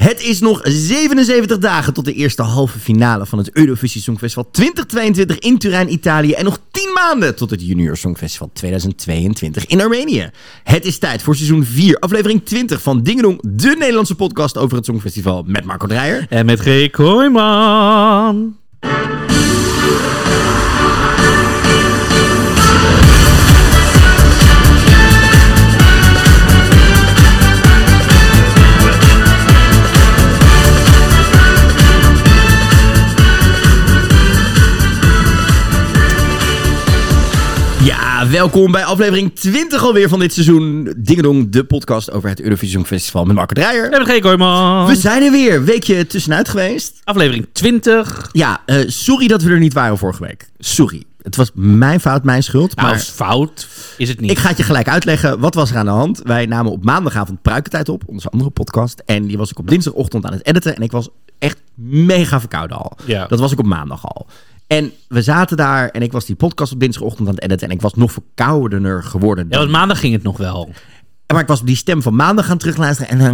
Het is nog 77 dagen tot de eerste halve finale van het Eurovisie Songfestival 2022 in Turijn, Italië. En nog 10 maanden tot het Junior Songfestival 2022 in Armenië. Het is tijd voor seizoen 4, aflevering 20 van Dingedong, de Nederlandse podcast over het Songfestival. Met Marco Dreyer. En met G. Kooijman. Ja, welkom bij aflevering 20 alweer van dit seizoen. Dingedong, de podcast over het Eurovisie Songfestival met Marco Dreyer. En met G. Kooijman. We zijn er weer, weekje tussenuit geweest. Aflevering 20. Ja, sorry dat we er niet waren vorige week. Sorry. Het was mijn fout, mijn schuld. Nou, Maar fout is het niet. ik ga het je gelijk uitleggen. Wat was er aan de hand? Wij namen op maandagavond Pruikentijd op, onze andere podcast. En die was ik op dinsdagochtend aan het editen. En ik was echt mega verkouden al. Ja. Dat was ik op maandag al. En we zaten daar en ik was die podcast op dinsdagochtend aan het editen. En ik was nog verkoudener geworden. Ja, want maandag ging het nog wel. Maar ik was die stem van maandag gaan terugluisteren. En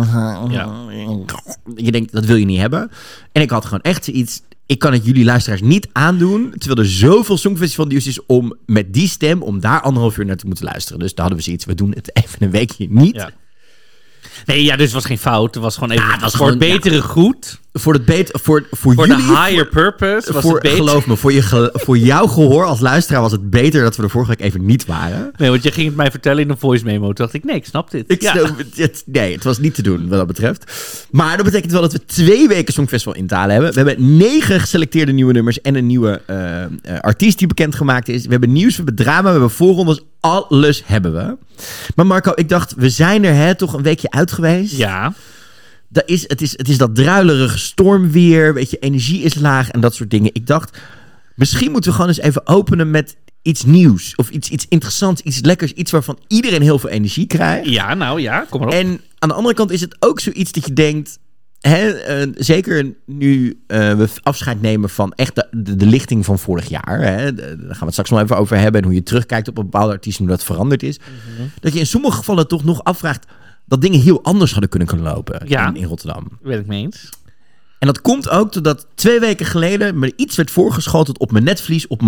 je denkt, dat wil je niet hebben. En ik had gewoon echt zoiets. Ik kan het jullie luisteraars niet aandoen. Terwijl er zoveel Songfestival nieuws is om met die stem, om daar 1,5 uur naar te moeten luisteren. Dus daar hadden we zoiets. We doen het even een weekje niet. Ja. Nee, ja, dus het was geen fout. Het was gewoon even het was voor gewoon, het betere goed. Voor Voor jullie, de higher purpose was het beter. Geloof me, voor jouw gehoor als luisteraar was het beter dat we er vorige week even niet waren. Nee, want je ging het mij vertellen in een voice memo. Toen dacht ik, nee, ik snap dit. Het was niet te doen wat dat betreft. Maar dat betekent wel dat we 2 weken Songfestival in talen hebben. We hebben 9 geselecteerde nieuwe nummers en een nieuwe artiest die bekendgemaakt is. We hebben nieuws, we hebben drama, we hebben voorrondes. Alles hebben we. Maar Marco, ik dacht, we zijn er toch een weekje uit geweest. Ja. Het is dat druilerige stormweer, weet je, energie is laag en dat soort dingen. Ik dacht, misschien moeten we gewoon eens even openen met iets nieuws. Of iets interessants, iets lekkers, iets waarvan iedereen heel veel energie krijgt. Ja, nou ja, kom maar op. En aan de andere kant is het ook zoiets dat je denkt, zeker nu we afscheid nemen van echt de lichting van vorig jaar. Daar gaan we het straks nog even over hebben. En hoe je terugkijkt op een bepaalde artiest en hoe dat veranderd is. Mm-hmm. Dat je in sommige gevallen toch nog afvraagt dat dingen heel anders hadden kunnen lopen in Rotterdam. Ben ik mee eens. En dat komt ook doordat 2 weken geleden me iets werd voorgeschoteld op mijn netvlies, op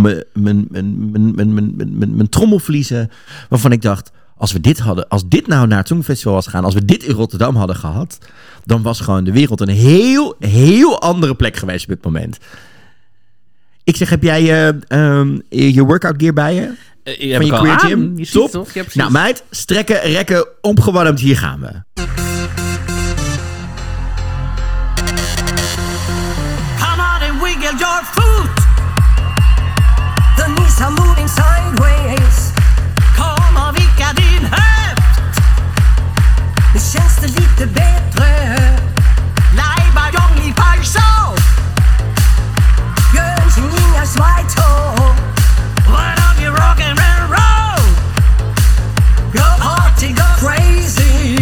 mijn trommelvliezen, waarvan ik dacht, als dit nou naar het Songfestival was gegaan, als we dit in Rotterdam hadden gehad, dan was gewoon de wereld een heel, heel andere plek geweest op dit moment. Ik zeg, heb jij je workout gear bij je? Van je Queer Gym? Je Top. Toch? Ja, nou meid, strekken, rekken, opgewarmd, hier gaan we. Come on and wiggle your foot. The knees are moving sideways. Kom och vicka din höft. Nu känns det lite bättre. Lajba jong i parså. Gönns inga svajtå. Run on your rock and roll. Go party, go crazy.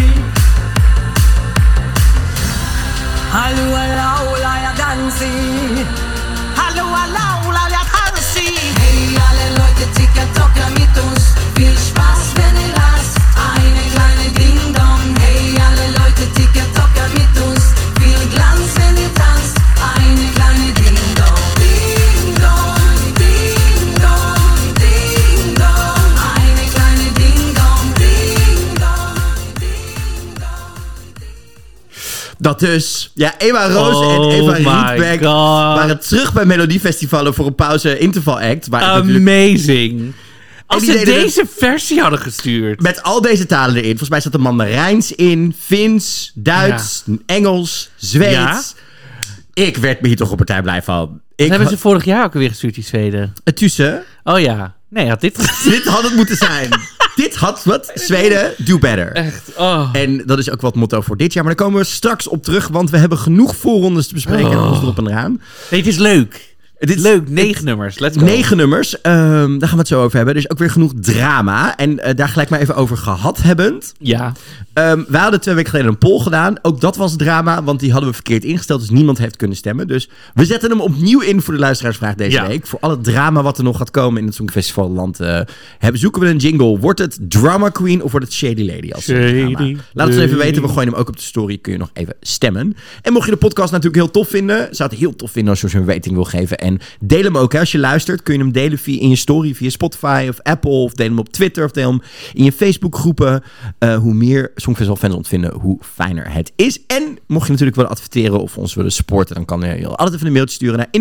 Hallo, hallo, la jag dansi. Hallo, hallo, la jag dansi. Hey, alle Leute, TikToker mit uns. Viel Spaß, wenn ihr lasst. Eine kleine Ding-Dong. Hey, alle Leute, TikToker mit uns. Viel Glanz, wenn ihr tanzt. Eine kleine Ding-Dong. Ding-Dong, Ding-Dong, Ding-Dong. Eine kleine Ding-Dong, Ding-Dong, Ding-Dong. Dat dus. Ja, Eva Roos en Eva Rietberg waren terug bij Melodiefestivalen voor een pauze interval act. Amazing. Als ze deze versie hadden gestuurd. Met al deze talen erin. Volgens mij zat er Mandarijns in, Fins, Duits, Engels, Zweeds. Ja? Ik werd me hier toch op partij blij van. Dat hebben ze vorig jaar ook alweer gestuurd, die Zweden. Tussen? Oh ja. Nee, had dit Dit had het moeten zijn. Dit had wat? Zweden, do better. Echt, oh. En dat is ook wat motto voor dit jaar. Maar daar komen we straks op terug, want we hebben genoeg voorrondes te bespreken. En alles erop en eraan. Nee, het is leuk. Dit is Leuk, 9 nummers. Let's go. 9 nummers. Daar gaan we het zo over hebben. Er is ook weer genoeg drama. En daar gelijk maar even over gehad hebbend. Ja. Wij hadden 2 weken geleden een poll gedaan. Ook dat was drama, want die hadden we verkeerd ingesteld. Dus niemand heeft kunnen stemmen. Dus we zetten hem opnieuw in voor de luisteraarsvraag deze week. Voor al het drama wat er nog gaat komen in het Songfestivalland. Zoeken we een jingle. Wordt het Drama Queen of wordt het Shady Lady? Als drama? Laat het ons even weten. We gooien hem ook op de story. Kun je nog even stemmen. En mocht je de podcast natuurlijk heel tof vinden. Zou het heel tof vinden als je een rating wil geven. En deel hem ook. Hè. Als je luistert kun je hem delen in je story. Via Spotify of Apple. Of deel hem op Twitter. Of deel hem in je Facebook groepen. Hoe meer Songfestival fans ontvinden, hoe fijner het is. En mocht je natuurlijk willen adverteren of ons willen supporten, dan kan je altijd even een mailtje sturen naar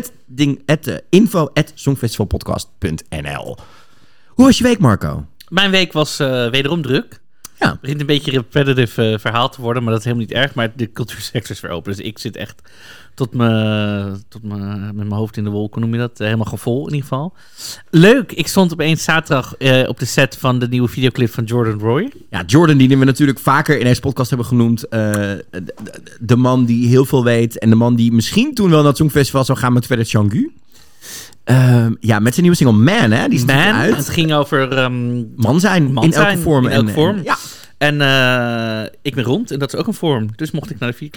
info@songfestivalpodcast.nl. Hoe was je week, Marco? Mijn week was wederom druk. Ja. Het begint een beetje een repetitive verhaal te worden, maar dat is helemaal niet erg. Maar de cultuursector is weer open. Dus ik zit echt met mijn hoofd in de wolken, noem je dat? Helemaal vol in ieder geval. Leuk, ik stond opeens zaterdag op de set van de nieuwe videoclip van Jordan Roy. Ja, Jordan, die we natuurlijk vaker in deze podcast hebben genoemd. De man die heel veel weet. En de man die misschien toen wel naar het Songfestival zou gaan met Fedde Changu. Met zijn nieuwe single Man, hè? Die is Man, uit. het ging over man zijn in elke vorm. Ja. En ik ben rond en dat is ook een vorm. Dus mocht ik naar de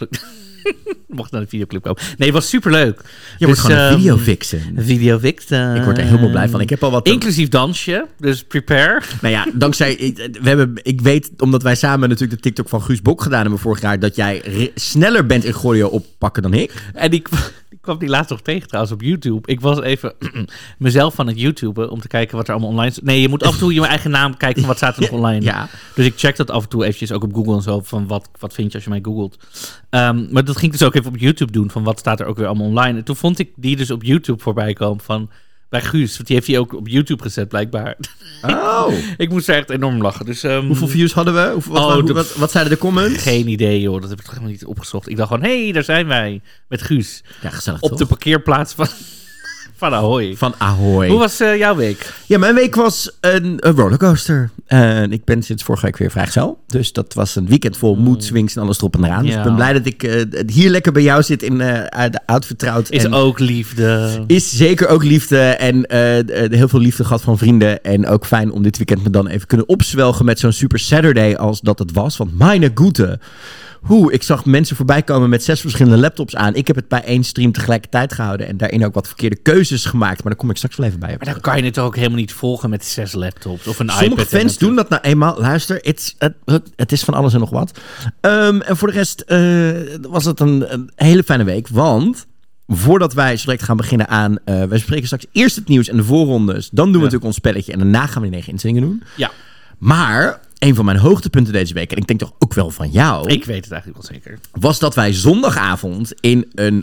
videoclip komen. Nee, het was superleuk. Je wordt gewoon een videovixen. Een videovixen. Ik word er helemaal blij van. Ik heb al wat... Inclusief dansje, dus prepare. Nou ja, dankzij... Ik weet, omdat wij samen natuurlijk de TikTok van Guus Bok gedaan hebben vorig jaar, dat jij sneller bent in choreo oppakken dan ik. En ik kwam die laatst nog tegen trouwens op YouTube. Ik was even mezelf aan het YouTuben om te kijken wat er allemaal online is. Nee, je moet af en toe je eigen naam kijken van wat staat er nog online. Ja. Dus ik check dat af en toe eventjes ook op Google en zo, van wat vind je als je mij googelt. Maar dat ging ik dus ook even op YouTube doen, van wat staat er ook weer allemaal online. En toen vond ik die dus op YouTube voorbij komen van bij Guus, want die heeft die ook op YouTube gezet blijkbaar. Oh. Ik moest er echt enorm lachen. Dus, hoeveel views hadden we? Wat zeiden de comments? Geen idee, joh. Dat heb ik toch helemaal niet opgezocht. Ik dacht gewoon, hé, daar zijn wij met Guus. Ja, gezellig op toch? de parkeerplaats van Ahoy. Van Ahoy. Hoe was jouw week? Ja, mijn week was een rollercoaster. Ik ben sinds vorige week weer vrijgezel. Dus dat was een weekend vol mood swings en alles erop en eraan. Dus ik ben blij dat ik hier lekker bij jou zit in de oud vertrouwd. Is ook liefde. Is zeker ook liefde. En heel veel liefde gehad van vrienden. En ook fijn om dit weekend me dan even kunnen opzwelgen met zo'n Super Saturday als dat het was. Want meine Güte. Ik zag mensen voorbij komen met 6 verschillende laptops aan. Ik heb het bij 1 stream tegelijkertijd gehouden. En daarin ook wat verkeerde keuzes gemaakt. Maar daar kom ik straks wel even bij. Maar dan kan je het ook helemaal niet volgen met 6 laptops of een iPad. Sommige fans doen dat nou eenmaal. Luister, het is van alles en nog wat. En voor de rest was het een hele fijne week. Want voordat wij zo direct gaan beginnen aan... wij bespreken straks eerst het nieuws en de voorrondes. Dan doen we natuurlijk ons spelletje. En daarna gaan we de 9 inzendingen doen. Ja. Maar een van mijn hoogtepunten deze week, en ik denk toch ook wel van jou... Ik weet het eigenlijk wel zeker. Was dat wij zondagavond in een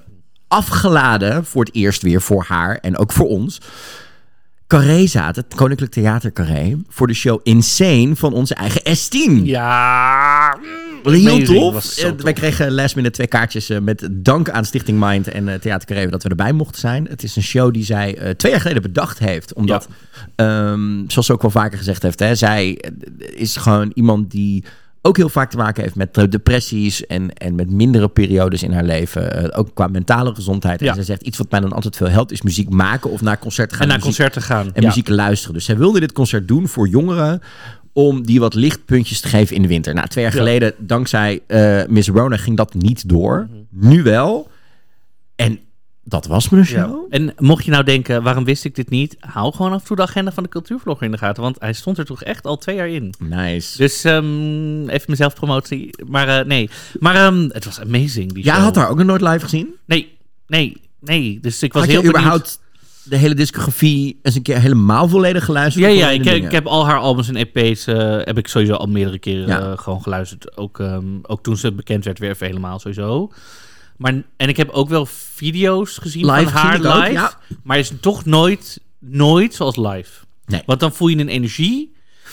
afgeladen, voor het eerst weer voor haar en ook voor ons... Carré zaten, het Koninklijk Theater Carré, voor de show Insane van onze eigen S10. Ja, heel tof. Wij kregen last minute 2 kaartjes met dank aan Stichting Mind en Theater Carré dat we erbij mochten zijn. Het is een show die zij 2 jaar geleden bedacht heeft. Omdat, zoals ze ook wel vaker gezegd heeft, hè, zij is gewoon iemand die ook heel vaak te maken heeft met depressies en met mindere periodes in haar leven. Ook qua mentale gezondheid. En zij zegt, iets wat mij dan altijd veel helpt is muziek maken of naar concerten gaan. En muziek luisteren. Dus zij wilde dit concert doen voor jongeren om die wat lichtpuntjes te geven in de winter. Nou, 2 jaar geleden, dankzij Miss Rona, ging dat niet door. Nu wel. En dat was mijn show. Ja. En mocht je nou denken, waarom wist ik dit niet? Hou gewoon af en toe de agenda van de cultuurvlogger in de gaten. Want hij stond er toch echt al 2 jaar in. Nice. Dus even mezelf promotie. Maar nee. Maar het was amazing, die show. Jij had haar ook nog nooit live gezien? Nee. Dus ik was had heel je überhaupt de hele discografie eens een keer helemaal volledig geluisterd? Ja, ik heb al haar albums en EP's heb ik sowieso al meerdere keren gewoon geluisterd. Ook toen ze bekend werd weer even helemaal sowieso. En ik heb ook wel video's gezien van haar live. Ook, ja. Maar is toch nooit zoals live. Nee. Want dan voel je een energie.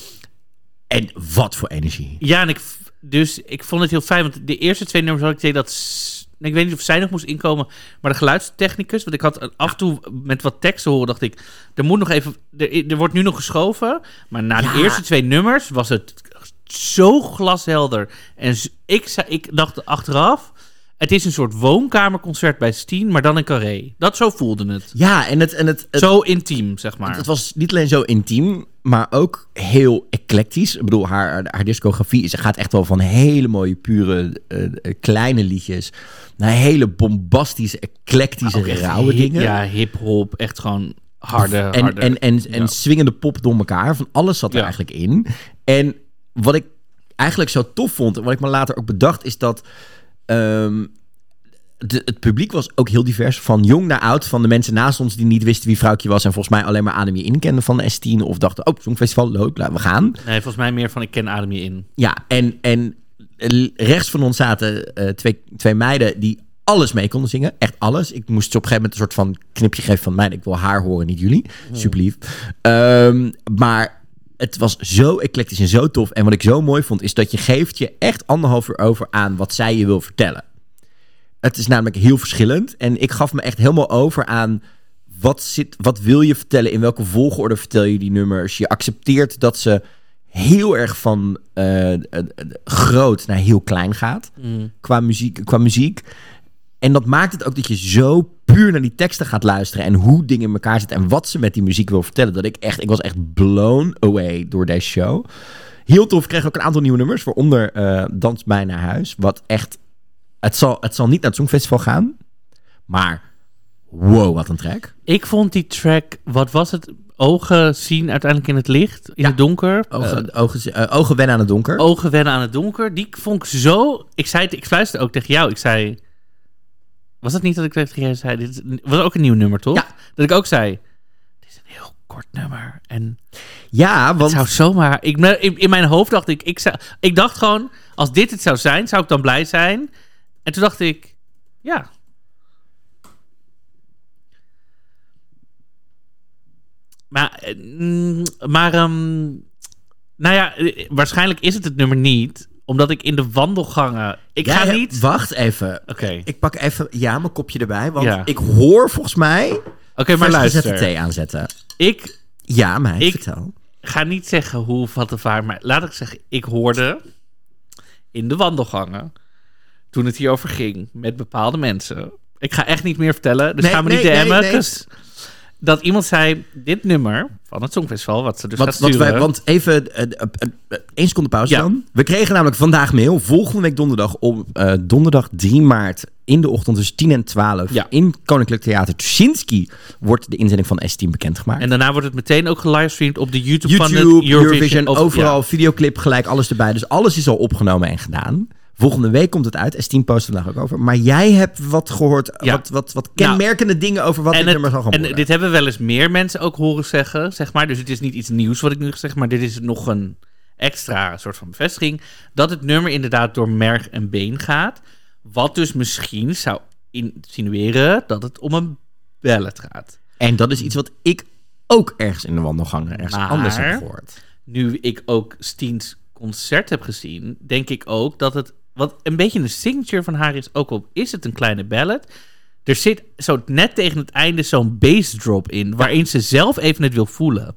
En wat voor energie. Ja, en ik vond het heel fijn. Want de eerste 2 nummers had ik tegen dat... Ik weet niet of zij nog moest inkomen. Maar de geluidstechnicus... Want ik had af en toe met wat teksten horen... dacht ik, er moet nog even... Er wordt nu nog geschoven. Maar na de eerste 2 nummers was het zo glashelder. En ik dacht achteraf... Het is een soort woonkamerconcert bij Steen, maar dan in Carré. Dat zo voelde het. Ja, en het Zo intiem, zeg maar. Het was niet alleen zo intiem, maar ook heel eclectisch. Ik bedoel, haar discografie gaat echt wel van hele mooie, pure, kleine liedjes naar hele bombastische, eclectische, rauwe dingen. Ja, hip-hop, echt gewoon harde. En swingende pop door elkaar. Van alles zat er eigenlijk in. En wat ik eigenlijk zo tof vond, en wat ik me later ook bedacht, is dat het publiek was ook heel divers. Van jong naar oud. Van de mensen naast ons die niet wisten wie Vrouwtje was en volgens mij alleen maar Adem je in kenden van de S10. Of dachten, Songfestival, leuk, laten we gaan. Nee, volgens mij meer van ik ken Adem je in. Ja, en rechts van ons zaten twee meiden die alles mee konden zingen. Echt alles. Ik moest ze op een gegeven moment een soort van knipje geven van mij. Ik wil haar horen, niet jullie. Super lief. Maar het was zo eclectisch en zo tof. En wat ik zo mooi vond, is dat je geeft je echt 1,5 uur over aan wat zij je wil vertellen. Het is namelijk heel verschillend. En ik gaf me echt helemaal over aan wat wil je vertellen? In welke volgorde vertel je die nummers? Je accepteert dat ze heel erg van groot naar heel klein gaat. Qua muziek. En dat maakt het ook dat je zo puur naar die teksten gaat luisteren en hoe dingen in elkaar zitten en wat ze met die muziek wil vertellen. Dat ik was echt blown away door deze show. Heel tof, ik kreeg ook een aantal nieuwe nummers, waaronder Dans mij naar huis. Wat echt, het zal niet naar het Songfestival gaan, maar wow, wat een track. Ik vond die track, wat was het? Ogen zien uiteindelijk in het licht, in het donker. Ogen wennen aan het donker. Ogen wennen aan het donker. Die vond ik zo... Ik fluisterde ook tegen jou. Ik zei... Was het niet dat ik tegen jou zei... Dit was ook een nieuw nummer, toch? Ja. Dat ik ook zei... Dit is een heel kort nummer. En ja, want... Het zou zomaar... In mijn hoofd dacht ik dacht gewoon... Als dit het zou zijn, zou ik dan blij zijn. En toen dacht ik... Ja... Nou ja, waarschijnlijk is het nummer niet, omdat ik in de wandelgangen... Wacht even. Oké. Ik pak even mijn kopje erbij, want ik hoor volgens mij... Oké, maar luister. Zet de thee aanzetten. Ik vertel. Ga niet zeggen hoe of wat of waar, maar laat ik zeggen, ik hoorde in de wandelgangen, toen het hierover ging, met bepaalde mensen... Ik ga echt niet meer vertellen, dus ga me niet DM'en. Nee. Dat iemand zei, dit nummer van het Songfestival, wat ze dus gaat sturen... Want even 1 seconde pauze dan. We kregen namelijk vandaag mail, volgende week donderdag, op donderdag 3 maart... in de ochtend tussen 10 en 12... in Koninklijk Theater Tuschinski wordt de inzending van S10 bekendgemaakt. En daarna wordt het meteen ook gelivestreamd op de YouTube van het Eurovision overal, videoclip, gelijk alles erbij. Dus alles is al opgenomen en gedaan. Volgende week komt het uit. S10 post er vandaag ook over. Maar jij hebt wat gehoord, wat kenmerkende dingen over wat dit nummer zal gaan worden. En dit hebben wel eens meer mensen ook horen zeggen, zeg maar. Dus het is niet iets nieuws wat ik nu zeg, maar dit is nog een extra soort van bevestiging. Dat het nummer inderdaad door merg en been gaat. Wat dus misschien zou insinueren dat het om een ballad gaat. En dat is iets wat ik ook ergens in de wandelgangen anders heb gehoord. Nu ik ook Steens concert heb gezien, denk ik ook dat het... Wat een beetje een signature van haar is, ook al is het een kleine ballad, er zit zo net tegen het einde zo'n bass drop in, waarin ze zelf even het wil voelen.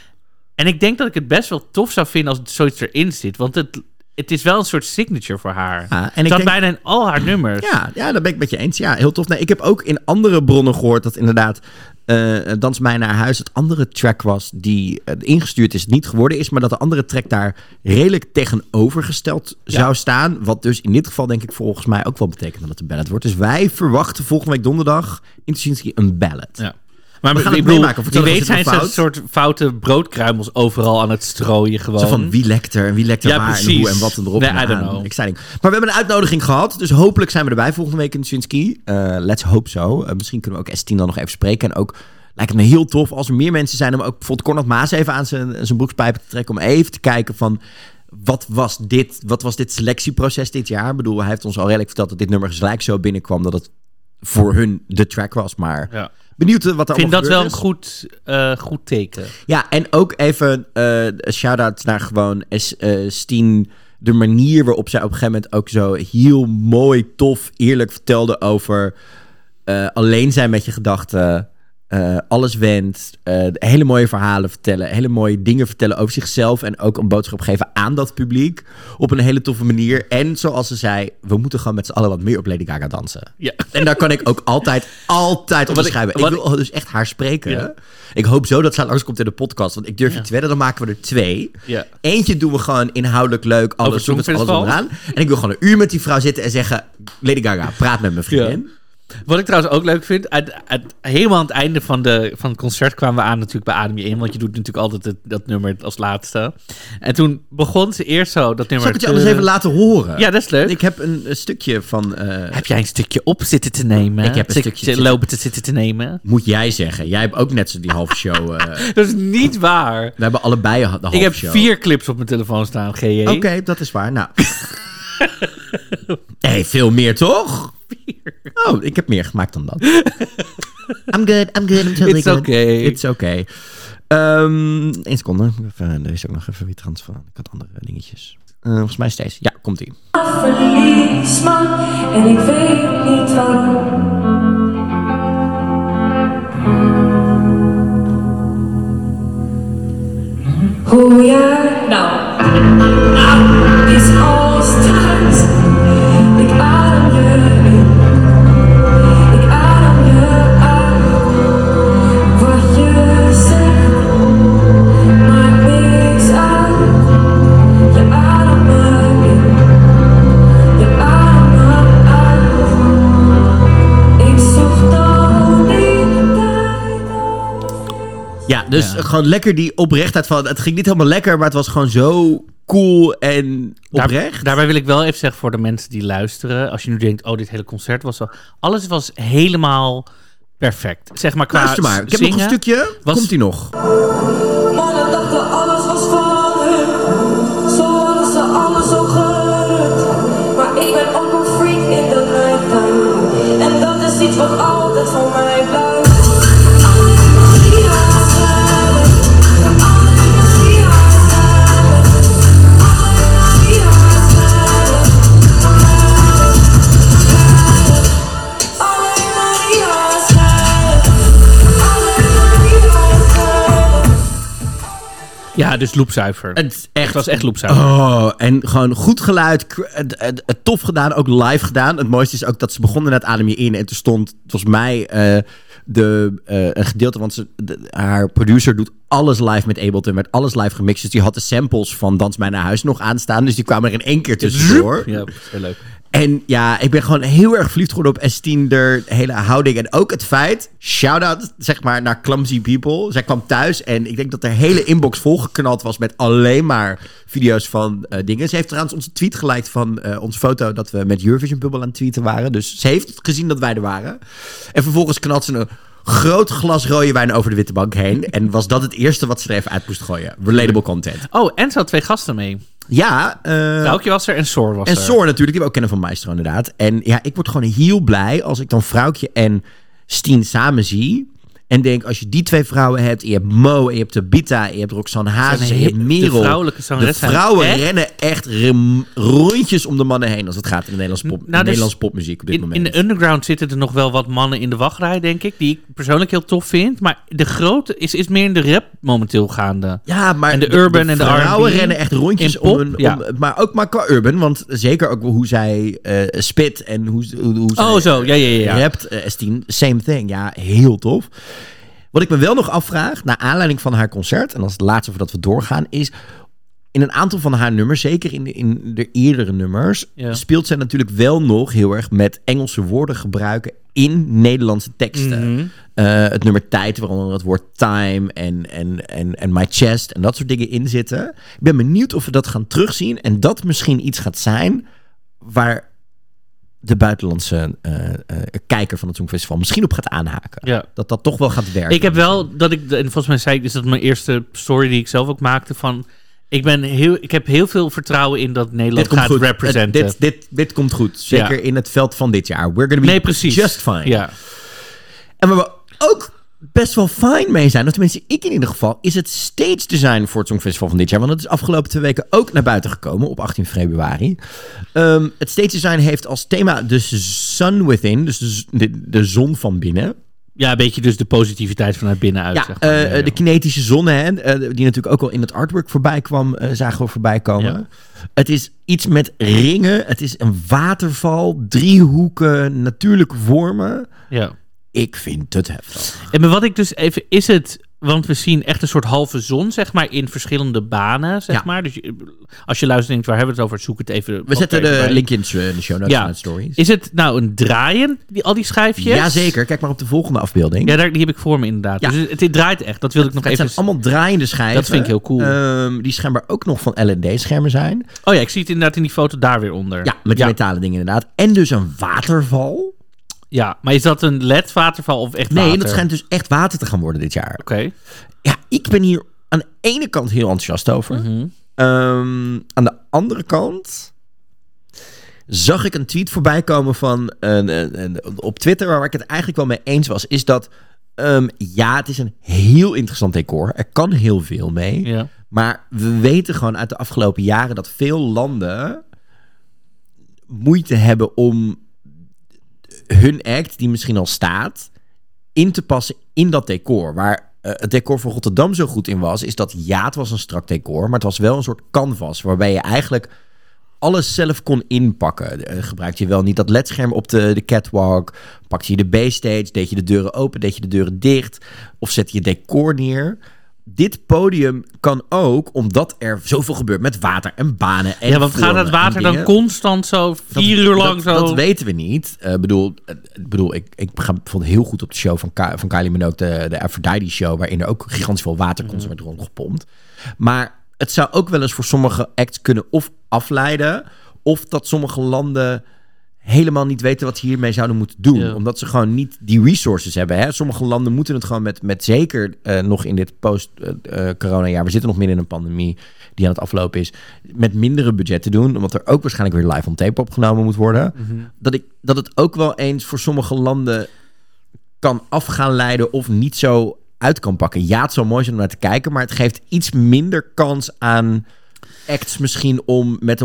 En ik denk dat ik het best wel tof zou vinden als zoiets erin zit, want het is wel een soort signature voor haar. Ja, en ik denk bijna in al haar nummers. Ja, dat ben ik met je eens. Ja, heel tof. Nee, ik heb ook in andere bronnen gehoord dat inderdaad Dans mij naar huis het andere track was die ingestuurd is, niet geworden is, maar dat de andere track daar redelijk tegenovergesteld zou staan. Wat dus in dit geval denk ik volgens mij ook wel betekent dat het een ballad wordt. Dus wij verwachten volgende week donderdag in Tuschinski een ballad. Ja. Maar we gaan het meemaken. Wie weet zijn ze een soort foute broodkruimels overal aan het strooien gewoon. Zo van wie lekt er en wie lekt er waar en hoe en wat en erop. Nee, I don't know. Exciting. Maar we hebben een uitnodiging gehad. Dus hopelijk zijn we erbij volgende week in Tuschinski. Let's hope so. Misschien kunnen we ook S10 dan nog even spreken. En ook lijkt het me heel tof als er meer mensen zijn om ook bijvoorbeeld Cornel Maas even aan zijn broekspijpen te trekken. Om even te kijken van wat was dit selectieproces dit jaar? Ik bedoel, hij heeft ons al redelijk verteld dat dit nummer gelijk zo binnenkwam dat het voor hun de track was. Maar... Ja. Benieuwd wat er allemaal gebeurd is. Ik vind dat wel een goed teken. Ja, en ook even een shout-out naar gewoon Steen. De manier waarop zij op een gegeven moment ook zo heel mooi, tof, eerlijk vertelde over alleen zijn met je gedachten. alles wenst. Hele mooie verhalen vertellen. Hele mooie dingen vertellen over zichzelf. En ook een boodschap geven aan dat publiek. Op een hele toffe manier. En zoals ze zei, we moeten gewoon met z'n allen wat meer op Lady Gaga dansen. Ja. En daar kan ik ook altijd op beschrijven. Ik wil dus echt haar spreken. Ja. Ik hoop zo dat zij langskomt in de podcast. Want ik durf je te wedden, dan maken we er 2. Ja. Eentje doen we gewoon inhoudelijk leuk. Alles Songfestival. onderaan. En ik wil gewoon een uur met die vrouw zitten en zeggen... Lady Gaga, praat met mijn vriendin. Ja. Wat ik trouwens ook leuk vind, helemaal aan het einde van het concert kwamen we aan natuurlijk bij Adem je in, want je doet natuurlijk altijd dat nummer als laatste. En toen begon ze eerst zo dat nummer... Zal ik het je anders even laten horen? Ja, dat is leuk. Ik heb een stukje van... Heb jij een stukje op zitten te nemen? Ik heb een stukje lopen te zitten te nemen. Moet jij zeggen. Jij hebt ook net zo die halve show... Dat is niet waar. We hebben allebei de halve show. Ik heb 4 clips op mijn telefoon staan, GJ. Oké, dat is waar. Nou... Hey, veel meer toch? 4. Oh, ik heb meer gemaakt dan dat. I'm good, I'm totally It's good. okay. It's okay. 1 seconde. Er is ook nog even weer transfer. Ik had andere dingetjes. Volgens mij steeds. Ja, komt-ie. Verlies me en ik weet niet waarom. Hoe jij nou is alles thuis. Ik adem je in, ik adem je uit. Wat je zegt maakt niks uit. Je ademt me in, je ademt me uit. Ik zocht al die tijd. Ja, dus gewoon lekker die oprechtheid van... Het ging niet helemaal lekker, maar het was gewoon zo cool en oprecht. Daarbij wil ik wel even zeggen voor de mensen die luisteren. Als je nu denkt, oh, dit hele concert was zo... Alles was helemaal perfect. Zeg maar qua Luister maar, ik heb zingen, nog een stukje. Komt-ie nog? Mannen dachten alles was van hun. Zo hadden ze alles zo gegund. Maar ik ben ook een freak in de nighttime. En dat is iets wat altijd van mij blijft. Ja, dus loopzuiver. Het was echt loopzuiver. Oh, en gewoon goed geluid. Het tof gedaan, ook live gedaan. Het mooiste is ook dat ze begonnen net Adem je in. En toen stond, volgens mij, een gedeelte... Want haar producer doet alles live met Ableton. Werd alles live gemixt. Dus die had de samples van Dans mij naar huis nog aanstaan. Dus die kwamen er in 1 keer tussendoor. Ja, heel leuk. En ja, ik ben gewoon heel erg verliefd geworden op Estine, de hele houding. En ook het feit, shout-out zeg maar naar Clumsy People. Zij kwam thuis en ik denk dat de hele inbox volgeknald was met alleen maar video's van dingen. Ze heeft trouwens onze tweet geliked van onze foto dat we met Eurovision Bubble aan het tweeten waren. Dus ze heeft gezien dat wij er waren. En vervolgens knalt ze een groot glas rode wijn over de witte bank heen. En was dat het eerste wat ze er even uit moest gooien. Relatable content. Oh, en ze had 2 gasten mee. Ja. Vrouwtje was er en Soor was er. En Soor natuurlijk, die we ook kennen van Maestro inderdaad. En ja, ik word gewoon heel blij als ik dan Vrouwtje en Stien samen zie. En denk, als je die 2 vrouwen hebt, je hebt Mo, en je hebt Tabitha, en je hebt Roxanne Hazes, en je hebt Merel. De vrouwelijke zangeressen. De vrouwen rennen echt rondjes om de mannen heen als het gaat in de Nederlandse popmuziek op dit moment. In de underground zitten er nog wel wat mannen in de wachtrij, denk ik, die ik persoonlijk heel tof vind. Maar de grote is meer in de rap momenteel gaande. Ja, maar en de urban en de R&B. vrouwen rennen echt rondjes pop, maar ook maar qua urban, want zeker ook hoe zij spit en hoe zij rapt, Estine, same thing. Ja, heel tof. Wat ik me wel nog afvraag, naar aanleiding van haar concert, en als het laatste voordat we doorgaan, is in een aantal van haar nummers, zeker in de eerdere nummers, speelt zij natuurlijk wel nog heel erg met Engelse woorden gebruiken in Nederlandse teksten. Mm-hmm. Het nummer Tijd, waaronder het woord time en my chest en dat soort dingen in zitten. Ik ben benieuwd of we dat gaan terugzien en dat misschien iets gaat zijn waar de buitenlandse kijker van het Songfestival misschien op gaat aanhaken. Ja. Dat toch wel gaat werken. Ik heb wel, en volgens mij zei ik, is dat mijn eerste story die ik zelf ook maakte, van ik heb heel veel vertrouwen in dat Nederland gaat representen. Dit komt goed. Zeker in het veld van dit jaar. We're gonna be just fine. Ja. En waar we ook best wel fine mee zijn, of tenminste ik in ieder geval, is het stage design voor het Songfestival van dit jaar. Want het is afgelopen 2 weken ook naar buiten gekomen op 18 februari. Het stage design heeft als thema de sun within, dus de zon van binnen. Ja, een beetje dus de positiviteit vanuit binnenuit. Ja, zeg maar. de kinetische zon, hè, die natuurlijk ook al in het artwork voorbij kwam, zagen we voorbij komen. Ja. Het is iets met ringen. Het is een waterval, driehoeken, natuurlijke vormen. Ja. Ik vind het heftig. En maar wat ik dus even... Is het... Want we zien echt een soort halve zon, zeg maar, in verschillende banen, zeg Ja. maar. Dus als je luistert en denkt, waar hebben we het over? Zoek het even. We zetten even de bij. link in de show notes Ja. van het stories. Is het nou een draaien, al die schijfjes? Jazeker. Kijk maar op de volgende afbeelding. Ja, die heb ik voor me inderdaad. Ja. Dus het draait echt. Dat wil ik nog Het even... zijn allemaal draaiende schijven. Dat vind ik heel cool. Die schijnbaar ook nog van LED-schermen zijn. Oh ja, ik zie het inderdaad in die foto daar weer onder. Ja, met die metalen dingen inderdaad. En dus een waterval. Ja, maar is dat een LED-waterval of echt water? Nee, dat schijnt dus echt water te gaan worden dit jaar. Oké. Ja, ik ben hier aan de ene kant heel enthousiast over. Mhm. Aan de andere kant zag ik een tweet voorbij komen van op Twitter, waar ik het eigenlijk wel mee eens was, is dat ja, het is een heel interessant decor. Er kan heel veel mee. Ja. Maar we weten gewoon uit de afgelopen jaren dat veel landen moeite hebben om hun act, die misschien al staat, in te passen in dat decor. Waar het decor van Rotterdam zo goed in was, is dat ja, het was een strak decor, maar het was wel een soort canvas, waarbij je eigenlijk alles zelf kon inpakken. Gebruikte je wel niet dat ledscherm op de catwalk, pakte je de B-stage, deed je de deuren open, deed je de deuren dicht, of zette je decor neer. Dit podium kan ook, omdat er zoveel gebeurt met water en banen en Ja, want gaat vormen dat water en dan dingen. constant zo 4 uur lang zo... Dat weten we niet. Ik ga bijvoorbeeld heel goed op de show van Kylie Minogue, de Aphrodite show, waarin er ook gigantisch veel water constant wordt rondgepompt. Maar het zou ook wel eens voor sommige acts kunnen of afleiden, of dat sommige landen helemaal niet weten wat ze hiermee zouden moeten doen. Ja. Omdat ze gewoon niet die resources hebben. Hè? Sommige landen moeten het gewoon met zeker nog in dit post-corona-jaar. We zitten nog midden in een pandemie die aan het aflopen is. Met mindere budgetten doen. Omdat er ook waarschijnlijk weer live on tape opgenomen moet worden. Dat het ook wel eens voor sommige landen kan af gaan leiden of niet zo uit kan pakken. Ja, het zou mooi zijn om naar te kijken, maar het geeft iets minder kans aan acts misschien om met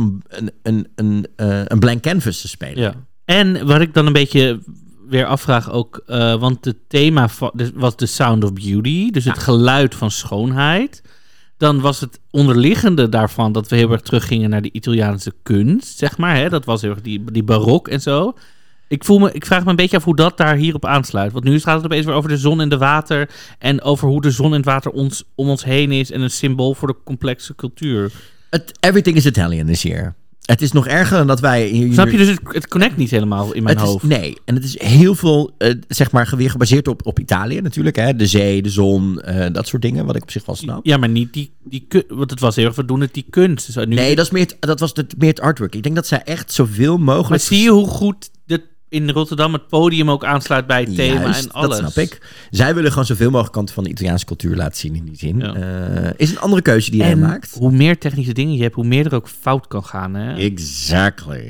een blank canvas te spelen. Ja. En wat ik dan een beetje weer afvraag ook, want het thema was The Sound of Beauty, dus het geluid van schoonheid. Dan was het onderliggende daarvan dat we heel erg teruggingen naar de Italiaanse kunst, zeg maar. Hè? Dat was heel erg die barok en zo. Ik vraag me een beetje af hoe dat daar hierop aansluit. Want nu gaat het opeens weer over de zon en de water en over hoe de zon en het water om ons heen is en een symbool voor de complexe cultuur. Everything is Italian this year. Het is nog erger dan dat wij hier... Snap je? Dus het connect niet helemaal in mijn hoofd. Nee, en het is heel veel, zeg maar, weer gebaseerd op Italië natuurlijk. Hè? De zee, de zon, dat soort dingen, wat ik op zich wel snap. Ja, maar niet die want het was heel erg, we doen het die kunst. Dus nu, Nee, dat was meer het artwork. Ik denk dat zij echt zoveel mogelijk... maar zie je hoe goed in Rotterdam het podium ook aansluit bij het thema Juist, en alles? dat snap ik. Zij willen gewoon zoveel mogelijk kanten van de Italiaanse cultuur laten zien in die zin. Ja. Is een andere keuze die jij En maakt. hoe meer technische dingen je hebt, hoe meer er ook fout kan gaan. Hè? Exactly.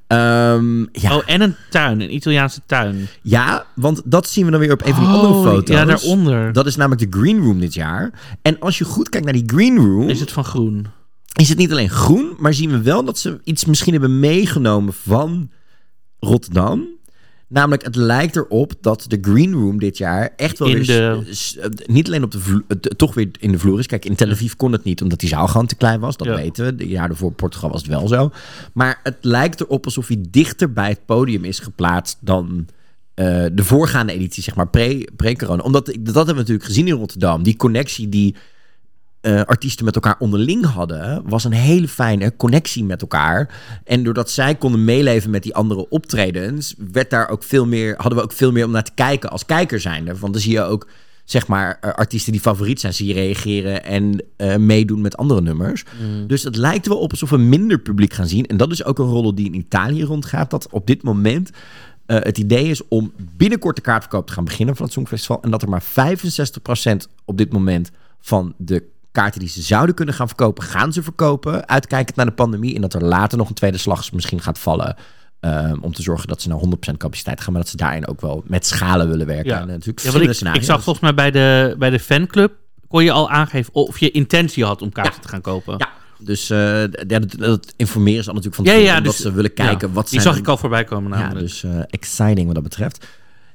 Ja. Oh, en een tuin, een Italiaanse tuin. Ja, want dat zien we dan weer op een van die andere foto's. Ja, daaronder. Dat is namelijk de Green Room dit jaar. En als je goed kijkt naar die Green Room, Is het van groen? is het niet alleen groen, maar zien we wel dat ze iets misschien hebben meegenomen van Rotterdam. Namelijk, het lijkt erop dat de Green Room dit jaar echt wel niet alleen op de vloer, toch weer in de vloer is. Kijk, in Tel Aviv kon het niet, omdat die zaal gewoon te klein was. Dat weten we. De jaar ervoor Portugal was het wel zo. Maar het lijkt erop alsof hij dichter bij het podium is geplaatst dan de voorgaande editie, zeg maar, pre-corona. Omdat, dat hebben we natuurlijk gezien in Rotterdam. Die connectie die artiesten met elkaar onderling hadden, was een hele fijne connectie met elkaar. En doordat zij konden meeleven met die andere optredens, hadden we ook veel meer om naar te kijken als kijker zijnde. Want dan zie je ook, zeg maar, artiesten die favoriet zijn, zie je reageren en meedoen met andere nummers. Dus het lijkt wel op alsof we minder publiek gaan zien. En dat is ook een rol die in Italië rondgaat, dat op dit moment het idee is om binnenkort de kaartverkoop te gaan beginnen van het Songfestival. En dat er maar 65% op dit moment van de kaarten die ze zouden kunnen gaan verkopen, gaan ze verkopen. Uitkijkend naar de pandemie. En dat er later nog een tweede slag misschien gaat vallen. Om te zorgen dat ze naar 100% capaciteit gaan. Maar dat ze daarin ook wel met schalen willen werken. Ja. En natuurlijk Ja, want verschillende ik zag volgens mij bij de fanclub kon je al aangeven of je intentie had om kaarten te gaan kopen. Ja, dus dat informeren ze al natuurlijk van Ja, tevoren, ja, omdat dus ze willen kijken wat die zijn... zag ik al voorbij komen Ja, namelijk. dus exciting wat dat betreft.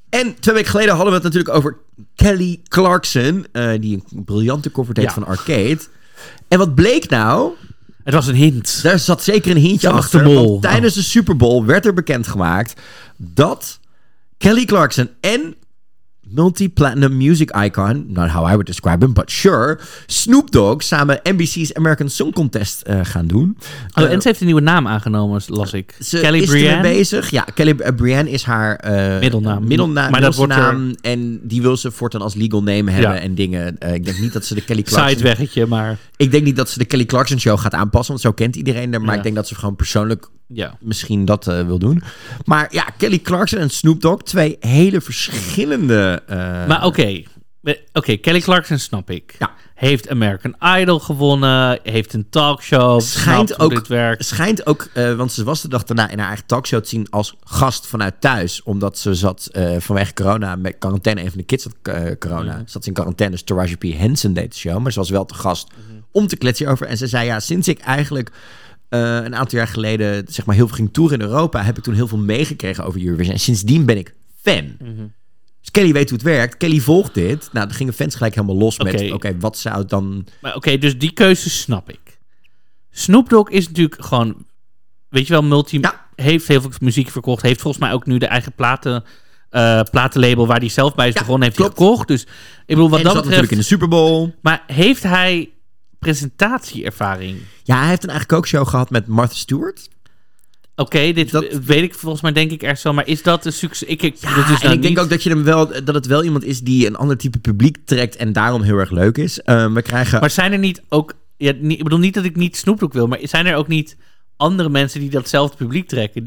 En 2 weken geleden hadden we het natuurlijk over Kelly Clarkson. Die een briljante cover deed van Arcade. En wat bleek nou? Het was een hint. Daar zat zeker een hintje Zag achter. de mol. Want tijdens de Super Bowl werd er bekendgemaakt dat Kelly Clarkson en multi-platinum music icon, not how I would describe him, but sure, Snoop Dogg samen NBC's American Song Contest gaan doen. En ze heeft een nieuwe naam aangenomen, las ik. Kelly is ermee bezig. Ja, Kelly Brienne is haar middelnaam. Maar dat wordt naam. En die wil ze voortaan als legal name hebben en dingen. Ik denk niet dat ze de Kelly Clarkson... Sideweggetje, maar... Ik denk niet dat ze de Kelly Clarkson show gaat aanpassen, want zo kent iedereen haar. Maar ik denk dat ze gewoon persoonlijk misschien dat wil doen. Maar ja, Kelly Clarkson en Snoop Dogg, 2 hele verschillende... Maar oké, Kelly Clarkson snap ik. Ja. Heeft American Idol gewonnen, heeft een talkshow. Schijnt ook, want ze was de dag daarna in haar eigen talkshow te zien als gast vanuit thuis. Omdat ze zat vanwege corona met quarantaine. Een van de kids had corona. Zat ze in quarantaine, dus Taraji P. Henson deed de show. Maar ze was wel te gast om te kletsen over. En ze zei, ja, sinds ik eigenlijk een aantal jaar geleden zeg maar heel veel ging toeren in Europa, heb ik toen heel veel meegekregen over Eurovision. En sindsdien ben ik fan. Dus Kelly weet hoe het werkt. Kelly volgt dit. Nou, dan gingen fans gelijk helemaal los met... Oké, wat zou het dan... Maar dus die keuze snap ik. Snoop Dogg is natuurlijk gewoon... Weet je wel, heeft heel veel muziek verkocht. Heeft volgens mij ook nu de eigen platenlabel waar hij zelf bij is begonnen. Heeft hij gekocht. Dus ik bedoel, wat en dat zat betreft... natuurlijk in de Super Bowl. Maar heeft hij presentatieervaring? Ja, hij heeft een eigen kookshow gehad met Martha Stewart. Oké, dat weet ik volgens mij denk ik ergens zo. Maar is dat een succes? Ik denk ook dat het wel iemand is die een ander type publiek trekt en daarom heel erg leuk is. We krijgen... Maar zijn er niet ook... Ja, ik bedoel niet dat ik niet Snoop Dogg wil, maar zijn er ook niet andere mensen die datzelfde publiek trekken?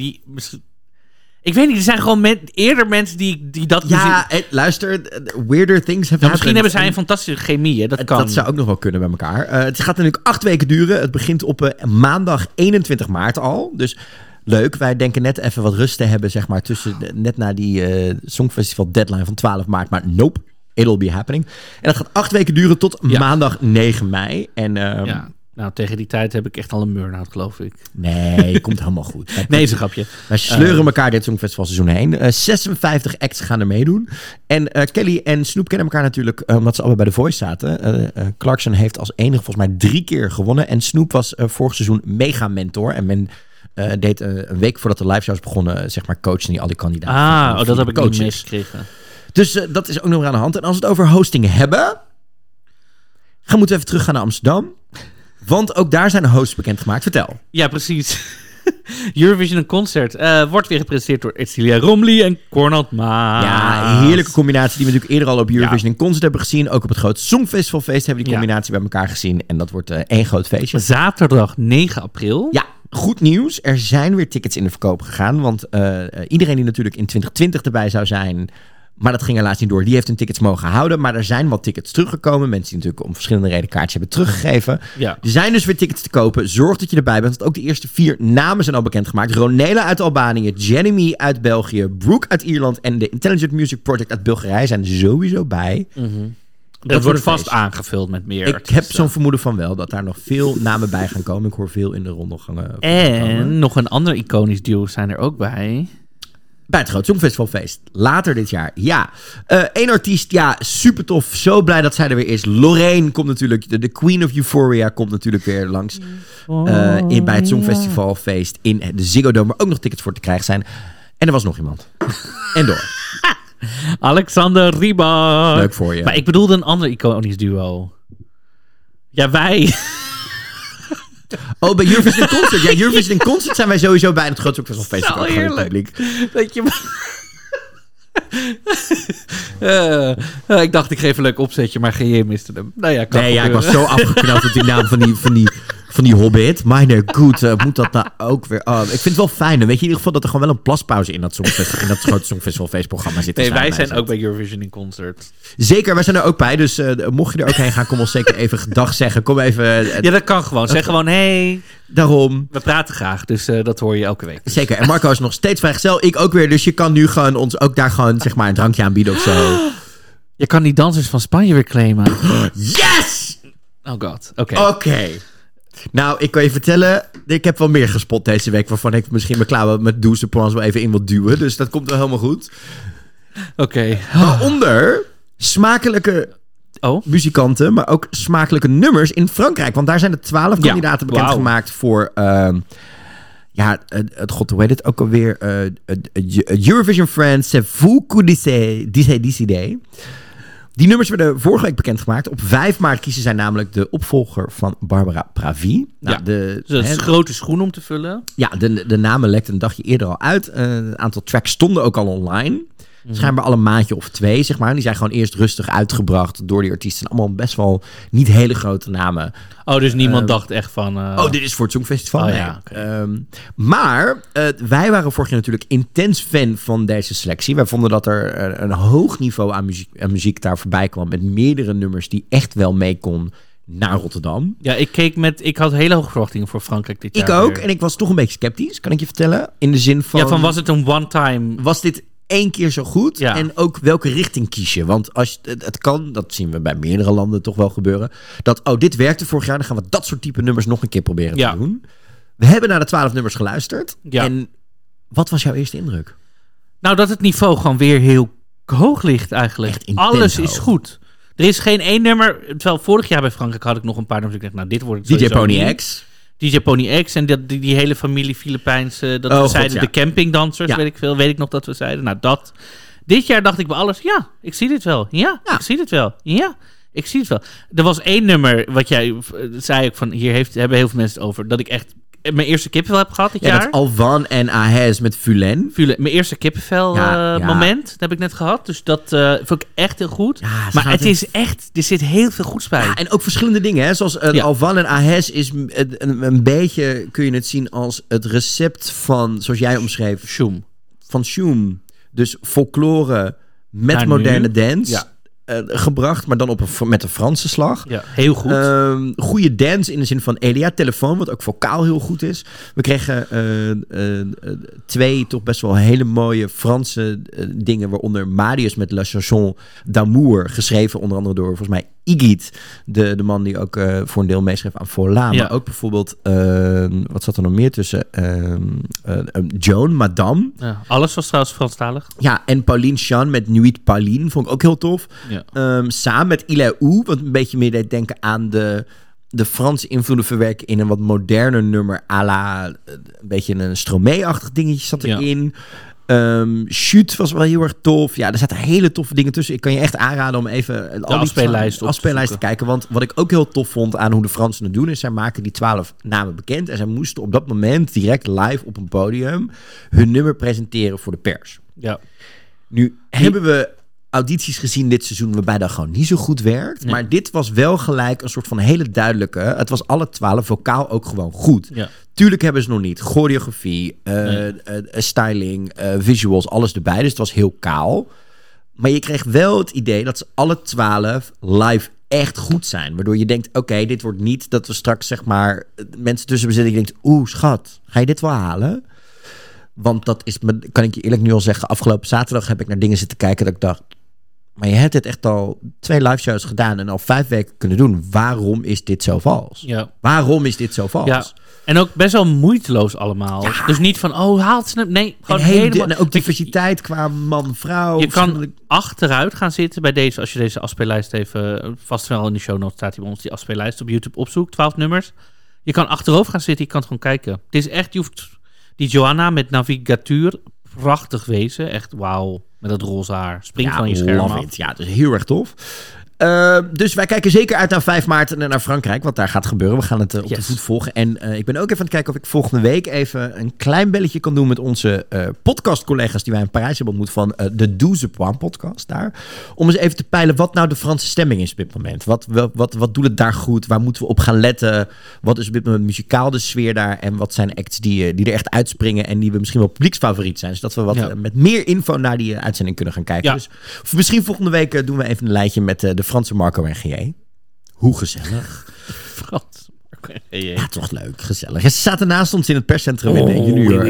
Ik weet niet, er zijn gewoon eerder mensen die dat... Ja, luister, weirder things have happened. Misschien hebben zij een fantastische chemie, hè? Dat kan. Dat zou ook nog wel kunnen bij elkaar. Het gaat natuurlijk 8 weken duren. Het begint op maandag 21 maart al. Dus leuk. Wij denken net even wat rust te hebben, zeg maar, net na die Songfestival deadline van 12 maart. Maar nope, it'll be happening. En dat gaat 8 weken duren tot maandag 9 mei. En... Nou, tegen die tijd heb ik echt al een burn-out, geloof ik. Nee, komt helemaal goed. Nee, is een grapje. Wij sleuren elkaar dit Songfestivalseizoen heen. 56 acts gaan er meedoen. En Kelly en Snoop kennen elkaar natuurlijk omdat ze allebei bij The Voice zaten. Clarkson heeft als enige volgens mij 3 keer gewonnen. En Snoop was vorig seizoen mega mentor. En men deed een week voordat de live shows begonnen, zeg maar, coachen die al die kandidaten. Dat heb ik niet meegekregen. Dus dat is ook nog weer aan de hand. En als we het over hosting hebben, moeten we even teruggaan naar Amsterdam. Want ook daar zijn de hosts bekendgemaakt. Vertel. Ja, precies. Eurovision een concert wordt weer gepresenteerd door Cecilia Romley en Cornald Maas. Ja, een heerlijke combinatie die we natuurlijk eerder al op Eurovision een concert hebben gezien. Ook op het grote Songfestivalfeest hebben we die combinatie bij elkaar gezien. En dat wordt één groot feestje. Zaterdag 9 april. Ja, goed nieuws. Er zijn weer tickets in de verkoop gegaan. Want iedereen die natuurlijk in 2020 erbij zou zijn, maar dat ging helaas niet door, die heeft hun tickets mogen houden. Maar er zijn wat tickets teruggekomen. Mensen die natuurlijk om verschillende redenen kaartjes hebben teruggegeven. Ja. Er zijn dus weer tickets te kopen. Zorg dat je erbij bent. Want ook de eerste 4 namen zijn al bekendgemaakt. Ronela uit Albanië, Jenny uit België, Brooke uit Ierland en de Intelligent Music Project uit Bulgarije zijn er sowieso bij. Mm-hmm. Dat wordt vast aangevuld met meer Ik heb zo'n vermoeden van wel, dat daar nog veel namen bij gaan komen. Ik hoor veel in de rondelgangen. En nog een ander iconisch duo zijn er ook bij. Bij het Groot Songfestivalfeest. Later dit jaar. Ja. Eén artiest. Ja, super tof. Zo blij dat zij er weer is. Lorraine komt natuurlijk. De Queen of Euphoria komt natuurlijk weer langs. Bij het Songfestivalfeest in de Ziggo Dome. Waar ook nog tickets voor te krijgen zijn. En er was nog iemand. En door. Alexander Rybak. Leuk voor je. Maar ik bedoelde een ander iconisch duo. Ja, wij. Oh, bij Eurovision Concert. Ja, Eurovision Concert zijn wij sowieso bij het Groot Songfestivalfeest. Zo heerlijk. Dat je... ik dacht, ik geef een leuk opzetje, maar GJ miste hem. Nou ja, ik was zo afgeknapt op die naam van die Hobbit. Meine goed, moet dat nou ook weer... ik vind het wel fijn. Weet je in ieder geval dat er gewoon wel een plaszpauze in dat Groot Songfestivalfeestprogramma zit. Nee, wij zijn ook bij Eurovision in Concert. Zeker, wij zijn er ook bij. Dus mocht je er ook heen gaan, kom ons zeker even gedag zeggen. Kom even... ja, dat kan gewoon. Zeg gewoon, hey... Daarom. We praten graag, dus dat hoor je elke week. Zeker. En Marco is nog steeds vrijgezel. Ik ook weer. Dus je kan nu gewoon ons ook daar gewoon, zeg maar, een drankje aanbieden of zo. Je kan die dansers van Spanje weer claimen. Yes! Oh god. Oké. Nou, ik kan je vertellen, ik heb wel meer gespot deze week, waarvan ik misschien mijn klauwen met douche plans wel even in wil duwen. Dus dat komt wel helemaal goed. Oké. Waaronder smakelijke Oh. muzikanten, maar ook smakelijke nummers in Frankrijk. Want daar zijn de 12 kandidaten bekendgemaakt voor... god, hoe heet het ook alweer? Eurovision France, c'est vous qui décidez. Die nummers werden vorige week bekendgemaakt. Op 5 maart kiezen zij namelijk de opvolger van Barbara Pravi. Nou, Dus dat is een grote schoen om te vullen. Ja, de namen lekten een dagje eerder al uit. Een aantal tracks stonden ook al online. Schijnbaar al een maandje of 2, zeg maar. Die zijn gewoon eerst rustig uitgebracht door die artiesten. Allemaal best wel niet hele grote namen. Oh, dus niemand dacht echt van... dit is voor het Songfestival. Oh, Nee. ja, okay. Maar wij waren vorig jaar natuurlijk intens fan van deze selectie. Wij vonden dat er een hoog niveau aan muziek daar voorbij kwam. Met meerdere nummers die echt wel mee kon naar Rotterdam. Ja, ik had hele hoge verwachtingen voor Frankrijk dit jaar. Ik ook. weer. En ik was toch een beetje sceptisch, kan ik je vertellen. In de zin van... Ja, van was het een one-time... Was dit 1 keer zo goed? Ja. En ook welke richting kies je? Want als het kan, dat zien we bij meerdere landen toch wel gebeuren. Dat, dit werkte vorig jaar, dan gaan we dat soort type nummers nog een keer proberen te doen. We hebben naar de 12 nummers geluisterd. Ja. En wat was jouw eerste indruk? Nou, dat het niveau gewoon weer heel hoog ligt eigenlijk. Echt intens Alles is hoog. goed. Er is geen één nummer... Terwijl vorig jaar bij Frankrijk had ik nog een paar nummers. Ik dacht, nou, dit wordt het DJ sowieso Pony niet. X. DJ Pony X en die hele familie Filipijnse... Dat we God, zeiden, ja. de campingdansers, Ja. weet ik nog dat we zeiden. Nou, dat... Dit jaar dacht ik bij alles, ja, ik zie dit wel. Ja, ik zie dit wel. Ja, ik zie het wel. Er was 1 nummer, wat jij zei ook van... Hier hebben heel veel mensen het over. Dat ik echt mijn eerste kippenvel heb gehad dit Ja, jaar. dat Alvan en Ahes met Fulen. Mijn eerste kippenvel Ja. moment, dat heb ik net gehad. Dus dat vond ik echt heel goed. Ja, ze maar gaat het is echt, er zit heel veel goeds bij. Ja, en ook verschillende dingen. Hè? Zoals Alvan en Ahes is een beetje... Kun je het zien als het recept van... Zoals jij omschreef. Shoom. Van Shoom. Dus folklore met Naar moderne nu. dance. Ja. Gebracht, maar dan met een Franse slag. Ja, heel goed. Goede dance in de zin van Elia Telefoon, wat ook vocaal heel goed is. We kregen 2 toch best wel hele mooie Franse dingen, waaronder Marius met La Chanson d'Amour, geschreven onder andere door volgens mij Igit, de man die ook voor een deel meeschreef aan Fola. Ja. Maar ook bijvoorbeeld, wat zat er nog meer tussen? Joan, Madame. Ja, alles was trouwens Franstalig. Ja, en Pauline Chan met Nuit Pauline, vond ik ook heel tof. Ja. Samen met Ila Ou, wat een beetje meer deed denken aan de Franse invloeden verwerken in een wat moderner nummer, à la een beetje een Stromae-achtig dingetje zat erin. Shoot was wel heel erg tof. Ja, er zaten hele toffe dingen tussen. Ik kan je echt aanraden om even al die afspeellijst te kijken. Want wat ik ook heel tof vond aan hoe de Fransen het doen, is zij maken die 12 namen bekend. En zij moesten op dat moment direct live op een podium hun nummer presenteren voor de pers. Ja. Nu hebben we audities gezien dit seizoen waarbij dat gewoon niet zo goed werkt. Ja. Maar dit was wel gelijk een soort van hele duidelijke... Het was alle 12 vocaal ook gewoon goed. Ja. Tuurlijk hebben ze nog niet choreografie, styling, visuals, alles erbij. Dus het was heel kaal. Maar je kreeg wel het idee dat ze alle 12 live echt goed zijn. Waardoor je denkt, oké, dit wordt niet dat we straks zeg maar mensen tussen bezitten. Je denkt, schat, ga je dit wel halen? Want dat is, kan ik je eerlijk nu al zeggen, afgelopen zaterdag heb ik naar dingen zitten kijken dat ik dacht, maar je hebt dit echt al 2 live shows gedaan en al 5 weken kunnen doen. Waarom is dit zo vals? Ja. Waarom is dit zo vals? Ja. En ook best wel moeiteloos allemaal. Ja. Dus niet van, haalt ze hem? Nee, gewoon helemaal... En ook diversiteit qua man, vrouw. Je kan achteruit gaan zitten bij deze, als je deze afspeellijst even, vast wel in de show notes staat hij bij ons, die afspeellijst op YouTube opzoekt, 12 nummers. Je kan achterover gaan zitten, je kan het gewoon kijken. Het is echt, je hoeft die Joanna met Navigatuur, prachtig wezen. Echt wauw, met dat roze haar. Springt van je scherm af. Ja, dus heel erg tof. Dus wij kijken zeker uit naar 5 maart en naar Frankrijk, wat daar gaat gebeuren. We gaan het op de voet volgen. En ik ben ook even aan het kijken of ik volgende week even een klein belletje kan doen met onze podcastcollega's die wij in Parijs hebben ontmoet van de 12 Points podcast daar. Om eens even te peilen wat nou de Franse stemming is op dit moment. Wat doet het daar goed? Waar moeten we op gaan letten? Wat is op dit moment muzikaal de sfeer daar? En wat zijn acts die er echt uitspringen en die we misschien wel publieksfavoriet zijn? Zodat we met meer info naar die uitzending kunnen gaan kijken. Ja. Dus misschien volgende week doen we even een lijstje met de Franse Marco en G.J. Hoe gezellig. Frans. Ja, het was leuk, gezellig. Ze zaten naast ons in het perscentrum in junior.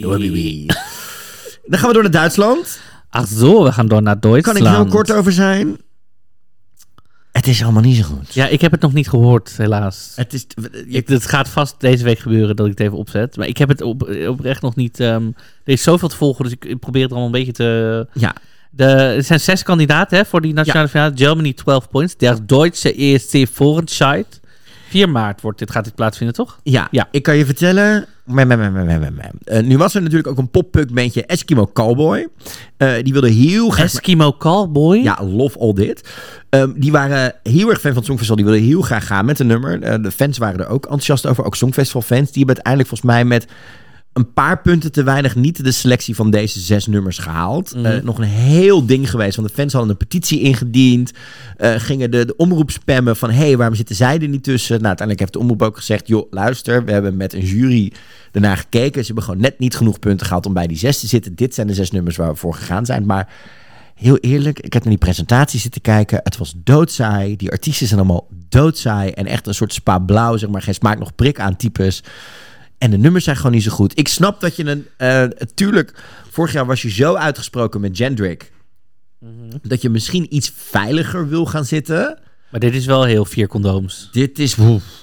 Dan gaan we door naar Duitsland. Ach zo, we gaan door naar Duitsland. Kan ik heel kort over zijn? Het is allemaal niet zo goed. Ja, ik heb het nog niet gehoord, helaas. Het gaat vast deze week gebeuren dat ik het even opzet. Maar ik heb het oprecht nog niet... er is zoveel te volgen, dus ik probeer het allemaal een beetje te... Ja. Er zijn 6 kandidaten voor die nationale finale. Germany 12 points. Der Deutsche ESC Vorentscheid. 4 maart gaat dit plaatsvinden, toch? Ja, Ja. Ik kan je vertellen... nu was er natuurlijk ook een pop-punk bandje Eskimo Callboy. Die wilde heel graag... Eskimo Callboy. Ja, love all dit. Die waren heel erg fan van het Songfestival. Die wilden heel graag gaan met een nummer. De fans waren er ook enthousiast over. Ook Songfestival-fans. Die hebben uiteindelijk volgens mij met een paar punten te weinig niet de selectie van deze 6 nummers gehaald. Nog een heel ding geweest. Want de fans hadden een petitie ingediend. Gingen de omroep spammen van... hey, waarom zitten zij er niet tussen? Nou, uiteindelijk heeft de omroep ook gezegd... joh, luister, we hebben met een jury ernaar gekeken. Ze hebben gewoon net niet genoeg punten gehaald om bij die 6 te zitten. Dit zijn de 6 nummers waar we voor gegaan zijn. Maar heel eerlijk, ik heb naar die presentatie zitten kijken. Het was doodsaai. Die artiesten zijn allemaal doodsaai. En echt een soort spa blauw, zeg maar. Geen smaak nog prik aan types. En de nummers zijn gewoon niet zo goed. Ik snap dat je tuurlijk, vorig jaar was je zo uitgesproken met Jendrik... dat je misschien iets veiliger wil gaan zitten. Maar dit is wel heel 4 condooms. Dit is...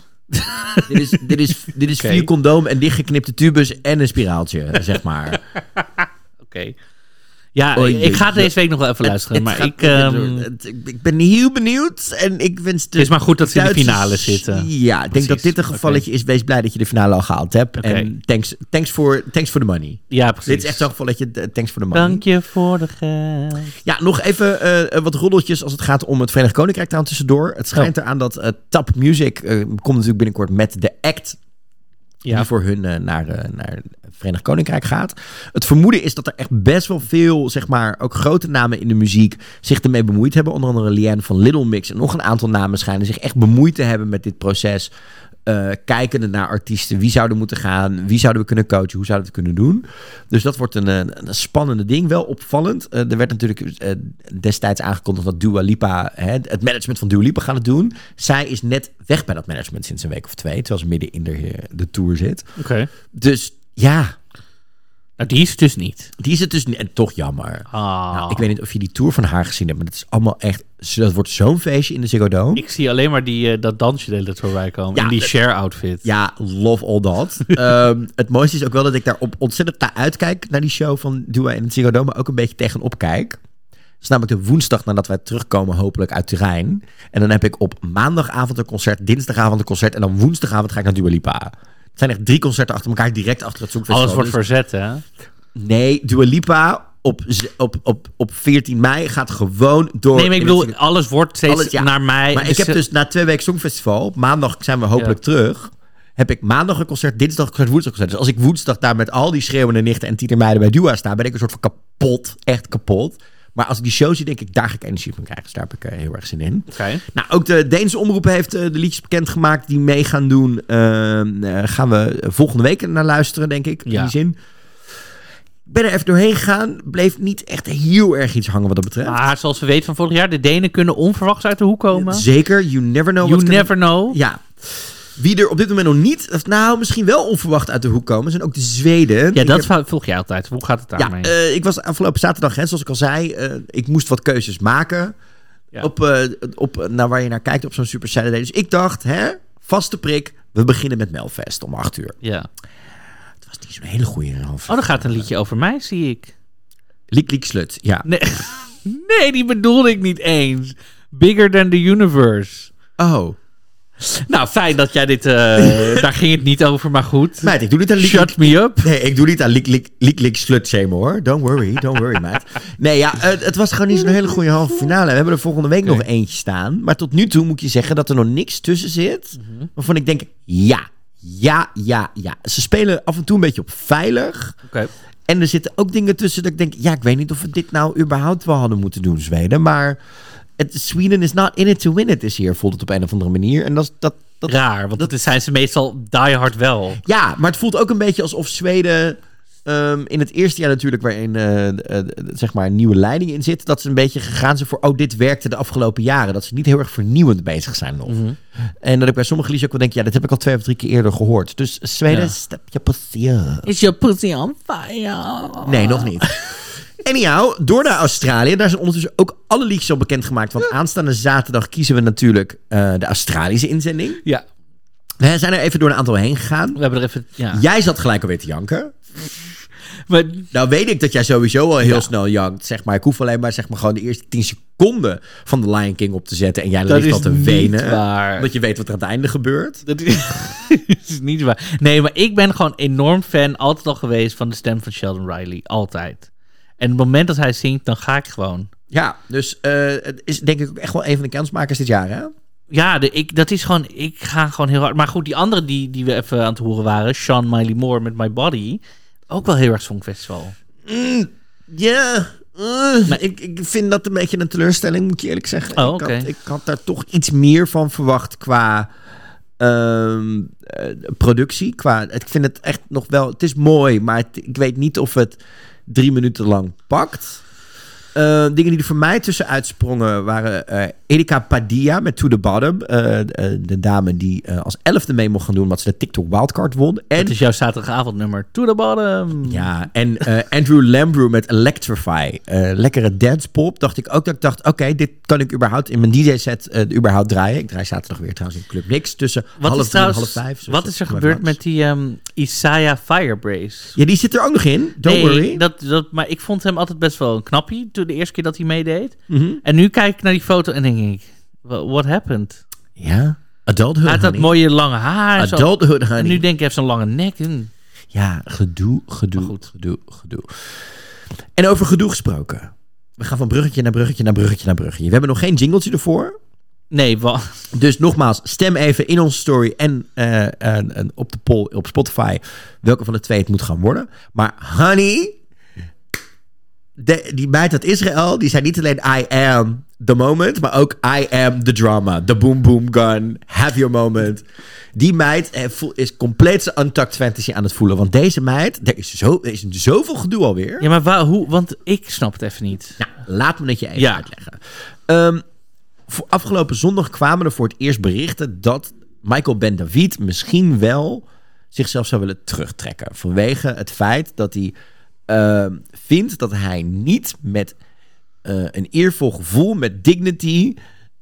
dit is 4 condoom en dichtgeknipte tubus en een spiraaltje, zeg maar. Oké. Ja, ik ga deze week nog wel even luisteren. Maar ik ben heel benieuwd en ik wens het is maar goed dat ze in de finale zitten. Ja, ik denk dat dit een gevalletje is. Wees blij dat je de finale al gehaald hebt. Oké. En thanks for the money. Ja, precies. Dit is echt zo'n gevalletje. Thanks for the money. Dank je voor de geld. Ja, nog even wat roddeltjes als het gaat om het Verenigd Koninkrijk daar tussendoor. Het schijnt eraan dat Tap Music komt natuurlijk binnenkort met de act... die voor hun naar het Verenigd Koninkrijk gaat. Het vermoeden is dat er echt best wel veel, zeg maar, ook grote namen in de muziek zich ermee bemoeid hebben. Onder andere Leanne van Little Mix en nog een aantal namen schijnen zich echt bemoeid te hebben met dit proces. Kijkende naar artiesten. Wie zouden moeten gaan? Wie zouden we kunnen coachen? Hoe zouden we het kunnen doen? Dus dat wordt een spannende ding. Wel opvallend. Er werd natuurlijk destijds aangekondigd dat Dua Lipa, het management van Dua Lipa gaat het doen. Zij is net weg bij dat management sinds een week of 2. Terwijl ze midden in de tour zit. Oké. Dus ja... Nou, die is het dus niet. Die is het dus niet. En toch jammer. Nou, ik weet niet of je die tour van haar gezien hebt, maar het is allemaal echt... Dat wordt zo'n feestje in de Ziggo Dome. Ik zie alleen maar dat dansje de hele tijd voorbij komen. Ja, in die Cher-outfit. Ja, love all that. Het mooiste is ook wel dat ik daar ontzettend naar uitkijk, naar die show van Dua in het Ziggo Dome, maar ook een beetje tegenop kijk. Dat is namelijk de woensdag nadat wij terugkomen, hopelijk uit Turijn. En dan heb ik op maandagavond een concert, dinsdagavond een concert en dan woensdagavond ga ik naar Dua Lipa. Het zijn echt 3 concerten achter elkaar, direct achter het Songfestival. Alles wordt verzet, hè? Nee, Dua Lipa op 14 mei gaat gewoon door. Nee, maar ik bedoel, alles wordt steeds naar mij. Maar ik heb dus na 2 weken Songfestival, maandag zijn we hopelijk terug, heb ik maandag een concert, dinsdag een concert, woensdag een concert. Dus als ik woensdag daar met al die schreeuwende nichten en tienermeiden bij Dua sta, ben ik een soort van kapot, echt kapot. Maar als ik die show zie, denk ik, daar ga ik energie van krijgen. Dus daar heb ik heel erg zin in. Okay. Nou, ook de Deense omroep heeft de liedjes bekendgemaakt die mee gaan doen. Gaan we volgende week naar luisteren, denk ik. In die zin. Ik ben er even doorheen gegaan. Bleef niet echt heel erg iets hangen wat dat betreft. Maar zoals we weten van vorig jaar, de Denen kunnen onverwachts uit de hoek komen. Zeker. You never know. You never know. Ja. Wie er op dit moment nog niet, of nou misschien wel onverwacht uit de hoek komen, zijn ook de Zweden. Ja, dat volg jij altijd. Hoe gaat het daarmee? Ik was afgelopen zaterdag, zoals ik al zei, ik moest wat keuzes maken. Ja. Op waar je naar kijkt op zo'n Super Saturday. Dus ik dacht, vaste prik, we beginnen met Melfest om 8 uur. Ja. Het was niet zo'n hele goede half. Oh, dan gaat een liedje over mij, zie ik. Liek Slut, ja. Nee, die bedoelde ik niet eens. Bigger than the universe. Oh. Nou, fijn dat jij dit... daar ging het niet over, maar goed. Meid, ik doe niet aan Shut me up. Nee, ik doe niet aan Liek Slut shamen, hoor. Don't worry, meid. Nee, ja, het was gewoon niet zo'n hele goede halve finale. We hebben er volgende week nog eentje staan. Maar tot nu toe moet je zeggen dat er nog niks tussen zit. Waarvan ik denk, ja. Ze spelen af en toe een beetje op veilig. Okay. En er zitten ook dingen tussen dat ik denk, ik weet niet of we dit nou überhaupt wel hadden moeten doen, Zweden. Maar... Sweden is not in it to win it this year, voelt het op een of andere manier. En dat raar, want dat zijn ze meestal die hard wel. Ja, maar het voelt ook een beetje alsof Zweden in het eerste jaar natuurlijk, waarin zeg maar een nieuwe leiding in zit, dat ze een beetje gegaan zijn voor, dit werkte de afgelopen jaren. Dat ze niet heel erg vernieuwend bezig zijn nog. Mm-hmm. En dat ik bij sommige liedjes ook wel denk, dit heb ik al 2 of 3 keer eerder gehoord. Dus Zweden, step your pussy up. Is your pussy on fire? Nee, nog niet. Anyhow, door naar Australië. Daar zijn ondertussen ook alle liedjes al bekendgemaakt. Want aanstaande zaterdag kiezen we natuurlijk de Australische inzending. Ja. We zijn er even door een aantal heen gegaan. We hebben er even... Ja. Jij zat gelijk alweer te janken. Maar Nou weet ik dat jij sowieso al heel snel jankt, zeg maar. Ik hoef alleen maar, zeg maar, gewoon de eerste 10 seconden van The Lion King op te zetten. En jij dat ligt al is te niet wenen. waar. Omdat je weet wat er aan het einde gebeurt. Dat is niet waar. Nee, maar ik ben gewoon enorm fan, altijd al geweest, van de stem van Sheldon Riley. Altijd. En het moment dat hij zingt, dan ga ik gewoon. Ja, dus het is denk ik ook echt wel een van de kansmakers dit jaar, hè? Ja, dat is gewoon... Ik ga gewoon heel hard... Maar goed, die andere die we even aan het horen waren... Sean Miley Moore met My Body... Ook wel heel erg Songfestival. Ja... Ik vind dat een beetje een teleurstelling, moet ik je eerlijk zeggen. Oh, oké. Ik had daar toch iets meer van verwacht qua productie. Ik vind het echt nog wel... Het is mooi, maar ik weet niet of het 3 minuten lang pakt. Dingen die er voor mij tussen uitsprongen waren Erika Padilla met To The Bottom. De dame die als 11e mee mocht gaan doen omdat ze de TikTok Wildcard won. En, Dat is jouw zaterdagavondnummer. To The Bottom. ja, en Andrew Lambrew met Electrify. Lekkere dancepop. Dacht ik ook dat ik dacht, oké, dit kan ik überhaupt in mijn DJ-set überhaupt draaien. Ik draai zaterdag weer trouwens in Club Nix tussen half 3 en half 5. Wat is er gebeurd met die Isaiah Firebrace? Ja, die zit er ook nog in. Don't worry. Maar ik vond hem altijd best wel een knappie toen de eerste keer dat hij meedeed. Mhm. En nu kijk ik naar die foto en denk ik, what happened? Ja, adulthood, Hij had dat honey. mooie lange haar. en zo. Adulthood, En honey. nu denk ik, hij heeft zo'n lange nek. Ja, gedoe. goed. En over gedoe gesproken. We gaan van bruggetje naar bruggetje naar bruggetje naar bruggetje. We hebben nog geen jingletje ervoor. Nee, Dus nogmaals, stem even in onze story en op de poll op Spotify welke van de twee het moet gaan worden. Maar honey, die meid uit Israël, die zei niet alleen I am the moment, maar ook I am the drama. The boom boom gun, have your moment. Die meid is compleet zijn untucked fantasy aan het voelen. Want deze meid, er is zoveel gedoe alweer. ja, maar hoe? Want ik snap het even niet. Nou, laat me het je even uitleggen. Voor afgelopen zondag kwamen er voor het eerst berichten dat Michael Ben-David misschien wel zichzelf zou willen terugtrekken. Vanwege het feit dat hij vindt dat hij niet met een eervol gevoel, met dignity,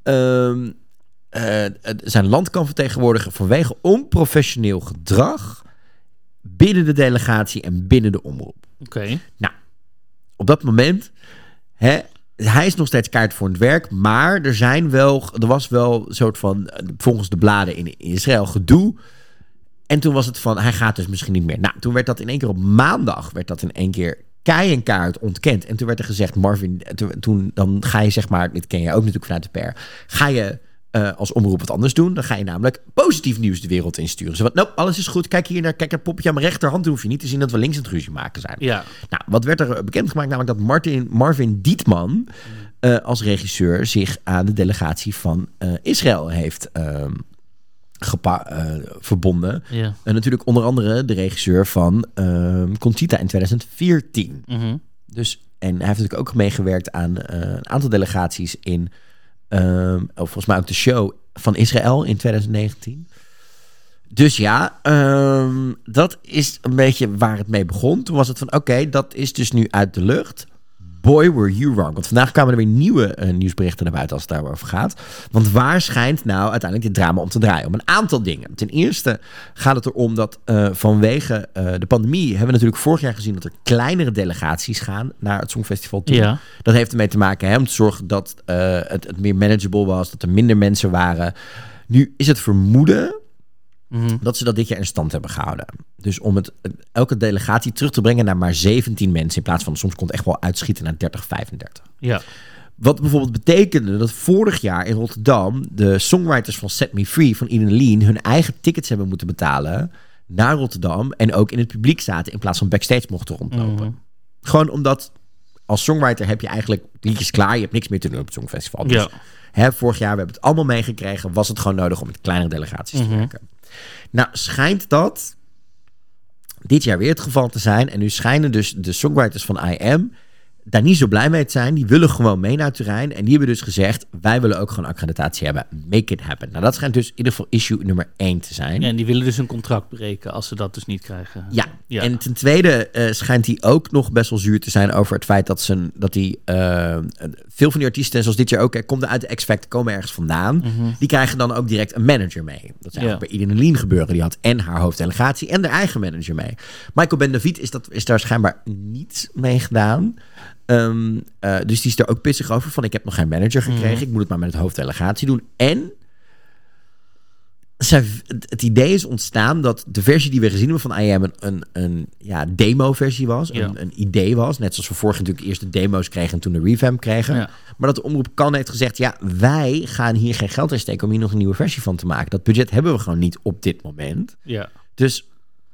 zijn land kan vertegenwoordigen vanwege onprofessioneel gedrag binnen de delegatie en binnen de omroep. Oké. Nou, op dat moment, hij is nog steeds kaart voor het werk, maar er was wel een soort van, volgens de bladen in Israël, gedoe. En toen was het van, hij gaat dus misschien niet meer. Nou, toen werd dat in één keer op maandag, kei en kaart ontkend. En toen werd er gezegd, Marvin, dan ga je zeg maar, dit ken je ook natuurlijk vanuit de per, ga je als omroep wat anders doen. Dan ga je namelijk positief nieuws de wereld insturen. Zo van, nope, alles is goed. Kijk het poppetje aan mijn rechterhand. Dan hoef je niet te zien dat we links aan het ruzie maken zijn. Ja. Nou, wat werd er bekendgemaakt? Namelijk dat Marvin Dietman als regisseur zich aan de delegatie van Israël heeft verbonden. Ja. En natuurlijk onder andere de regisseur van Conchita in 2014. Mhm. Dus, en hij heeft natuurlijk ook meegewerkt aan een aantal delegaties in, volgens mij ook de show van Israël in 2019. Dus ja, dat is een beetje waar het mee begon. Toen was het van, oké, dat is dus nu uit de lucht. Boy, were you wrong. Want vandaag kwamen er weer nieuwe nieuwsberichten naar buiten als het daarover gaat. Want waar schijnt nou uiteindelijk dit drama om te draaien? Om een aantal dingen. Ten eerste gaat het erom dat vanwege de pandemie hebben we natuurlijk vorig jaar gezien dat er kleinere delegaties gaan naar het Songfestival toe. Ja. Dat heeft ermee te maken om te zorgen dat het meer manageable was, dat er minder mensen waren. Nu is het vermoeden dat ze dat dit jaar in stand hebben gehouden. Dus om elke delegatie terug te brengen naar maar 17 mensen... in plaats van soms kon het echt wel uitschieten naar 30, 35. Ja. Wat bijvoorbeeld betekende dat vorig jaar in Rotterdam... de songwriters van Set Me Free van Eden Lean... hun eigen tickets hebben moeten betalen naar Rotterdam... en ook in het publiek zaten in plaats van backstage mochten rondlopen. Gewoon omdat als songwriter heb je eigenlijk liedjes klaar... je hebt niks meer te doen op het Songfestival. Dus, vorig jaar, we hebben het allemaal meegekregen... was het gewoon nodig om met kleinere delegaties te werken. Nou, schijnt dat dit jaar weer het geval te zijn. En nu schijnen dus de songwriters van I Am daar niet zo blij mee zijn. Die willen gewoon mee naar Turijn. En die hebben dus gezegd, wij willen ook gewoon accreditatie hebben. Make it happen. Nou, dat schijnt dus in ieder geval issue nummer 1 te zijn. Ja, en die willen dus een contract breken als ze dat dus niet krijgen. Ja. En ten tweede schijnt hij ook nog best wel zuur te zijn over het feit dat veel van die artiesten, zoals dit jaar ook, komt uit de X-Factor, komen ergens vandaan. Mhm. Die krijgen dan ook direct een manager mee. Dat is eigenlijk bij Idine Lien gebeuren. Die had en haar hoofddelegatie en haar eigen manager mee. Michael Ben-David is daar schijnbaar niet mee gedaan. Dus die is er ook pissig over van, ik heb nog geen manager gekregen. Ik moet het maar met het hoofddelegatie doen. En het idee is ontstaan dat de versie die we gezien hebben van I.A.M. een demo-versie was. Ja. Een idee was. Net zoals we vorig natuurlijk eerst de demo's kregen en toen de revamp kregen. Ja. Maar dat de Omroep Kan heeft gezegd, ja, wij gaan hier geen geld in steken om hier nog een nieuwe versie van te maken. Dat budget hebben we gewoon niet op dit moment. Ja. Dus,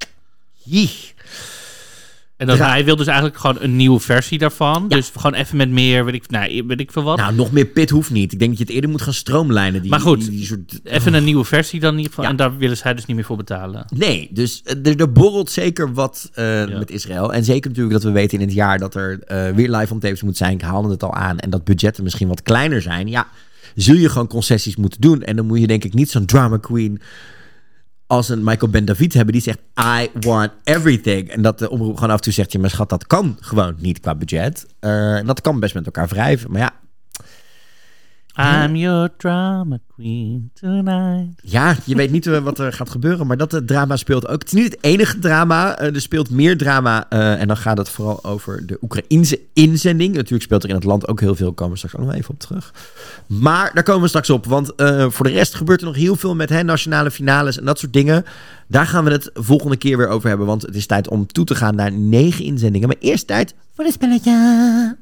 En hij wil dus eigenlijk gewoon een nieuwe versie daarvan. Ja. Dus gewoon even met meer, weet ik veel wat. Nou, nog meer pit hoeft niet. Ik denk dat je het eerder moet gaan stroomlijnen. Maar goed, die soort, even een nieuwe versie dan in ieder geval. Ja. En daar willen zij dus niet meer voor betalen. Nee, dus er borrelt zeker wat met Israël. En zeker natuurlijk dat we weten in het jaar dat er weer live on tapes moet zijn. Ik haalde het al aan. En dat budgetten misschien wat kleiner zijn. Ja, zul je gewoon concessies moeten doen. En dan moet je denk ik niet zo'n drama queen als een Michael Ben-David hebben die zegt, I want everything. En dat de omroep gewoon af en toe zegt, ja, maar schat, dat kan gewoon niet qua budget. En dat kan best met elkaar wrijven. Maar ja. I'm your drama queen tonight. Ja, je weet niet wat er gaat gebeuren, maar dat drama speelt ook. Het is niet het enige drama. Er speelt meer drama. En dan gaat het vooral over de Oekraïense inzending. Natuurlijk speelt er in het land ook heel veel. Daar komen we straks ook nog even op terug. Maar daar komen we straks op. Want voor de rest gebeurt er nog heel veel met nationale finales en dat soort dingen. Daar gaan we het volgende keer weer over hebben. Want het is tijd om toe te gaan naar 9 inzendingen. Maar eerst tijd voor het spelletje.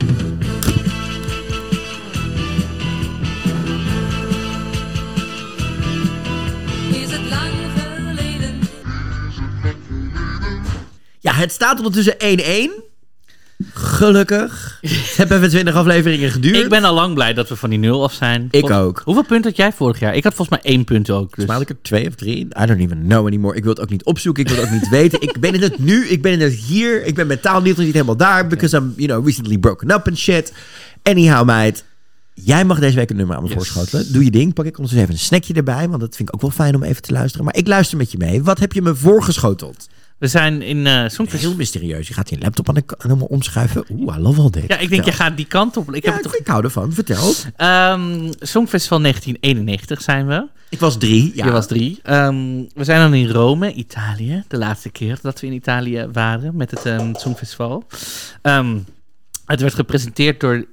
Ja, het staat ondertussen 1-1. Gelukkig. Het heeft even 20 afleveringen geduurd. Ik ben al lang blij dat we van die 0 af zijn. Ik ook. Hoeveel punten had jij vorig jaar? Ik had volgens mij 1 punt ook. Dus. Volgens mij had ik er 2 of 3. I don't even know anymore. Ik wil het ook niet opzoeken. Ik wil het ook niet weten. Ik ben in het nu. Ik ben in het hier. Ik ben mentaal niet helemaal daar. Because I'm, recently broken up and shit. Anyhow, meid. Jij mag deze week een nummer aan me voorschotelen. Doe je ding. Pak ik ondertussen even een snackje erbij. Want dat vind ik ook wel fijn om even te luisteren. Maar ik luister met je mee. Wat heb je me voorgeschoteld? We zijn in Songfestival. Heel mysterieus. Je gaat je laptop aan helemaal omschuiven. I love all dit. Ja, ik denk, je gaat die kant op. Ik hou ervan. Vertel. Songfestival 1991 zijn we. Ik was 3. Ja. Je was 3. We zijn dan in Rome, Italië. De laatste keer dat we in Italië waren met het Songfestival. Het werd gepresenteerd door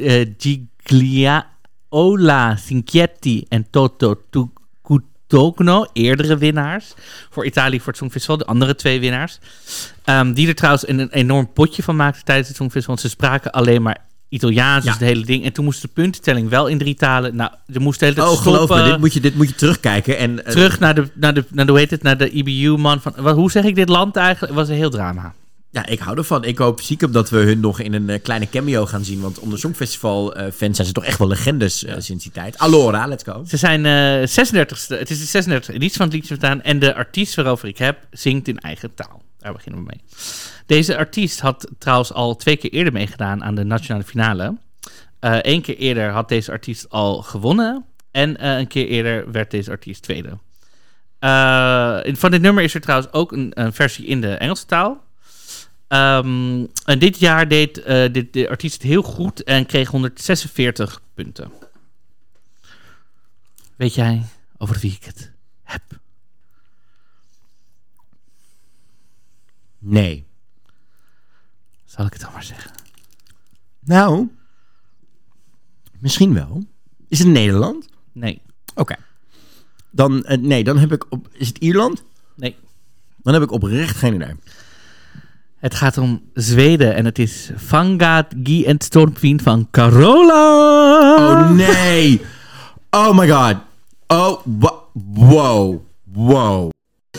Gigliola Cinquetti en Toto Cutugno, eerdere winnaars voor Italië voor het Songfestival, de andere 2 winnaars. Die er trouwens een enorm potje van maakten tijdens het Songfestival, want ze spraken alleen maar Italiaans, dus het hele ding. En toen moest de puntentelling wel in 3 talen. Nou, er moest de hele tijd stoppen. Geloof me, dit moet je terugkijken. En, terug naar de IBU-man van, hoe zeg ik dit land eigenlijk? Het was een heel drama. Ja, ik hou ervan. Ik hoop stiekem dat we hun nog in een kleine cameo gaan zien. Want onder Songfestival-fans zijn ze toch echt wel legendes sinds die tijd. Allora, let's go. Ze zijn 36e. Het is de 36e editie van het liedje vandaan. En de artiest waarover ik heb, zingt in eigen taal. Daar beginnen we mee. Deze artiest had trouwens al 2 keer eerder meegedaan aan de nationale finale. 1 keer eerder had deze artiest al gewonnen. En een keer eerder werd deze artiest tweede. Van dit nummer is er trouwens ook een versie in de Engelse taal. En dit jaar deed de artiest het heel goed en kreeg 146 punten. Weet jij over wie ik het heb? Nee. Zal ik het dan maar zeggen? Nou, misschien wel. Is het Nederland? Nee. Oké. Dan heb ik Is het Ierland? Nee. Dan heb ik oprecht geen idee. Het gaat om Zweden en het is Vanguard Guy en Stormwind van Carola. Oh nee. Oh my god. Oh, wow. Wow.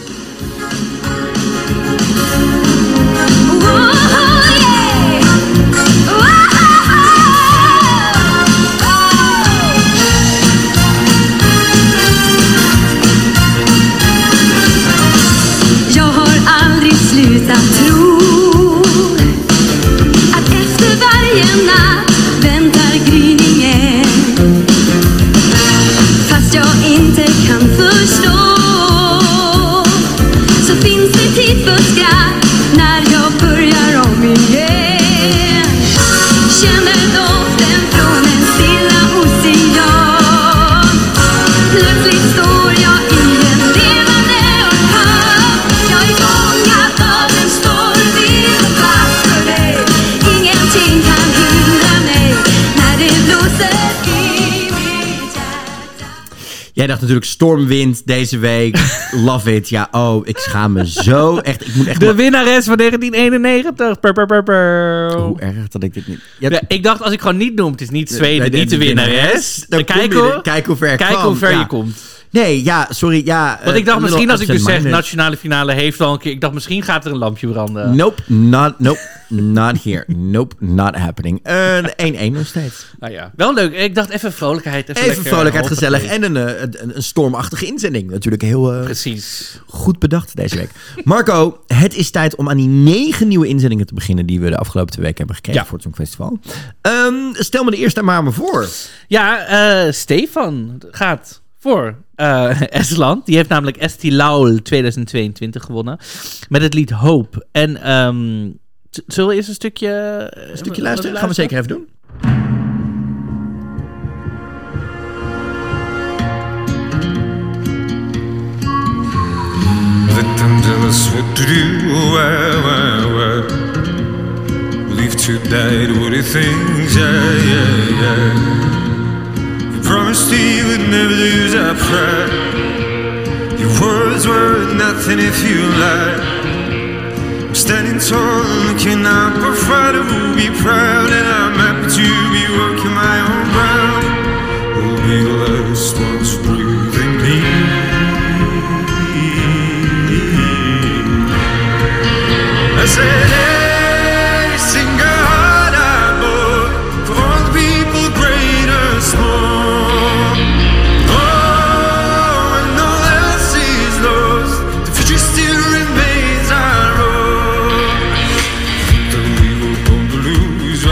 Jag har aldrig slutat tro att efter varje Jij dacht natuurlijk stormwind deze week. Love it. Ja, ik schaam me zo. Echt, ik moet echt... De winnares van 1991. Hoe erg dat ik dit niet... Ja, ik dacht, als ik gewoon niet noem, het is niet Zweden, niet de winnares. Dan kijk hoe ver je komt. Nee, ja, sorry. Ja, Want ik dacht misschien, als ik dus zeg minded. nationale finale heeft al een keer... Ik dacht, misschien gaat er een lampje branden. Nope, not here. Nope, not happening. 1-1 nog steeds. Nou ja, wel leuk. Ik dacht even vrolijkheid. Even vrolijkheid, gezellig. En een stormachtige inzending. Natuurlijk heel Precies. goed bedacht deze week. Marco, het is tijd om aan die 9 nieuwe inzendingen te beginnen... die we de afgelopen 2 weken hebben gekregen voor het Songfestival. Stel me de eerste maar voor. Ja, Stefan gaat voor Estland. Die heeft namelijk Esti Laul 2022 gewonnen. Met het lied Hope. En zullen we eerst een stukje luisteren? Gaan we zeker even doen. Let them tell us what to do. Why? Leave to die what he thinks. Yeah. You promised he would never lose our pride. Your words were nothing if you lied. I'm standing tall and looking up. I'm proud of who be proud, and I'm happy to be working my own ground. We'll be the last ones breathing me. I said, hey, sing a heart out, boy, for all the people, great or small. Oh, when all else is lost, the future still remains our own. Though we were born to lose,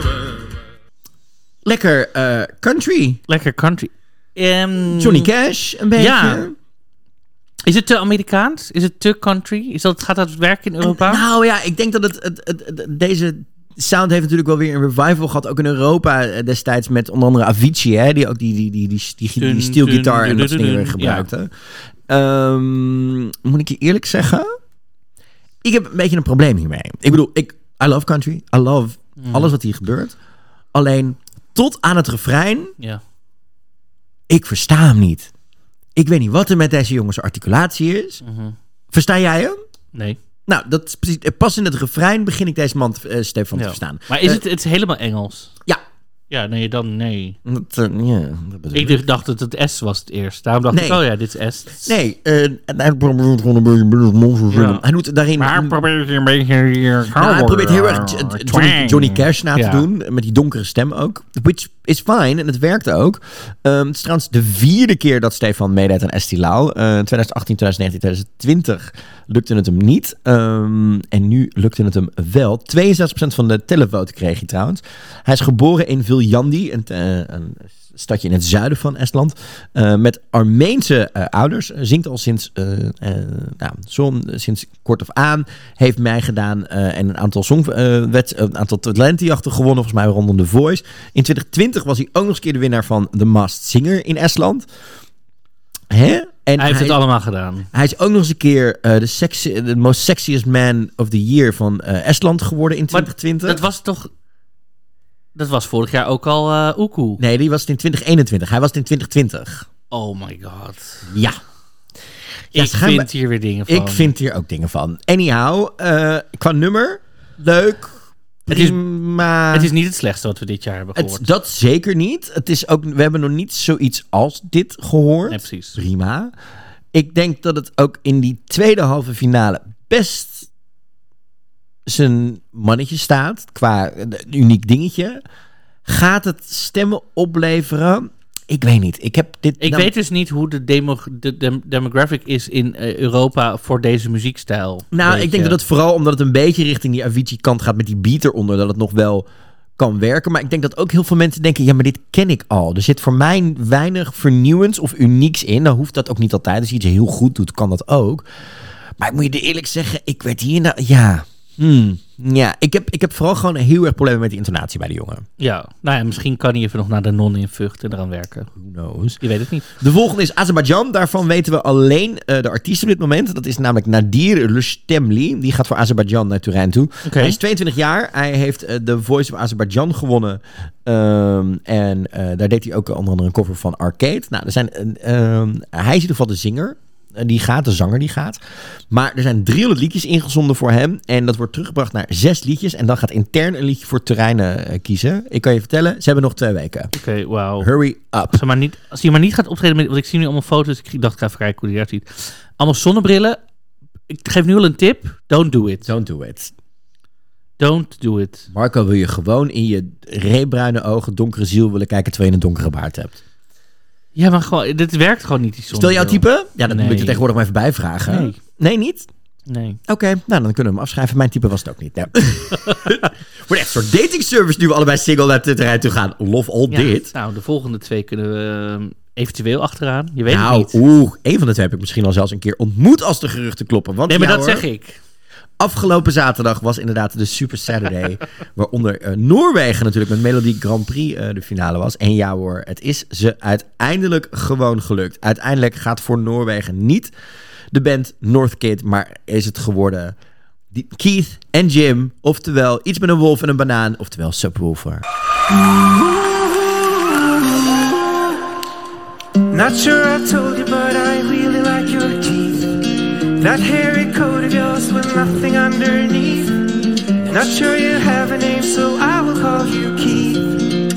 Lekker country. Lekker country. Johnny Cash, een beetje. Ja. Is het te Amerikaans? Is het te country? Gaat dat werken in Europa? Nou ja, ik denk dat deze sound heeft natuurlijk wel weer een revival gehad. Ook in Europa destijds met onder andere Avicii. Hè, die ook die steelgitaar en dat soort dingen weer gebruikte. Ja. Moet ik je eerlijk zeggen? Ik heb een beetje een probleem hiermee. Ik bedoel, I love country. I love alles wat hier gebeurt. Alleen tot aan het refrein. Ja. Ik versta hem niet. Ik weet niet wat er met deze jongens articulatie is. Mm-hmm. Versta jij hem? Nee. Nou, dat is precies. Pas in het refrein begin ik deze man Stefan te verstaan. Maar is het is helemaal Engels? Ja. Ja, nee, dan nee. Dat Ik dacht dat het S was het eerst. Daarom dacht ik, oh ja, dit is S. Nee, hij probeert gewoon een beetje Hij doet daarin... Maar probeert hij een beetje hier... hij probeert heel erg Johnny Cash na te doen. Met die donkere stem ook. Which is fine. En het werkte ook. Het is trouwens de 4e keer dat Stefan meedeed aan Esti Laul. 2018, 2019, 2020 lukte het hem niet. En nu lukte het hem wel. 62% van de televoten kreeg hij trouwens. Hij is geboren in Viljandi, een stadje in het zuiden van Estland. Met Armeense ouders. Zingt al sinds kort af aan. Heeft mij gedaan en een aantal talentenjachten gewonnen. Volgens mij rondom The Voice. In 2020 was hij ook nog eens keer de winnaar van The Masked Singer in Estland. Hè? En hij heeft het allemaal gedaan. Hij is ook nog eens een keer de most sexiest man of the year van Estland geworden in 2020. Maar dat was toch... Dat was vorig jaar ook al Oekoe. Nee, die was het in 2021. Hij was het in 2020. Oh my god. Ja. Ik vind hier weer dingen van. Ik vind hier ook dingen van. Anyhow, qua nummer, leuk. Het is niet het slechtste wat we dit jaar hebben gehoord. Dat zeker niet. Het is ook, we hebben nog niet zoiets als dit gehoord. Nee, precies. Prima. Ik denk dat het ook in die tweede halve finale best zijn mannetje staat. Qua uniek dingetje. Gaat het stemmen opleveren? Ik weet niet. Ik weet dus niet hoe de demographic is in Europa voor deze muziekstijl. Nou, ik denk dat het vooral omdat het een beetje richting die Avicii-kant gaat met die beat eronder, dat het nog wel kan werken. Maar ik denk dat ook heel veel mensen denken, ja, maar dit ken ik al. Er zit voor mij weinig vernieuwends of unieks in. Dan hoeft dat ook niet altijd. Als je iets heel goed doet, kan dat ook. Maar ik moet je eerlijk zeggen, ik werd hier Ja, ik heb vooral gewoon heel erg problemen met die intonatie bij de jongen. Ja, nou ja, misschien kan hij even nog naar de non in Vught en eraan werken. Who knows? Je weet het niet. De volgende is Azerbeidzjan. Daarvan weten we alleen de artiest op dit moment. Dat is namelijk Nadir Lustemli. Die gaat voor Azerbeidzjan naar Turijn toe. Okay. Hij is 22 jaar. Hij heeft de Voice of Azerbeidzjan gewonnen. En daar deed hij ook onder andere een cover van Arcade. Nou, hij is in ieder geval de zanger die gaat. Maar er zijn 300 liedjes ingezonden voor hem. En dat wordt teruggebracht naar 6 liedjes. En dan gaat intern een liedje voor Turijn kiezen. Ik kan je vertellen, ze hebben nog 2 weken. Oké, wauw. Hurry up. Als hij maar niet gaat optreden met... Want ik zie nu allemaal foto's. Ik dacht, ik ga even kijken hoe hij eruit ziet. Allemaal zonnebrillen. Ik geef nu al een tip. Don't do it. Don't do it. Don't do it. Marco, wil je gewoon in je reebruine ogen, donkere ziel willen kijken terwijl je een donkere baard hebt? Ja, maar gewoon, dit werkt gewoon niet. Die Stel jouw type? Ja, dat Nee. moet je tegenwoordig maar even bijvragen. Nee. Nee, niet? Nee. Oké, nou dan kunnen we hem afschrijven. Mijn type was het ook niet. Nee. Wordt echt een soort dating service nu we allebei single naar het terrein toe gaan. Love all dit. Nou, de volgende 2 kunnen we eventueel achteraan. Je weet het niet. Een van de 2 heb ik misschien al zelfs een keer ontmoet als de geruchten kloppen. Want Nee, maar ja, dat hoor, zeg ik. Afgelopen zaterdag was inderdaad de Super Saturday. Waaronder Noorwegen natuurlijk met Melodi Grand Prix de finale was. En ja hoor, het is ze uiteindelijk gewoon gelukt. Uiteindelijk gaat voor Noorwegen niet de band Northkid, maar is het geworden Keith en Jim. Oftewel iets met een wolf en een banaan. Oftewel Subwoofer. Not sure I told you, but I really like your teeth. That hairy coat of yours with nothing underneath. Not sure you have a name, so I will call you Keith.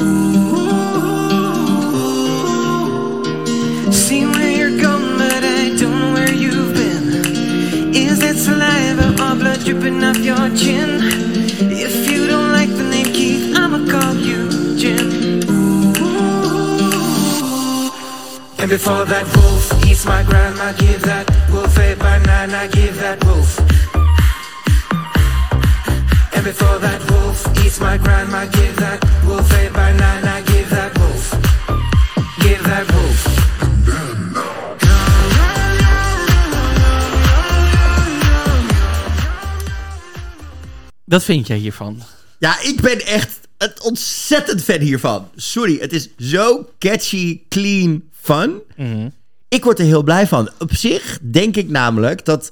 See where you're going, but I don't know where you've been. Is that saliva or blood dripping off your chin? If you don't like the name Keith, I'ma call you Jim. And before that wolf eats my grandma, give that wolf a banana, give that wolf. And before that wolf eats my grandma, give that wolf a banana, give that wolf. Give that wolf. Wat vind jij hiervan? Ja, ik ben echt een ontzettend fan hiervan. Sorry, het is zo catchy, clean, fun. Mhm. Ik word er heel blij van. Op zich denk ik namelijk dat...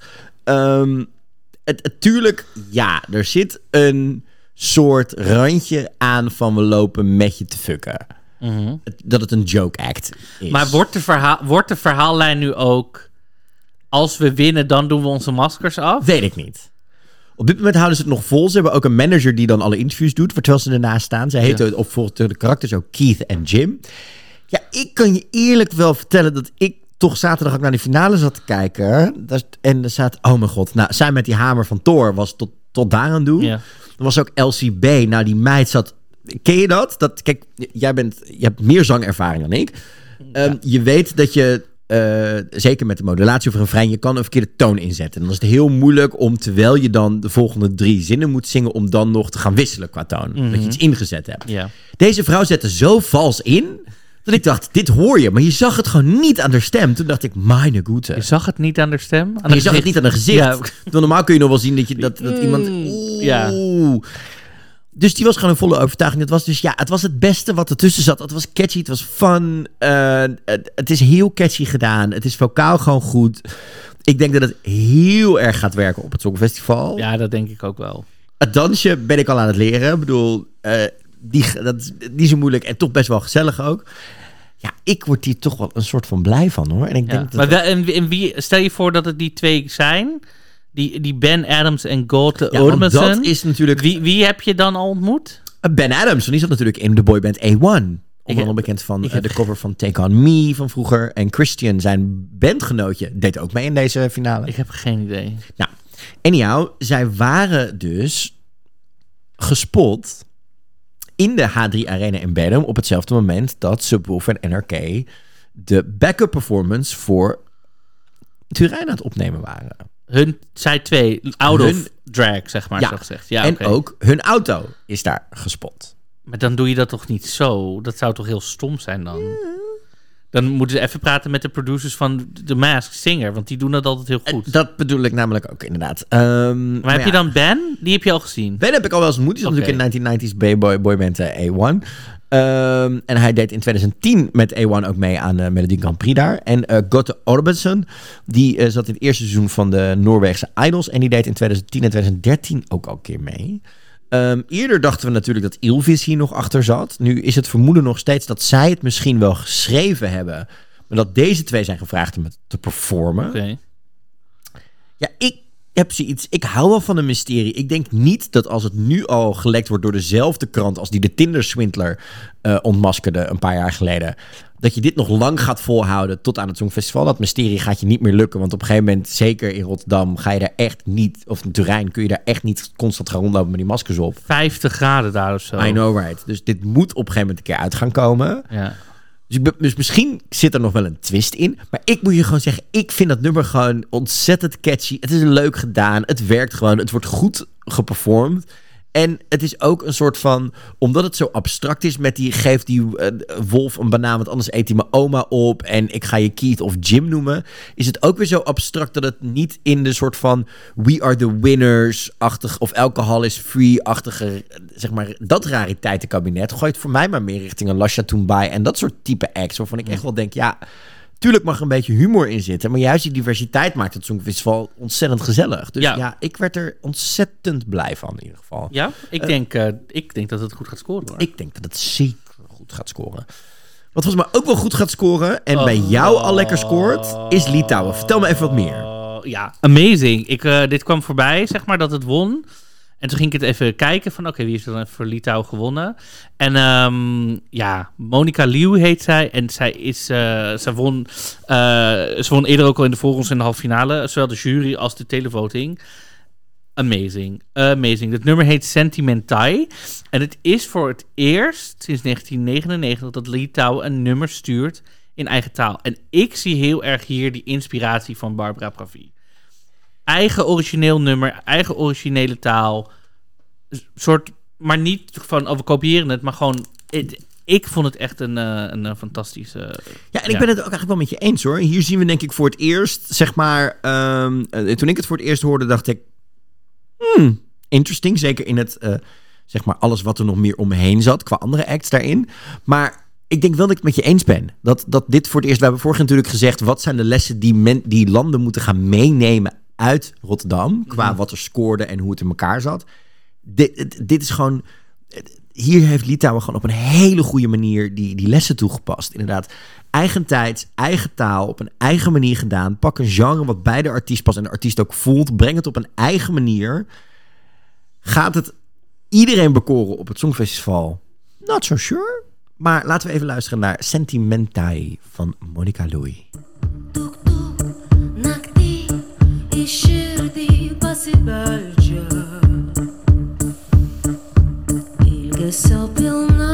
Tuurlijk, ja, er zit een soort randje aan van we lopen met je te fucken. Mhm. Dat het een joke act is. Maar wordt de verhaallijn nu ook... Als we winnen, dan doen we onze maskers af? Weet ik niet. Op dit moment houden ze het nog vol. Ze hebben ook een manager die dan alle interviews doet, terwijl ze ernaast staan. Zij heten volgens de karakters ook Keith en Jim. Ja, ik kan je eerlijk wel vertellen dat ik toch zaterdag ook naar de finale zat te kijken. En er staat, oh mijn god, nou, zij met die hamer van Thor was tot daar aan doen. Ja. Er was ook LCB. Nou, die meid zat... Ken je dat? Kijk, je hebt meer zangervaring dan ik. Je weet dat je... zeker met de modulatie of refrein, je kan een verkeerde toon inzetten. En dan is het heel moeilijk om, terwijl je dan de volgende 3 zinnen moet zingen, om dan nog te gaan wisselen qua toon. Dat je iets ingezet hebt. Ja. Deze vrouw zette zo vals in, dat ik dacht, dit hoor je. Maar je zag het gewoon niet aan haar stem. Toen dacht ik, meine Güte. Je zag het niet aan de stem? Je zag het niet aan haar gezicht. Ja. Want normaal kun je nog wel zien dat iemand... Ja. Dus die was gewoon een volle overtuiging. Het was het beste wat ertussen zat. Het was catchy, het was fun. Het is heel catchy gedaan. Het is vocaal gewoon goed. Ik denk dat het heel erg gaat werken op het Songfestival. Ja, dat denk ik ook wel. Het dansje ben ik al aan het leren. Ik bedoel, dat is niet zo moeilijk en toch best wel gezellig ook. Ja, ik word hier toch wel een soort van blij van, hoor. En ik denk dat... En wie, stel je voor dat het die 2 zijn... Die Ben Adams en Goethe Ja, want Odemsen. dat is natuurlijk... Wie heb je dan al ontmoet? Ben Adams, want die zat natuurlijk in de boyband A1. Onder andere bekend van de cover van Take On Me van vroeger. En Christian, zijn bandgenootje, deed ook mee in deze finale. Ik heb geen idee. Nou, anyhow, zij waren dus gespot in de H3 Arena in Bedum op hetzelfde moment dat Subwoofer en NRK de backup performance voor Turijn aan het opnemen waren. Zij 2, out of drag, zeg maar, zo gezegd. Ja, en oké. ook hun auto is daar gespot. Maar dan doe je dat toch niet zo? Dat zou toch heel stom zijn dan? Dan moeten ze even praten met de producers van The Masked Singer. Want die doen dat altijd heel goed. Dat bedoel ik namelijk ook, inderdaad. Maar heb je dan Ben? Die heb je al gezien. Ben heb ik al wel eens ontmoet. Die zat natuurlijk in 1990s boyband A1. En hij deed in 2010 met A1 ook mee aan de Melodi Grand Prix daar. En Gotte Orbison, die zat in het eerste seizoen van de Noorwegse Idols. En die deed in 2010 en 2013 ook al een keer mee. Eerder dachten we natuurlijk dat Ylvis hier nog achter zat. Nu is het vermoeden nog steeds dat zij het misschien wel geschreven hebben. Maar dat deze twee zijn gevraagd om het te performen. Okay. Ja, ik heb zoiets. Ik hou wel van een mysterie. Ik denk niet dat als het nu al gelekt wordt door dezelfde krant als die de Tinder-swindler ontmaskerde een paar jaar geleden, dat je dit nog lang gaat volhouden tot aan het Songfestival. Dat mysterie gaat je niet meer lukken. Want op een gegeven moment, zeker in Rotterdam, ga je daar echt niet, of in Turijn, kun je daar echt niet constant gaan rondlopen met die maskers op. 50 graden daar of zo. I know, right. Dus dit moet op een gegeven moment een keer uit gaan komen. Ja. Dus misschien zit er nog wel een twist in. Maar ik moet je gewoon zeggen, ik vind dat nummer gewoon ontzettend catchy. Het is leuk gedaan. Het werkt gewoon. Het wordt goed geperformed. En het is ook een soort van, omdat het zo abstract is met die, geef die wolf een banaan, want anders eet hij mijn oma op en ik ga je Keith of Jim noemen, is het ook weer zo abstract dat het niet in de soort van we are the winners-achtig of alcohol is free-achtige, zeg maar, dat rariteitenkabinet gooit voor mij maar meer richting een Lasha Toombai en dat soort type acts, waarvan ik echt wel denk, ja, tuurlijk mag er een beetje humor in zitten, maar juist die diversiteit maakt het Songfestival ontzettend gezellig. Dus ja, ik werd er ontzettend blij van in ieder geval. Ja, ik denk dat het goed gaat scoren, hoor. Ik denk dat het zeker goed gaat scoren. Wat volgens mij ook wel goed gaat scoren en bij jou al lekker scoort, is Litouwen. Vertel me even wat meer. Ja, amazing. Dit kwam voorbij, zeg maar, dat het won. En toen ging ik het even kijken van, oké, wie is er dan even voor Litouwen gewonnen? En Monica Liu heet zij. En zij is, ze won eerder ook al in de voorrondes en de halve finale. Zowel de jury als de televoting. Amazing. Amazing. Het nummer heet Sentimentai. En het is voor het eerst sinds 1999 dat Litouwen een nummer stuurt in eigen taal. En ik zie heel erg hier die inspiratie van Barbara Pravi. Eigen origineel nummer, eigen originele taal. Soort, maar niet van, we kopiëren het, maar gewoon, ik vond het echt een fantastische. Ja, en ik ben het ook eigenlijk wel met je eens, hoor. Hier zien we denk ik voor het eerst, zeg maar, toen ik het voor het eerst hoorde, dacht ik, interesting. Zeker in het, zeg maar, alles wat er nog meer omheen zat, qua andere acts daarin. Maar ik denk wel dat ik het met je eens ben. Dat dit voor het eerst, we hebben vorig jaar natuurlijk gezegd, wat zijn de lessen die landen moeten gaan meenemen uit Rotterdam, qua wat er scoorde en hoe het in elkaar zat. Dit is gewoon, hier heeft Litouwen gewoon op een hele goede manier die lessen toegepast. Inderdaad, eigen tijd, eigen taal, op een eigen manier gedaan. Pak een genre wat bij de artiest past en de artiest ook voelt. Breng het op een eigen manier. Gaat het iedereen bekoren op het Songfestival? Not so sure. Maar laten we even luisteren naar Sentimentai van Monica Liu. Ширди посыпальча Ильга сопилна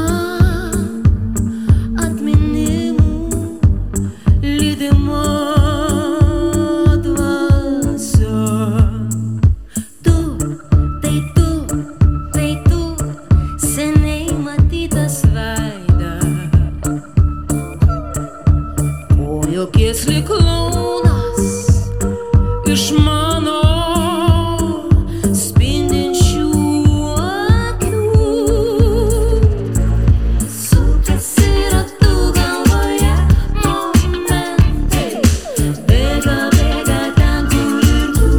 Отмениму Лидимо дваса Tu, tei tu Senei matita svaida Ой, если клоуна Iš mano spindinčių akių Sukasi ratu galvoje momentai Bėga ten, kur ir tu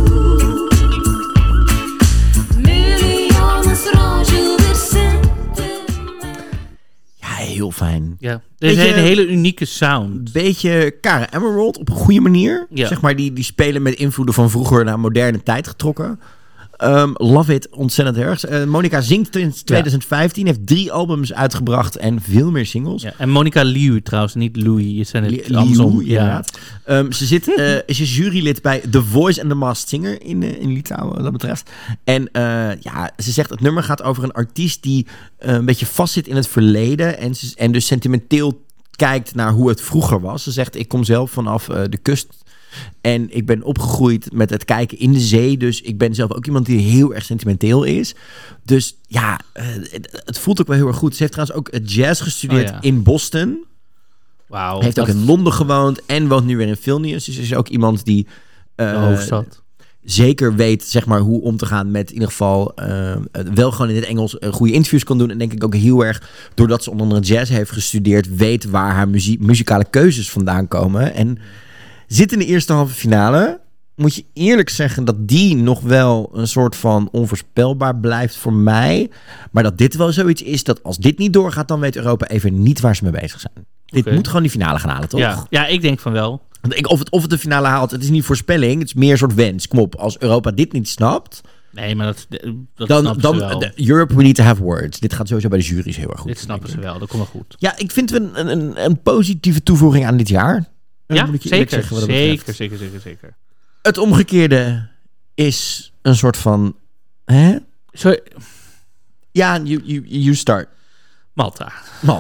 Milijonas rožių virš sentimentai. Ja, heel fijn. Ja, er is een hele unieke sound. Beetje Karen Emerald op een goede manier. Ja. Zeg maar, die spelen met invloeden van vroeger naar moderne tijd getrokken. Love it, ontzettend erg. Monica zingt sinds 2015, heeft 3 albums uitgebracht en veel meer singles. Ja, en Monica Liu trouwens, niet Louis. Je zijn het Liu, andersom. inderdaad. Ze is jurylid bij The Voice and the Masked Singer in Litouwen, wat dat betreft. En ze zegt het nummer gaat over een artiest die een beetje vastzit in het verleden en dus sentimenteel kijkt naar hoe het vroeger was. Ze zegt, ik kom zelf vanaf de kust en ik ben opgegroeid met het kijken in de zee. Dus ik ben zelf ook iemand die heel erg sentimenteel is. Dus ja, het voelt ook wel heel erg goed. Ze heeft trouwens ook jazz gestudeerd in Boston. Wauw. Heeft ook in Londen gewoond en woont nu weer in Vilnius. Dus is ook iemand die de hoofdstad. zeker weet, zeg maar, hoe om te gaan met in ieder geval wel gewoon in het Engels goede interviews kan doen. En denk ik ook heel erg, doordat ze onder andere jazz heeft gestudeerd, weet waar haar muzikale keuzes vandaan komen. En zit in de eerste halve finale. Moet je eerlijk zeggen dat die nog wel een soort van onvoorspelbaar blijft voor mij. Maar dat dit wel zoiets is dat als dit niet doorgaat, dan weet Europa even niet waar ze mee bezig zijn. Dit moet gewoon die finale gaan halen, toch? Ja, ik denk van wel. Of het de finale haalt, het is niet voorspelling. Het is meer een soort wens. Kom op, als Europa dit niet snapt, Nee, maar dat dan snappen ze wel. Europe, we need to have words. Dit gaat sowieso bij de jury's heel erg goed. Dit snappen ze wel, dat komt wel goed. Ja, ik vind het een positieve toevoeging aan dit jaar. Ja, Moet ik je eerlijk zeker, zeggen wat dat betreft. zeker. Het omgekeerde is een soort van... Hè? Sorry, Ja, you start. Malta,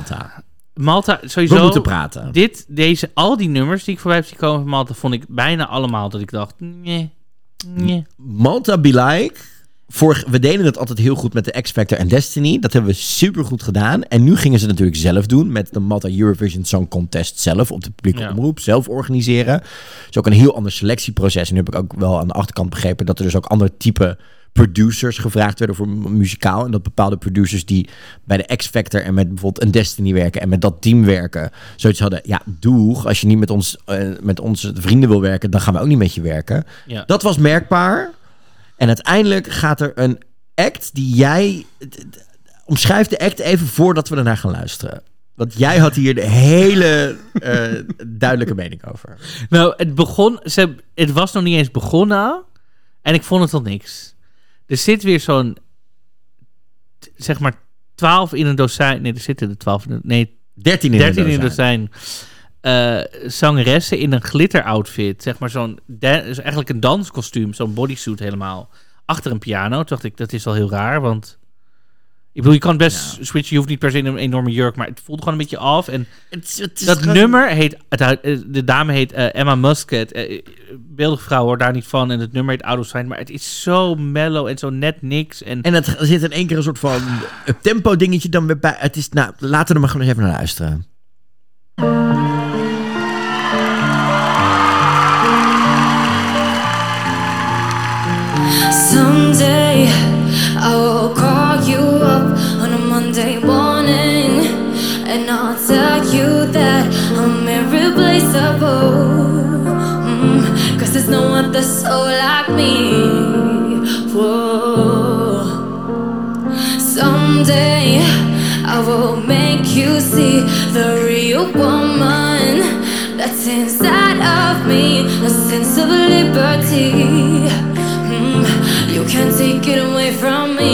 sowieso. We moeten praten. Al die nummers die ik voorbij heb zien komen van Malta, vond ik bijna allemaal dat ik dacht, nee. Malta Be Like. We deden het altijd heel goed met de X Factor en Destiny. Dat hebben we super goed gedaan. En nu gingen ze het natuurlijk zelf doen met de Malta Eurovision Song Contest zelf op de publieke omroep. Zelf organiseren. Het is ook een heel ander selectieproces. En nu heb ik ook wel aan de achterkant begrepen dat er dus ook ander type producers gevraagd werden voor muzikaal. En dat bepaalde producers die bij de X Factor en met bijvoorbeeld een Destiny werken en met dat team werken, zoiets hadden, ja, doeg. Als je niet met onze vrienden wil werken, dan gaan we ook niet met je werken. Ja. Dat was merkbaar. En uiteindelijk gaat er een act die jij... Omschrijf de act even voordat we ernaar gaan luisteren. Want jij had hier de hele duidelijke mening over. Nou, het was nog niet eens begonnen. En ik vond het al niks. Er zit weer zo'n... zeg maar 12 in een dozijn... Nee, er zitten er 12 in een... Nee, 13 in een dozijn. Zangeressen in een glitter-outfit. Zeg maar is eigenlijk een danskostuum. Zo'n bodysuit helemaal. Achter een piano. Toen dacht ik, dat is wel heel raar. Want ik bedoel, je kan best switchen. Je hoeft niet per se een enorme jurk. Maar het voelde gewoon een beetje af. En dat nummer heet... De dame heet Emma Muscat. Beeldige vrouw hoor, daar niet van. En het nummer heet Out of Sight. Maar het is zo mellow en zo net niks. En er zit in één keer een soort van tempo dingetje dan weer bij. Het is, nou, laten we er maar gewoon eens even naar luisteren. Someday I will call you up on a Monday morning, and I'll tell you that I'm irreplaceable. 'Cause there's no other soul like me. Whoa. Someday I will make you see the real woman that's inside of me, a sense of liberty. You can't take it away from me.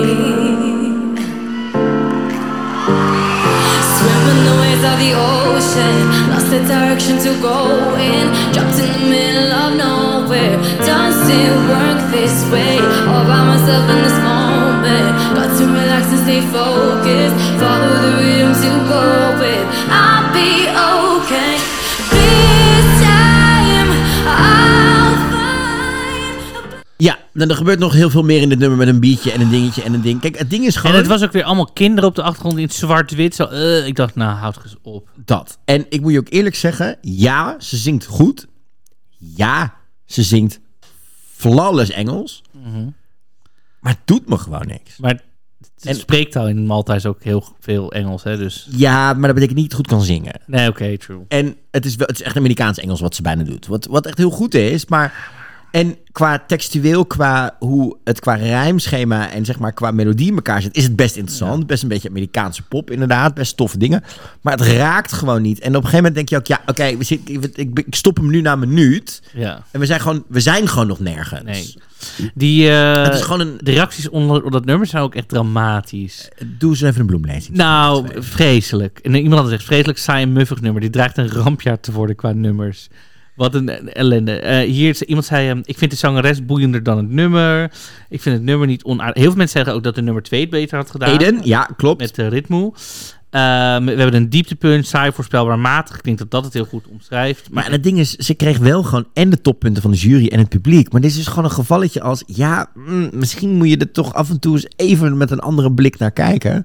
Swimming the waves of the ocean, lost the direction to go in, dropped in the middle of nowhere. Doesn't work this way, all by myself in this moment. Got to relax and stay focused, follow the rhythm to go with. I'll be okay. This time I'll find. Ja, dan er gebeurt nog heel veel meer in dit nummer met een beatje en een dingetje en een ding. Kijk, het ding is gewoon... En het was ook weer allemaal kinderen op de achtergrond in het zwart-wit. Zo, ik dacht, nou, houd eens op. Dat. En ik moet je ook eerlijk zeggen, ja, ze zingt goed. Ja, ze zingt flawless Engels. Mm-hmm. Maar het doet me gewoon niks. Maar het spreektaal in Malta is ook heel veel Engels, hè? Dus... Ja, maar dat betekent niet dat het goed kan zingen. Nee, oké, true. En het is echt Amerikaans Engels wat ze bijna doet. Wat echt heel goed is, maar... En qua textueel, qua rijmschema en zeg maar qua melodie in elkaar zit, is het best interessant. Ja. Best een beetje Amerikaanse pop inderdaad, best toffe dingen. Maar het raakt gewoon niet. En op een gegeven moment denk je ook, ja, oké, ik stop hem nu na een minuut. Ja. En we zijn gewoon nog nergens. Nee. Het is gewoon de reacties onder dat nummer zijn ook echt dramatisch. Doe eens even een bloemlezing. Nou, vreselijk. En iemand had gezegd, vreselijk saai en muffig nummer. Die dreigt een rampjaar te worden qua nummers. Wat een ellende. Iemand zei, ik vind de zangeres boeiender dan het nummer. Ik vind het nummer niet onaardig. Heel veel mensen zeggen ook dat de nummer 2 het beter had gedaan. Eden, ja, klopt. Met de ritme. We hebben een dieptepunt, saai, voorspelbaar, matig. Ik denk dat dat het heel goed omschrijft. Maar het ding is, ze kreeg wel gewoon en de toppunten van de jury en het publiek. Maar dit is dus gewoon een gevalletje als, ja, misschien moet je er toch af en toe eens even met een andere blik naar kijken.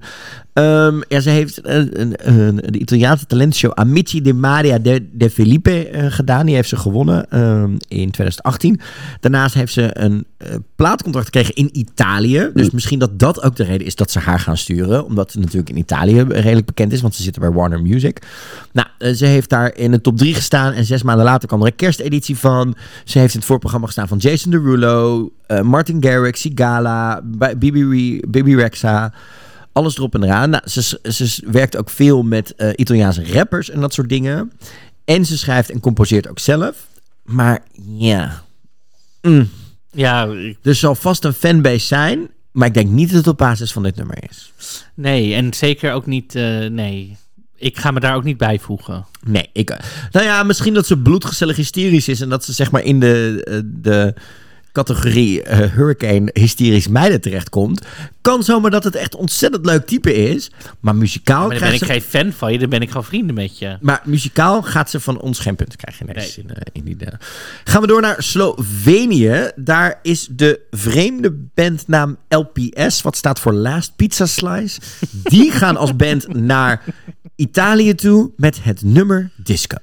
Ze heeft de Italiaanse talentshow Amici di Maria de Felipe gedaan. Die heeft ze gewonnen in 2018. Daarnaast heeft ze een plaatcontract gekregen in Italië. Dus misschien dat ook de reden is dat ze haar gaan sturen. Omdat ze natuurlijk in Italië redelijk bekend is. Want ze zitten bij Warner Music. Nou, ze heeft daar in de top 3 gestaan. En 6 maanden later kwam er een kersteditie van. Ze heeft in het voorprogramma gestaan van Jason Derulo, Martin Garrix, Sigala, Bibi Rexha. Alles erop en eraan. Nou, ze werkt ook veel met Italiaanse rappers en dat soort dingen. En ze schrijft en composeert ook zelf. Maar ja. Ja, Er zal vast een fanbase zijn. Maar ik denk niet dat het op basis van dit nummer is. nee, en zeker ook niet... nee, ik ga me daar ook niet bij voegen. Nee, nou ja, misschien dat ze bloedgezellig hysterisch is. En dat ze zeg maar in de categorie Hurricane hysterisch meiden terechtkomt. Kan zomaar dat het echt ontzettend leuk type is. Maar muzikaal Maar dan ben ik geen fan van je, dan ben ik gewoon vrienden met je. Maar muzikaal gaat ze van ons geen punten krijgen. Gaan we door naar Slovenië. Daar is de vreemde bandnaam LPS, wat staat voor Last Pizza Slice. Die gaan als band naar Italië toe met het nummer Disco.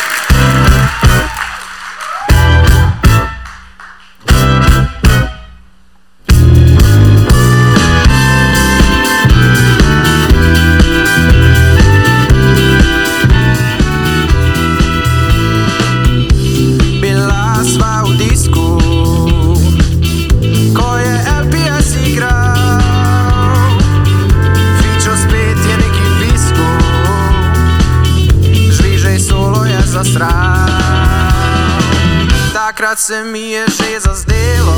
Takrat se mi je že zazdelo,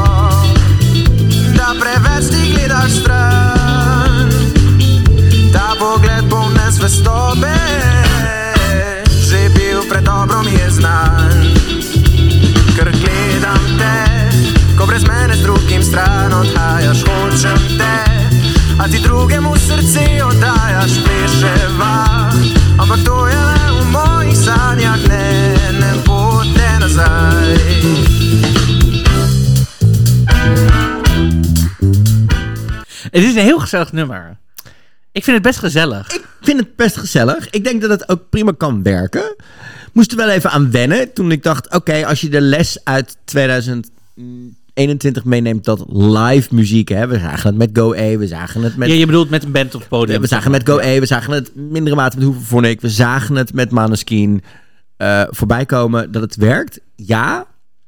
da preveč ti gledaš stran. Ta pogled poln zvestobe, že bil predobro mi je znan. Ker gledam te, ko brez mene z drugim stran odhajaš, hočem te, a ti drugemu srce oddajaš, pleševa. Ampak to je le v mojih sanjah, ne bo te nazaj. Het is een heel gezellig nummer. Ik vind het best gezellig. Ik vind het best gezellig. Ik denk dat het ook prima kan werken. Moest er wel even aan wennen. Toen ik dacht, oké, als je de les uit 2021 meeneemt dat live muziek, hè, we zagen het met Go A, we zagen het met... Ja, je bedoelt met een band op het podium. We zagen het met Go A, we zagen het mindere mate met Hooverphonic, we zagen het met Maneskin voorbij komen dat het werkt. Ja,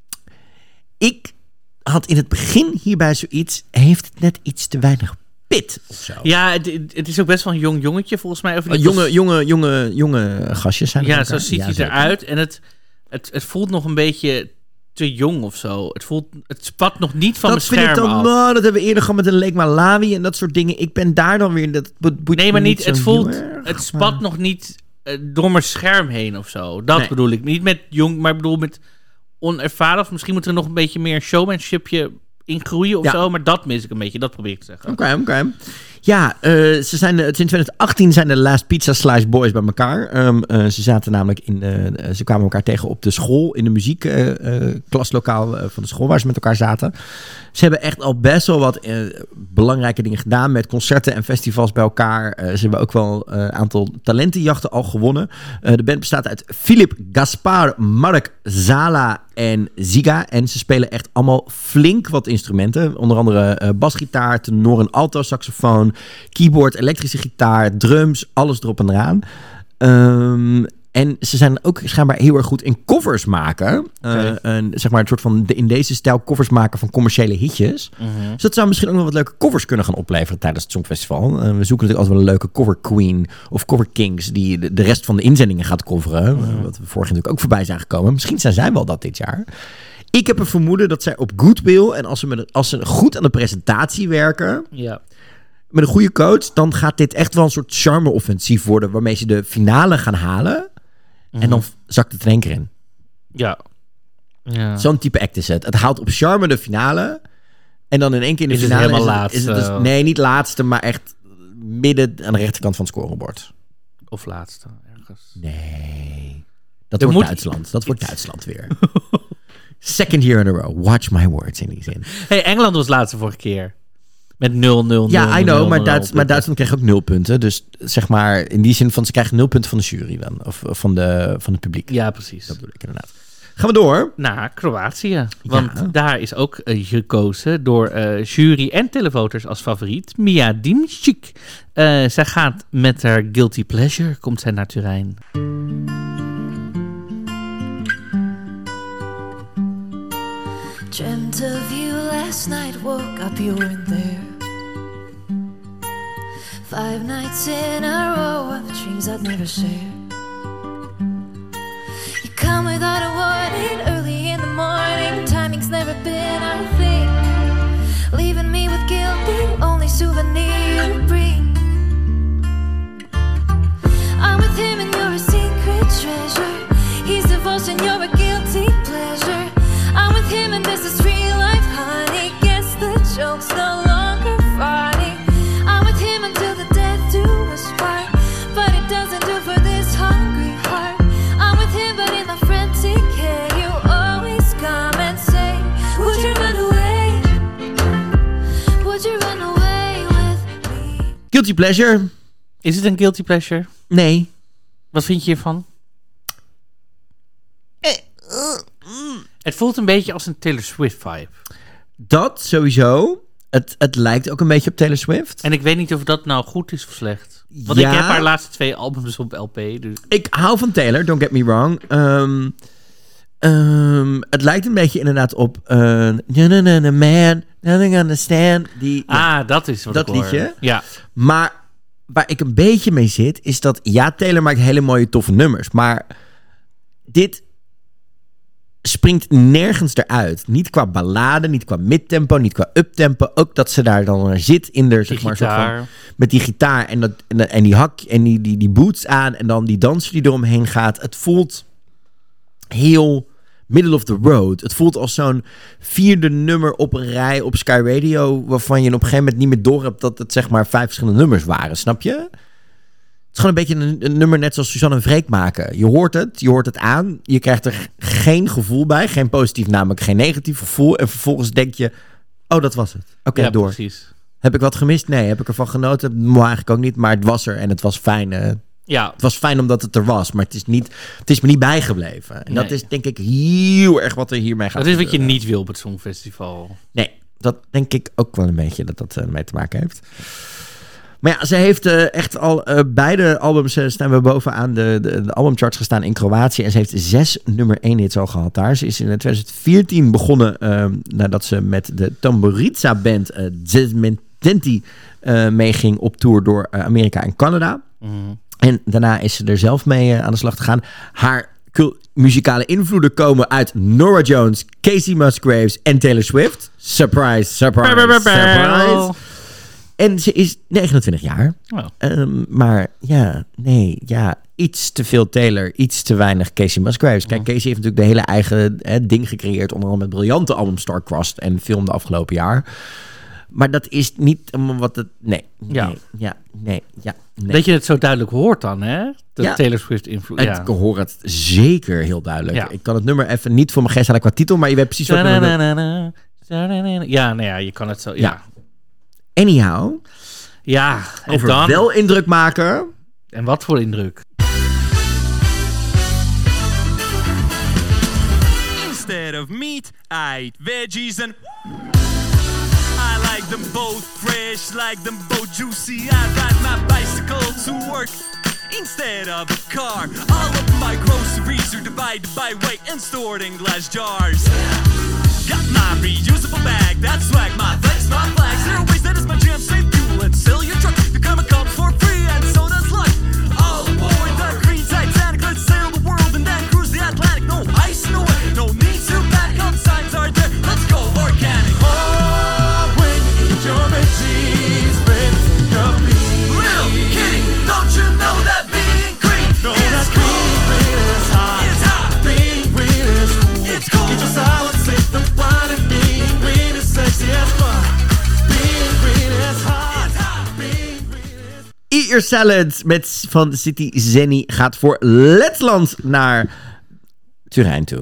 ik had in het begin hierbij zoiets, heeft het net iets te weinig pit of zo. Ja, het is ook best wel een jong jongetje volgens mij. Of niet? Jonge gastjes zijn het. Ja, zo ziet hij eruit. En het voelt nog een beetje te jong of zo. Het spat nog niet van mijn scherm af. Dat vind ik dan, nou, dat hebben we eerder gehad met een Lake Malawi en dat soort dingen. Ik ben daar dan weer... Nee, maar niet. Het voelt... Het spat nog niet door mijn scherm heen of zo. Dat bedoel ik. Niet met jong, maar ik bedoel met onervaren. Of misschien moet er nog een beetje meer showmanshipje in groeien of zo. Maar dat mis ik een beetje. Dat probeer ik te zeggen. Oké. Ja, sinds 2018 zijn de Last Pizza Slice Boys bij elkaar. Ze zaten namelijk ze kwamen elkaar tegen op de school, in de muziekklaslokaal van de school waar ze met elkaar zaten. Ze hebben echt al best wel wat belangrijke dingen gedaan met concerten en festivals bij elkaar. Ze hebben ook wel een aantal talentenjachten al gewonnen. De band bestaat uit Filip, Gaspar, Mark, Zala en Ziga. En ze spelen echt allemaal flink wat instrumenten. Onder andere basgitaar, tenor en alto saxofoon, keyboard, elektrische gitaar, drums, alles erop en eraan. En ze zijn ook schijnbaar heel erg goed in covers maken. Zeg maar een soort van in deze stijl covers maken van commerciële hitjes. Mm-hmm. Dus dat zou misschien ook nog wat leuke covers kunnen gaan opleveren tijdens het Songfestival. We zoeken natuurlijk altijd wel een leuke cover queen of cover kings die de rest van de inzendingen gaat coveren. Wat we vorig jaar natuurlijk ook voorbij zijn gekomen. Misschien zijn zij wel dat dit jaar. Ik heb een vermoeden dat zij op goodwill en als ze goed aan de presentatie werken, met een goede coach, dan gaat dit echt wel een soort charme-offensief worden waarmee ze de finale gaan halen. En dan zakt het er één keer in. Ja. Zo'n type act is het. Het haalt op charme de finale. En dan in één keer in de finale het helemaal laatste. Is het dus, nee, niet laatste, maar echt midden aan de rechterkant van het scorebord. Of laatste, ergens. Nee. Dat wordt Duitsland. Dat wordt Duitsland weer. Second year in a row. Watch my words in die zin. Hey, Engeland was laatste vorige keer. Met 0-0-0. Ja, I know, 0-0-0 maar Duitsland kreeg ook 0 punten. Dus zeg maar, in die zin van ze krijgen 0 punten van de jury dan. Of van het publiek. Ja, precies. Dat bedoel ik inderdaad. Gaan we door. Naar Kroatië. Want daar is ook gekozen door jury en televoters als favoriet. Mia Dimšik. Zij gaat met haar Guilty Pleasure, komt zij naar Turijn. Dreamt of you last night, woke up, you weren't there. 5 nights in a row of dreams I'd never share. You come without a warning, early in the morning. Timing's never been our thing. Leaving me with guilt, the only souvenir you bring. I'm with him and you're a secret treasure. He's devotion, you're a guilty pleasure. I'm with him and this is real life, honey. Guess the joke's no longer funny. I'm with him until the death do us part, but it doesn't do for this hungry heart. I'm with him, but in my frantic head, you always come and say, would you run away? Would you run away with me? Guilty Pleasure. Is het een Guilty Pleasure? Nee. Wat vind je hiervan? Het voelt een beetje als een Taylor Swift vibe. Dat sowieso. Het lijkt ook een beetje op Taylor Swift. En ik weet niet of dat nou goed is of slecht. Want ik heb haar laatste 2 albums op LP. Dus. Ik hou van Taylor, don't get me wrong. Het lijkt een beetje inderdaad op... man, nothing understand. Dat is wat dat ik hoor. liedje. Ja. Maar waar ik een beetje mee zit, is dat... Ja, Taylor maakt hele mooie, toffe nummers. Maar dit springt nergens eruit. Niet qua ballade, niet qua midtempo, niet qua uptempo. Ook dat ze daar dan zit in de, zeg maar, soort van, met die gitaar en die hak en die boots aan en dan die danser die eromheen gaat. Het voelt heel middle of the road. Het voelt als zo'n 4e nummer op een rij op Sky Radio, waarvan je op een gegeven moment niet meer door hebt dat het zeg maar 5 verschillende nummers waren. Snap je? Het is gewoon een beetje een nummer net zoals Suzanne en Freek maken. Je hoort het aan. Je krijgt er geen gevoel bij. Geen positief, namelijk geen negatief gevoel. En vervolgens denk je, oh, dat was het. Oké, door. Precies. Heb ik wat gemist? Nee. Heb ik ervan genoten? Maar eigenlijk ook niet. Maar het was er en het was fijn. Ja. Het was fijn omdat het er was. Maar het is me niet bijgebleven. En dat is denk ik heel erg wat er hiermee gaat. Dat is wat je niet wil op het Songfestival. Nee, dat denk ik ook wel een beetje dat ermee te maken heeft. Maar ja, ze heeft echt al beide albums staan we bovenaan de albumcharts gestaan in Kroatië. En ze heeft 6 nummer 1 hits al gehad daar. Ze is in 2014 begonnen nadat ze met de Tamburica band Zesmententi meeging op tour door Amerika en Canada. Mm. En daarna is ze er zelf mee aan de slag gegaan. Haar muzikale invloeden komen uit Norah Jones, Casey Musgraves en Taylor Swift. Surprise, surprise, surprise. En ze is 29 jaar. Oh. Maar iets te veel Taylor, iets te weinig Casey Musgraves. Kijk, Casey heeft natuurlijk de hele eigen ding gecreëerd. Onder andere met briljante album Star-Crossed en film de afgelopen jaar. Maar dat is niet wat het... Nee. Dat je het zo duidelijk hoort dan, hè? De Taylor Swift invloed. Ik hoor het zeker heel duidelijk. Ja. Ik kan het nummer even niet voor mijn geest halen qua titel, maar je weet precies wat... je kan het zo... Ja. Anyhow. Ja, en over dan... wel indruk maken. En wat voor indruk? Instead of meat, I eat veggies and... I like them both fresh, like them both juicy. I ride my bicycle to work instead of a car. All of my groceries are divided by weight and stored in glass jars. Got my reusable bag, that's swag, my flex, my flags. There are ways that is my jam, save fuel and sell your truck. The chemical for free and so does luck. All aboard the green Titanic, let's sail the world and then cruise the Atlantic. No ice, no way, no need to panic, all signs are there, let's go organic. Oh, when you eat your veggies, bread and beans. Real kidding, don't you know that being green is cool? It's hot, it's hot, being green is cool. It's cool. Get your salad, sip the wine and being green is sexy as fuck. Being green is hot, being green is... Eat Your Salad van City Zenny gaat voor Letland naar Turijn toe.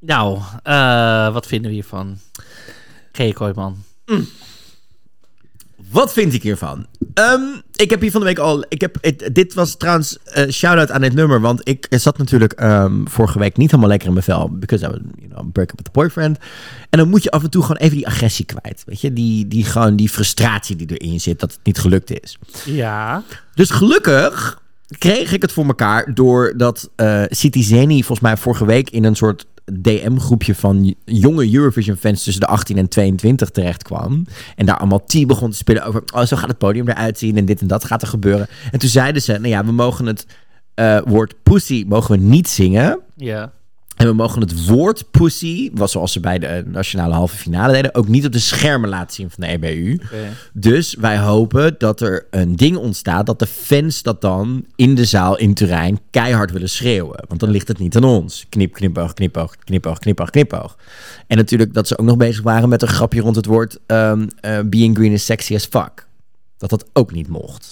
Nou, wat vinden we hiervan? G. Kooijman. Wat vind ik hiervan? Ik heb hier van de week al... dit was trouwens shout-out aan dit nummer. Want ik zat natuurlijk vorige week niet helemaal lekker in mijn vel. Because I was, break up with the boyfriend. En dan moet je af en toe gewoon even die agressie kwijt. Weet je? Die frustratie die erin zit. Dat het niet gelukt is. Ja. Dus gelukkig kreeg ik het voor elkaar. Doordat Citizeni volgens mij vorige week in een soort DM-groepje van jonge Eurovision-fans tussen de 18 en 22 terecht kwam. En daar allemaal begon te spelen over, zo gaat het podium eruit zien en dit en dat gaat er gebeuren. En toen zeiden ze, we mogen het woord pussy mogen we niet zingen. Ja. En we mogen het woord pussy, wat zoals ze bij de nationale halve finale deden, ook niet op de schermen laten zien van de EBU. Okay. Dus wij hopen dat er een ding ontstaat dat de fans dat dan in de zaal in Turijn keihard willen schreeuwen. Want dan ligt het niet aan ons. Knip, knipoog, knipoog, knipoog, knipoog, knipoog. En natuurlijk dat ze ook nog bezig waren met een grapje rond het woord being green is sexy as fuck. Dat ook niet mocht.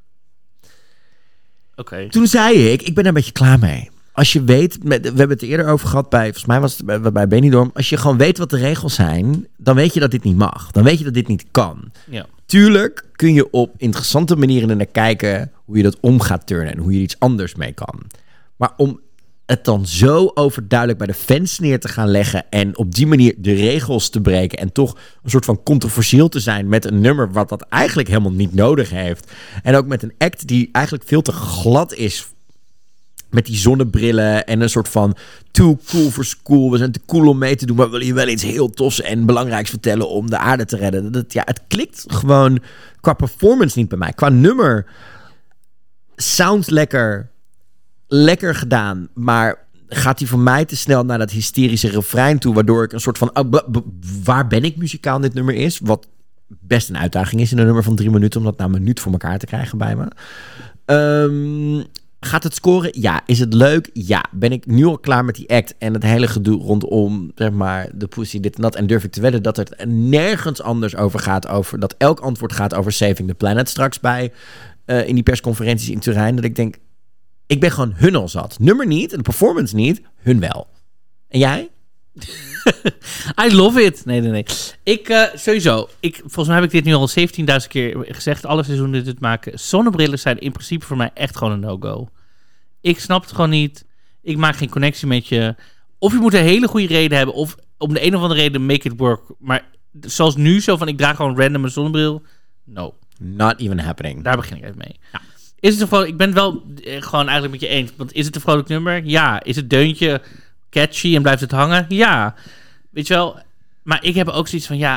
Okay. Toen zei ik ben er een beetje klaar mee. Als je weet, we hebben het er eerder over gehad volgens mij was het bij Benidorm. Als je gewoon weet wat de regels zijn, dan weet je dat dit niet mag. Dan weet je dat dit niet kan. Ja. Tuurlijk kun je op interessante manieren er naar kijken hoe je dat om gaat turnen en hoe je er iets anders mee kan. Maar om het dan zo overduidelijk bij de fans neer te gaan leggen en op die manier de regels te breken en toch een soort van controversieel te zijn met een nummer wat dat eigenlijk helemaal niet nodig heeft. En ook met een act die eigenlijk veel te glad is. Met die zonnebrillen en een soort van too cool for school. We zijn te cool om mee te doen, maar we willen je wel iets heel tofs en belangrijks vertellen om de aarde te redden. Het klikt gewoon qua performance niet bij mij. Qua nummer sounds lekker gedaan, maar gaat hij voor mij te snel naar dat hysterische refrein toe, waardoor ik een soort van waar ben ik muzikaal dit nummer is, wat best een uitdaging is in een nummer van 3 minuten om dat na een minuut voor elkaar te krijgen bij me. Gaat het scoren? Ja. Is het leuk? Ja. Ben ik nu al klaar met die act en het hele gedoe rondom, zeg maar, de pussy, dit en dat. En durf ik te wedden dat het nergens anders over gaat, dat elk antwoord gaat over Saving the Planet straks in die persconferenties in Turijn. Dat ik denk, ik ben gewoon hun al zat. Nummer niet, de performance niet, hun wel. En jij? I love it. Nee. Sowieso. Volgens mij heb ik dit nu al 17.000 keer gezegd. Alle seizoenen dit maken. Zonnebrillen zijn in principe voor mij echt gewoon een no-go. Ik snap het gewoon niet. Ik maak geen connectie met je. Of je moet een hele goede reden hebben. Of om de een of andere reden make it work. Maar zoals nu, zo van ik draag gewoon random een zonnebril. No. Not even happening. Daar begin ik even mee. Ja. Is het een vrolijk... Ik ben het wel gewoon eigenlijk met je eens. Want is het een vrolijk nummer? Ja. Is het deuntje catchy en blijft het hangen? Ja. Weet je wel? Maar ik heb ook zoiets van,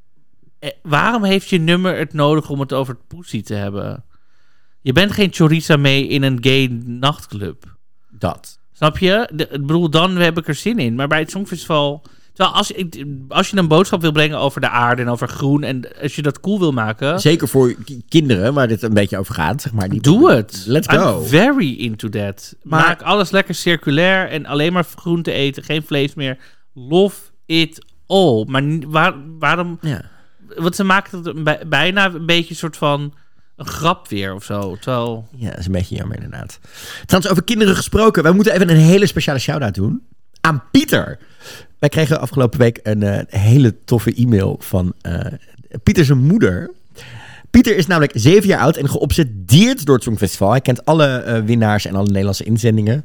waarom heeft je nummer het nodig om het over het pussy te hebben? Je bent geen choriza mee in een gay nachtclub. Dat. Snap je? Ik bedoel, dan heb ik er zin in. Maar bij het Songfestival... Terwijl als je een boodschap wil brengen over de aarde en over groen en als je dat cool wil maken... Zeker voor kinderen, waar dit een beetje over gaat, zeg maar. Doe het. Let's go. I'm very into that. Maak alles lekker circulair en alleen maar groente eten, geen vlees meer. Love it all. Maar waarom... Ja. Want ze maken het bijna een beetje een soort van een grap weer of zo. Terwijl... Ja, dat is een beetje jammer inderdaad. Trouwens, over kinderen gesproken. Wij moeten even een hele speciale shout-out doen aan Pieter. Wij kregen afgelopen week een hele toffe e-mail van Pieter zijn moeder. Pieter is namelijk 7 jaar oud en geobsedeerd door het Songfestival. Hij kent alle winnaars en alle Nederlandse inzendingen.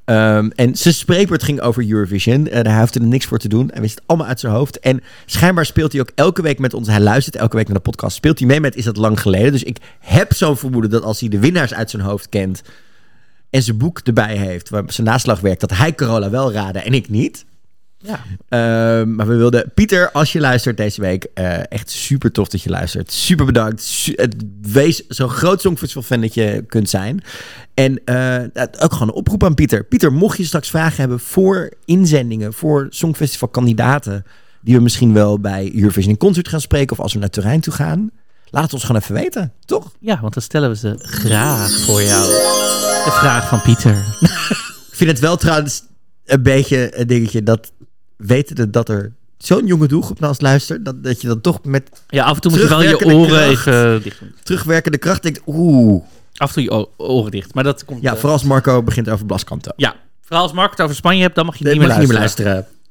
En zijn spreekwoord ging over Eurovision. Daar hoefde er niks voor te doen. Hij wist het allemaal uit zijn hoofd. En schijnbaar speelt hij ook elke week met ons. Hij luistert elke week naar de podcast. Speelt hij mee met Is dat lang geleden? Dus ik heb zo'n vermoeden dat als hij de winnaars uit zijn hoofd kent en zijn boek erbij heeft, waar zijn naslagwerk, dat hij Carola wel raadde en ik niet. Ja. Maar we wilden... Pieter, als je luistert deze week, echt super tof dat je luistert. Super bedankt. Wees zo'n groot Songfestival-fan dat je kunt zijn. En ook gewoon een oproep aan Pieter. Pieter, mocht je straks vragen hebben voor inzendingen, voor Songfestival-kandidaten, die we misschien wel bij Eurovision in Concert gaan spreken, of als we naar Turijn toe gaan, laat het ons gewoon even weten, toch? Ja, want dan stellen we ze graag voor jou. De vraag van Pieter. Ik vind het wel trouwens een beetje een dingetje dat wetende dat er zo'n jonge doelgroep naar ons luistert, dat je dan toch met af en toe moet je wel je oren even dicht doen. Terugwerkende kracht denkt, af en toe je oren dicht. Maar dat komt... Ja, vooral als Marco begint over Blaskanto. Ja, vooral als Marco het over Spanje hebt, dan mag je niet meer luisteren.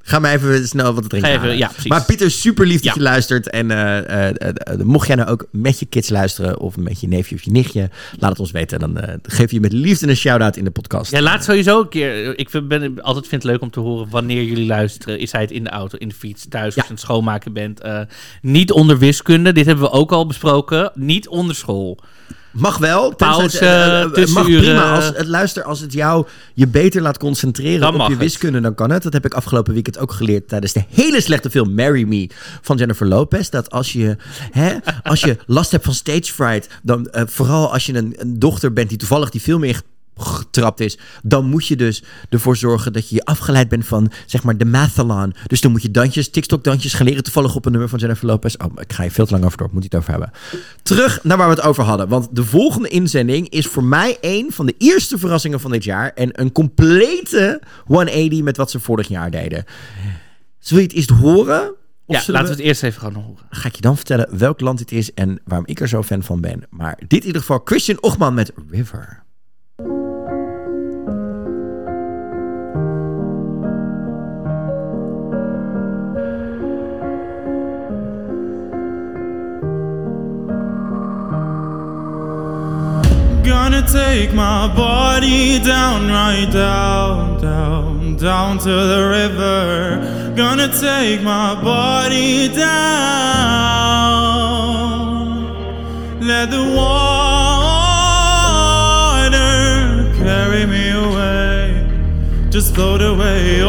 Ga maar even snel wat drinken Ga even, halen. ja, precies. Maar Pieter, super lief dat Ja. je luistert. En mocht jij nou ook met je kids luisteren... of met je neefje of je nichtje... laat het ons weten. Dan geef je met liefde een shout-out in de podcast. Ja, laat sowieso een keer... Ik vind het leuk om te horen wanneer jullie luisteren. Is hij het in de auto, in de fiets, thuis, als je aan het schoonmaken bent. Niet onder wiskunde, dit hebben we ook al besproken. Niet onder school. Mag wel. Pauze, Mag tussenuren. prima. Als het jou je beter laat concentreren Dan op mag je het. wiskunde, dan kan het. Dat heb ik afgelopen weekend ook geleerd tijdens de hele slechte film Marry Me van Jennifer Lopez. Dat als je last hebt van stage fright, dan vooral als je een dochter bent die toevallig die film getrapt is, dan moet je dus ervoor zorgen dat je afgeleid bent van, zeg maar, de mathalon. Dus dan moet je TikTok-dansjes gaan leren, toevallig op een nummer van Jennifer Lopez. Oh, ik ga je veel te lang over door, moet je het over hebben. Terug naar waar we het over hadden, want de volgende inzending is voor mij een van de eerste verrassingen van dit jaar en een complete 180 met wat ze vorig jaar deden. Zullen we het eerst horen? Ja, laten we het eerst even gaan horen. Ga ik je dan vertellen welk land dit is en waarom ik er zo fan van ben. Maar dit in ieder geval Christian Ochman met River. Gonna take my body down, right down, down, down to the river. Gonna take my body down. Let the water carry me away. Just float away.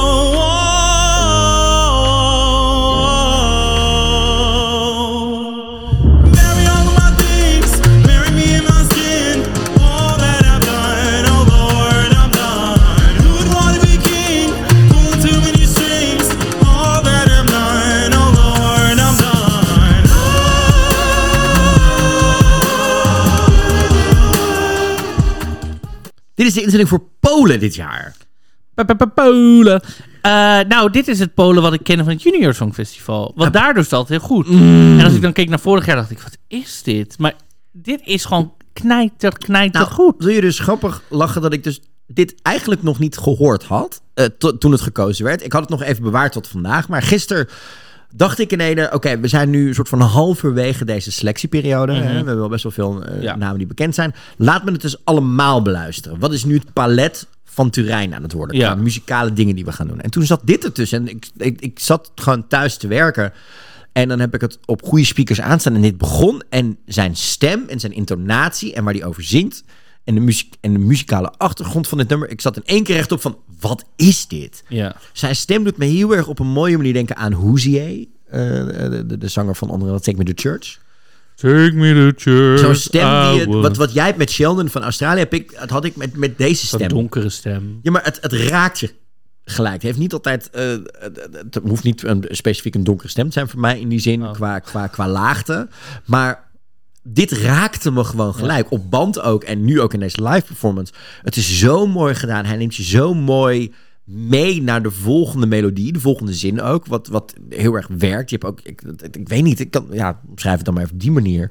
Dit is de inzending voor Polen dit jaar. Polen. Nou, dit is het Polen wat ik ken van het Junior Songfestival. Want daardoor is het altijd heel goed. En als ik dan keek naar vorig jaar, dacht ik, wat is dit? Maar dit is gewoon knijter goed. Zul je dus grappig lachen dat ik dus dit eigenlijk nog niet gehoord had toen het gekozen werd. Ik had het nog even bewaard tot vandaag. Maar gisteren dacht ik ineens, oké, we zijn nu een soort van halverwege deze selectieperiode. Mm-hmm. We hebben wel best wel veel namen die bekend zijn. Laat me het dus allemaal beluisteren. Wat is nu het palet van Turijn aan het worden? Qua muzikale dingen die we gaan doen. En toen zat dit ertussen. En ik zat gewoon thuis te werken. En dan heb ik het op goede speakers aanstaan. En dit begon. En zijn stem en zijn intonatie en waar hij over zingt. En de muzikale achtergrond van dit nummer. Ik zat in één keer rechtop van, wat is dit? Ja. Zijn stem doet me heel erg op een mooie manier denken aan Hozier. De zanger van onder andere Take Me to Church. Take me to church. Zo'n stem die wat jij hebt met Sheldon van Australië, had ik met deze stem. Een donkere stem. Ja, maar het raakt je gelijk. Het heeft niet altijd, het hoeft niet specifiek een donkere stem te zijn voor mij in die zin, qua laagte. Maar dit raakte me gewoon gelijk. Op band ook en nu ook in deze live performance. Het is zo mooi gedaan. Hij neemt je zo mooi mee naar de volgende melodie, de volgende zin ook, wat heel erg werkt. Je hebt ook, ik weet niet, ik kan, schrijf het dan maar even op die manier.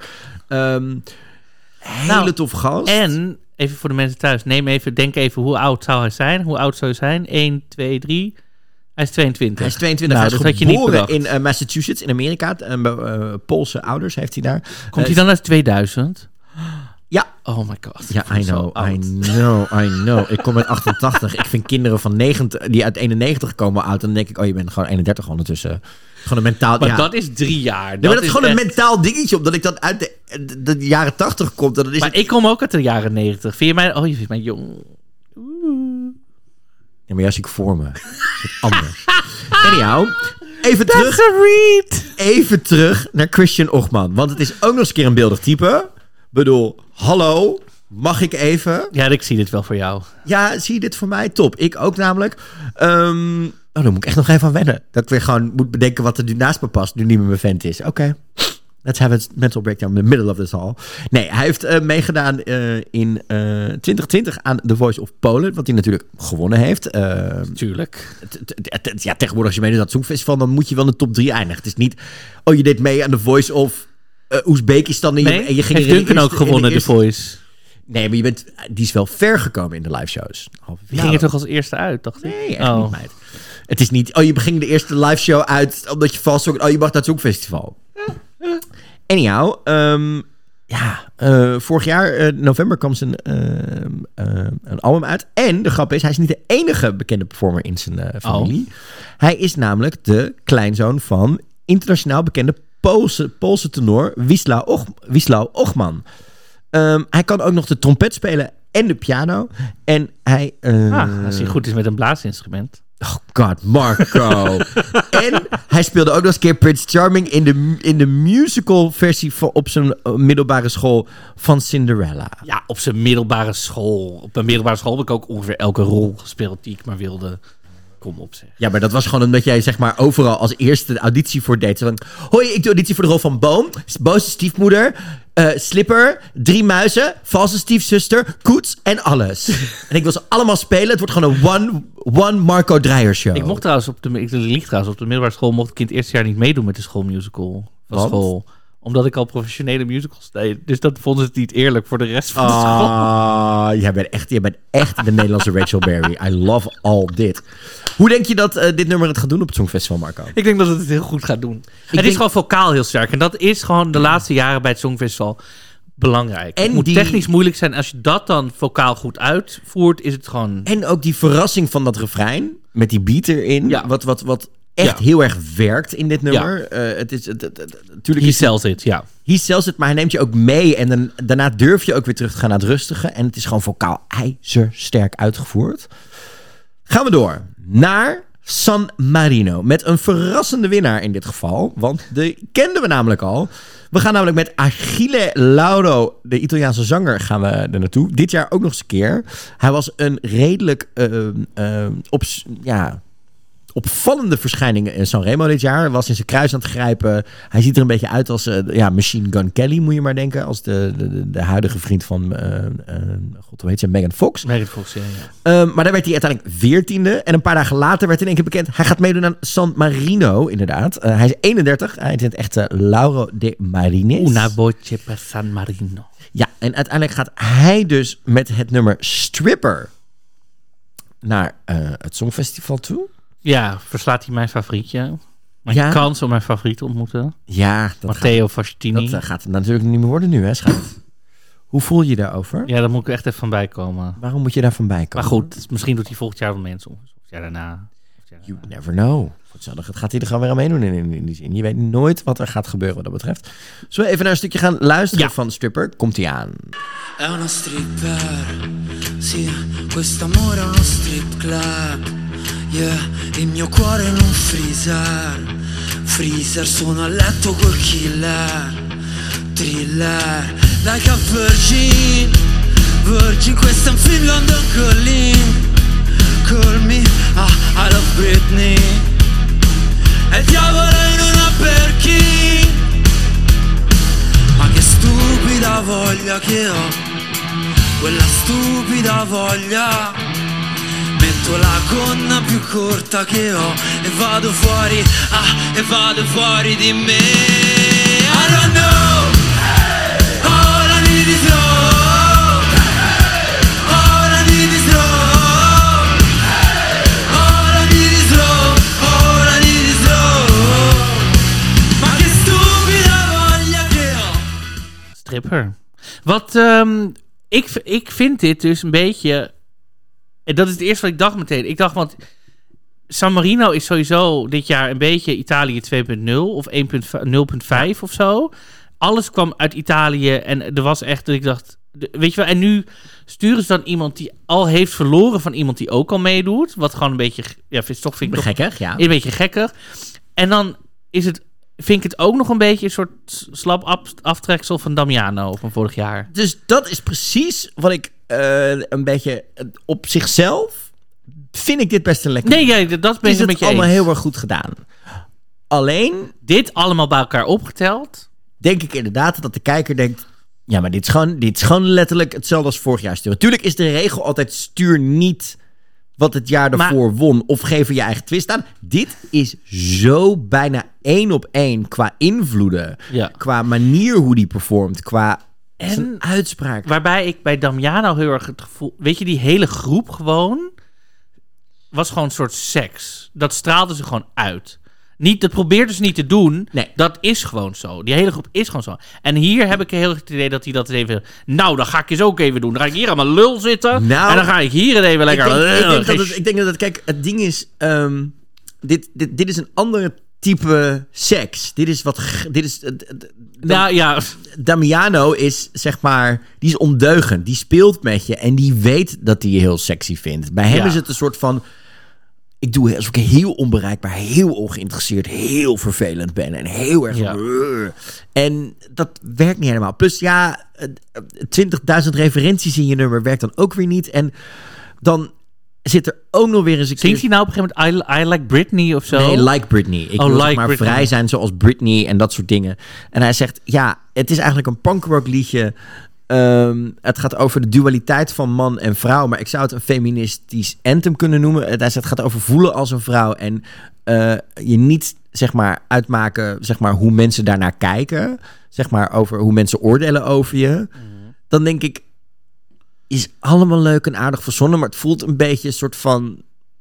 Hele tof gast. En, even voor de mensen thuis, denk even, hoe oud zou hij zijn? Hoe oud zou hij zijn? 1, 2, 3... Hij is 22. Hij is 22. Nou, hij is dat had je niet geboren bedacht. in Massachusetts, in Amerika. Poolse ouders heeft hij daar. Komt hij dan uit 2000? Ja. Oh my god. Ja, I know. Ik kom uit 88. Ik vind kinderen van 90, die uit 91 komen oud. En dan denk ik, je bent gewoon 31 ondertussen. Gewoon een mentaal... Maar dat is 3 jaar. Dat is gewoon echt een mentaal dingetje, omdat ik dat uit de jaren 80 kom. Dat is maar ik kom ook uit de jaren 90. Vind je mij... Oh, je vindt mij jong. Ja, maar juist ik voor me. Dat is anders. Anyhow, even terug naar Christian Ochman. Want het is ook nog eens een keer een beeldig type. Ik bedoel, hallo, mag ik even? Ja, ik zie dit wel voor jou. Ja, zie je dit voor mij? Top. Ik ook namelijk. Dan moet ik echt nog even aan wennen. Dat ik weer gewoon moet bedenken wat er nu naast me past, nu niet meer mijn vent is. Oké. Let's have a mental breakdown in the middle of this all. Nee, hij heeft meegedaan in 2020 aan The Voice of Poland, wat hij natuurlijk gewonnen heeft. Tuurlijk. Tegenwoordig als je meedoet aan het Songfestival, dan moet je wel in de top 3 eindigen. Het is niet, je deed mee aan The Voice of Oezbekistan. En je ging heeft Duncan ook gewonnen, The Voice? Nee, maar die is wel ver gekomen in de live shows. Die ging er toch als eerste uit, dacht ik? Nee, echt niet, meid. Het is niet, je begint de eerste live show uit omdat je vast ook, je mag naar het Songfestival. Anyhow, vorig jaar, november, kwam zijn een album uit. En de grap is, hij is niet de enige bekende performer in zijn familie. Hij is namelijk de kleinzoon van internationaal bekende Poolse tenor Wisław Ochman. Hij kan ook nog de trompet spelen en de piano. En hij... als hij goed is met een blaasinstrument. Oh god, Marco. En hij speelde ook nog eens een keer Prince Charming in de musical versie op zijn middelbare school van Cinderella. Ja, op zijn middelbare school. Op mijn middelbare school heb ik ook ongeveer elke rol gespeeld die ik maar wilde. Kom op, zeg. Ja, maar dat was gewoon omdat jij zeg maar overal als eerste de auditie voor deed. Zo van, hoi, ik doe auditie voor de rol van Boom, boze stiefmoeder, Slipper, 3 muizen, valse stiefzuster, Koets en alles. En ik wil ze allemaal spelen. Het wordt gewoon een one Marco Dreyer show. Ik mocht trouwens op de middelbare school mocht ik in het eerste jaar niet meedoen met de schoolmusical van school. Omdat ik al professionele musicals deed. Dus dat vonden ze het niet eerlijk voor de rest van de school. Jij bent echt de Nederlandse Rachel Berry. I love all dit. Hoe denk je dat dit nummer het gaat doen op het Songfestival, Marco? Ik denk dat het heel goed gaat doen. Het is gewoon vocaal heel sterk. En dat is gewoon de laatste jaren bij het Songfestival belangrijk. En het moet technisch moeilijk zijn. Als je dat dan vocaal goed uitvoert, is het gewoon... En ook die verrassing van dat refrein, met die beat erin. Ja. Wat echt heel erg werkt in dit nummer. Het is natuurlijk. He sells it, ja. He sells it, maar hij neemt je ook mee. En daarna durf je ook weer terug te gaan naar het rustige. En het is gewoon vocaal ijzersterk uitgevoerd. Gaan we door naar San Marino. Met een verrassende winnaar in dit geval. Want die kenden we namelijk al. We gaan namelijk met Achille Lauro, de Italiaanse zanger, gaan we er naartoe. Dit jaar ook nog eens een keer. Hij was een redelijk opvallende verschijning in Sanremo dit jaar. Was in zijn kruis aan het grijpen. Hij ziet er een beetje uit als Machine Gun Kelly, moet je maar denken. Als de huidige vriend van hoe heet ze? Megan Fox. Megan Fox, ja. Maar daar werd hij uiteindelijk 14e. En een paar dagen later werd in één keer bekend. Hij gaat meedoen aan San Marino, inderdaad. Hij is 31. Hij is in het echte Lauro de Marines. Una voce per San Marino. Ja, en uiteindelijk gaat hij dus met het nummer Stripper naar het Songfestival toe. Ja, verslaat hij mijn favorietje. Mijn kans om mijn favoriet te ontmoeten. Ja, Matteo Fascini. Dat gaat het natuurlijk niet meer worden nu, hè, schat? Hoe voel je daarover? Ja, daar moet ik echt even van bij komen. Waarom moet je daar van bij komen? Maar goed, misschien doet hij volgend jaar wel mensen. Of het jaar daarna. You never know. Het gaat hij er gewoon weer aan meedoen in die zin. Je weet nooit wat er gaat gebeuren wat dat betreft. Zullen we even naar een stukje gaan luisteren van Stripper? Komt hij aan. È una stripper, sì, quest'amore è uno strip club. Yeah, il mio cuore in un freezer. Freezer, sono a letto col killer. Thriller, like a virgin. Virgin, questo è un film London Calling. Call me, I love Britney. E il diavolo in una Birkin. Ma che stupida voglia che ho. Quella stupida voglia. Metto la gonna più corta che ho e vado fuori di me. I don't know, all I need is love. All I need is love. All I need is love. All I need is love. Ma che stupida voglia che ho. Stripper. Wat, ik vind dit dus een beetje... En dat is het eerste wat ik dacht meteen. Ik dacht, want San Marino is sowieso dit jaar een beetje Italië 2.0 of 1.0.5 of zo. Alles kwam uit Italië en er was echt dat ik dacht, weet je wel, en nu sturen ze dan iemand die al heeft verloren van iemand die ook al meedoet. Wat gewoon een beetje, vind ik gekkig, ja. Een beetje gekkig. En dan vind ik het ook nog een beetje een soort slap aftreksel van Damiano van vorig jaar. Dus dat is precies wat ik een beetje op zichzelf vind ik dit best een lekker. Nee, ja, dat ben ik een beetje allemaal eens. heel erg goed gedaan. Alleen dit allemaal bij elkaar opgeteld, denk ik inderdaad dat de kijker denkt, ja, maar dit is gewoon letterlijk hetzelfde als vorig jaar sturen. Tuurlijk is de regel altijd stuur niet wat het jaar daarvoor won of geef er je eigen twist aan. Dit is zo bijna 1 op 1 qua invloeden, qua manier hoe die performt, qua zijn uitspraak. Waarbij ik bij Damiano heel erg het gevoel, weet je, die hele groep gewoon, was gewoon een soort seks. Dat straalde ze gewoon uit. Dat probeerde ze niet te doen. Nee. Dat is gewoon zo. Die hele groep is gewoon zo. En hier heb ik heel erg het idee dat hij dat even... Nou, dan ga ik eens ook even doen. Dan ga ik hier aan mijn lul zitten. En dan ga ik hier even lekker... Ik denk dat kijk, het ding is... Dit is een andere type seks. Nou ja... Damiano is, zeg maar... Die is ondeugend. Die speelt met je. En die weet dat hij je heel sexy vindt. Bij hem is het een soort van... Ik doe alsof ik heel onbereikbaar, heel ongeïnteresseerd, heel vervelend ben. En heel erg... Ja. En dat werkt niet helemaal. Plus 20.000 referenties in je nummer werkt dan ook weer niet. En dan zit er ook nog weer eens een Zingt hij nou op een gegeven moment I Like Britney of zo? Nee, Like Britney. Ik wil like maar Britney. vrij zijn zoals Britney en dat soort dingen. En hij zegt, het is eigenlijk een punkrock liedje. Het gaat over de dualiteit van man en vrouw. Maar ik zou het een feministisch anthem kunnen noemen. Hij zegt, het gaat over voelen als een vrouw. En je niet, zeg maar, uitmaken, zeg maar, hoe mensen daarnaar kijken. Zeg maar, over hoe mensen oordelen over je. Dan denk ik, is allemaal leuk en aardig verzonnen. Maar het voelt een beetje een soort van...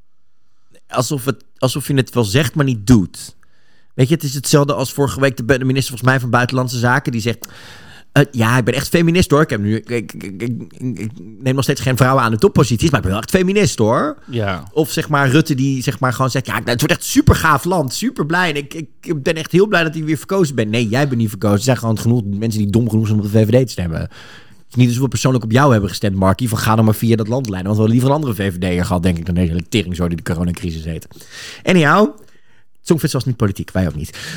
Alsof je het wel zegt, maar niet doet. Weet je, het is hetzelfde als vorige week de minister volgens mij van Buitenlandse Zaken. Die zegt... ik ben echt feminist hoor. Ik neem nog steeds geen vrouwen aan de topposities, maar ik ben wel echt feminist hoor. Ja. Of zeg maar Rutte die zeg maar gewoon zegt, het wordt echt super gaaf land, super blij. En ik ben echt heel blij dat hij weer verkozen bent. Nee, jij bent niet verkozen. Er zijn gewoon genoeg mensen die dom genoeg zijn om op de VVD te stemmen. Het is niet alsof we persoonlijk op jou hebben gestemd, Markie, van ga dan maar via dat land leiden. Want we hadden liever een andere VVD'er gehad, denk ik, dan deze hele teringzooi die de coronacrisis heet. Anyhow... Songfest was niet politiek, wij ook niet.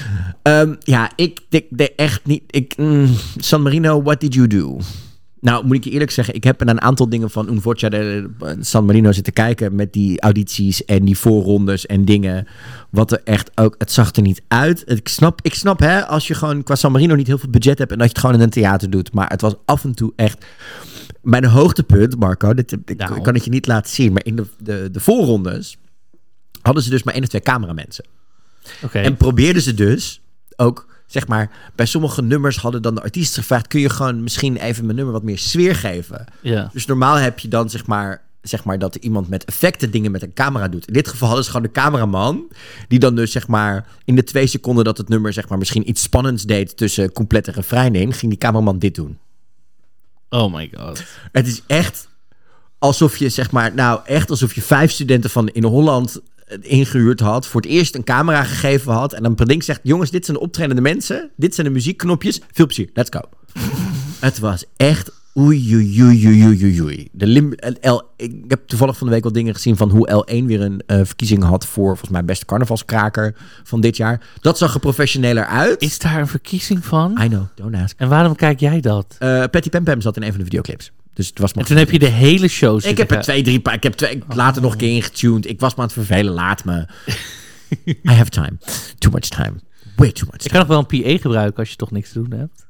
Ik denk echt niet... San Marino, what did you do? Nou, moet ik je eerlijk zeggen, ik heb naar een aantal dingen van Un Voce de San Marino zitten kijken met die audities en die voorrondes en dingen. Wat er echt ook... Het zag er niet uit. Ik snap hè, als je gewoon qua San Marino niet heel veel budget hebt en dat je het gewoon in een theater doet. Maar het was af en toe echt... Mijn hoogtepunt, Marco, ik kan het je niet laten zien, maar in de voorrondes hadden ze dus maar 1 of 2 cameramensen. Okay. En probeerden ze dus ook, zeg maar, bij sommige nummers hadden dan de artiesten gevraagd, kun je gewoon misschien even mijn nummer wat meer sfeer geven? Ja. Dus normaal heb je dan, zeg maar dat iemand met effecten dingen met een camera doet. In dit geval hadden ze gewoon de cameraman, die dan dus, zeg maar, in de 2 seconden dat het nummer, zeg maar, misschien iets spannends deed tussen complete refrein in, ging die cameraman dit doen. Oh my god. Het is echt alsof je, zeg maar, alsof je 5 studenten van in Holland ingehuurd had, voor het eerst een camera gegeven had en dan per ding zegt, jongens, dit zijn de optredende mensen, dit zijn de muziekknopjes, veel plezier, let's go. Het was echt oei. Ik heb toevallig van de week wat dingen gezien van hoe L1 weer een verkiezing had voor volgens mij beste carnavalskraker van dit jaar. Dat zag er professioneler uit. Is daar een verkiezing van? I know, don't ask. En waarom kijk jij dat? Patty Pam Pam zat in een van de videoclips. Dus het was maar en toen heb je de hele show Ik heb er 2-3 paar. Ik heb later nog een keer ingetuned. Ik was me aan het vervelen. Laat me. I have time. Too much time. Way too much time. Ik kan nog wel een PA gebruiken als je toch niks te doen hebt.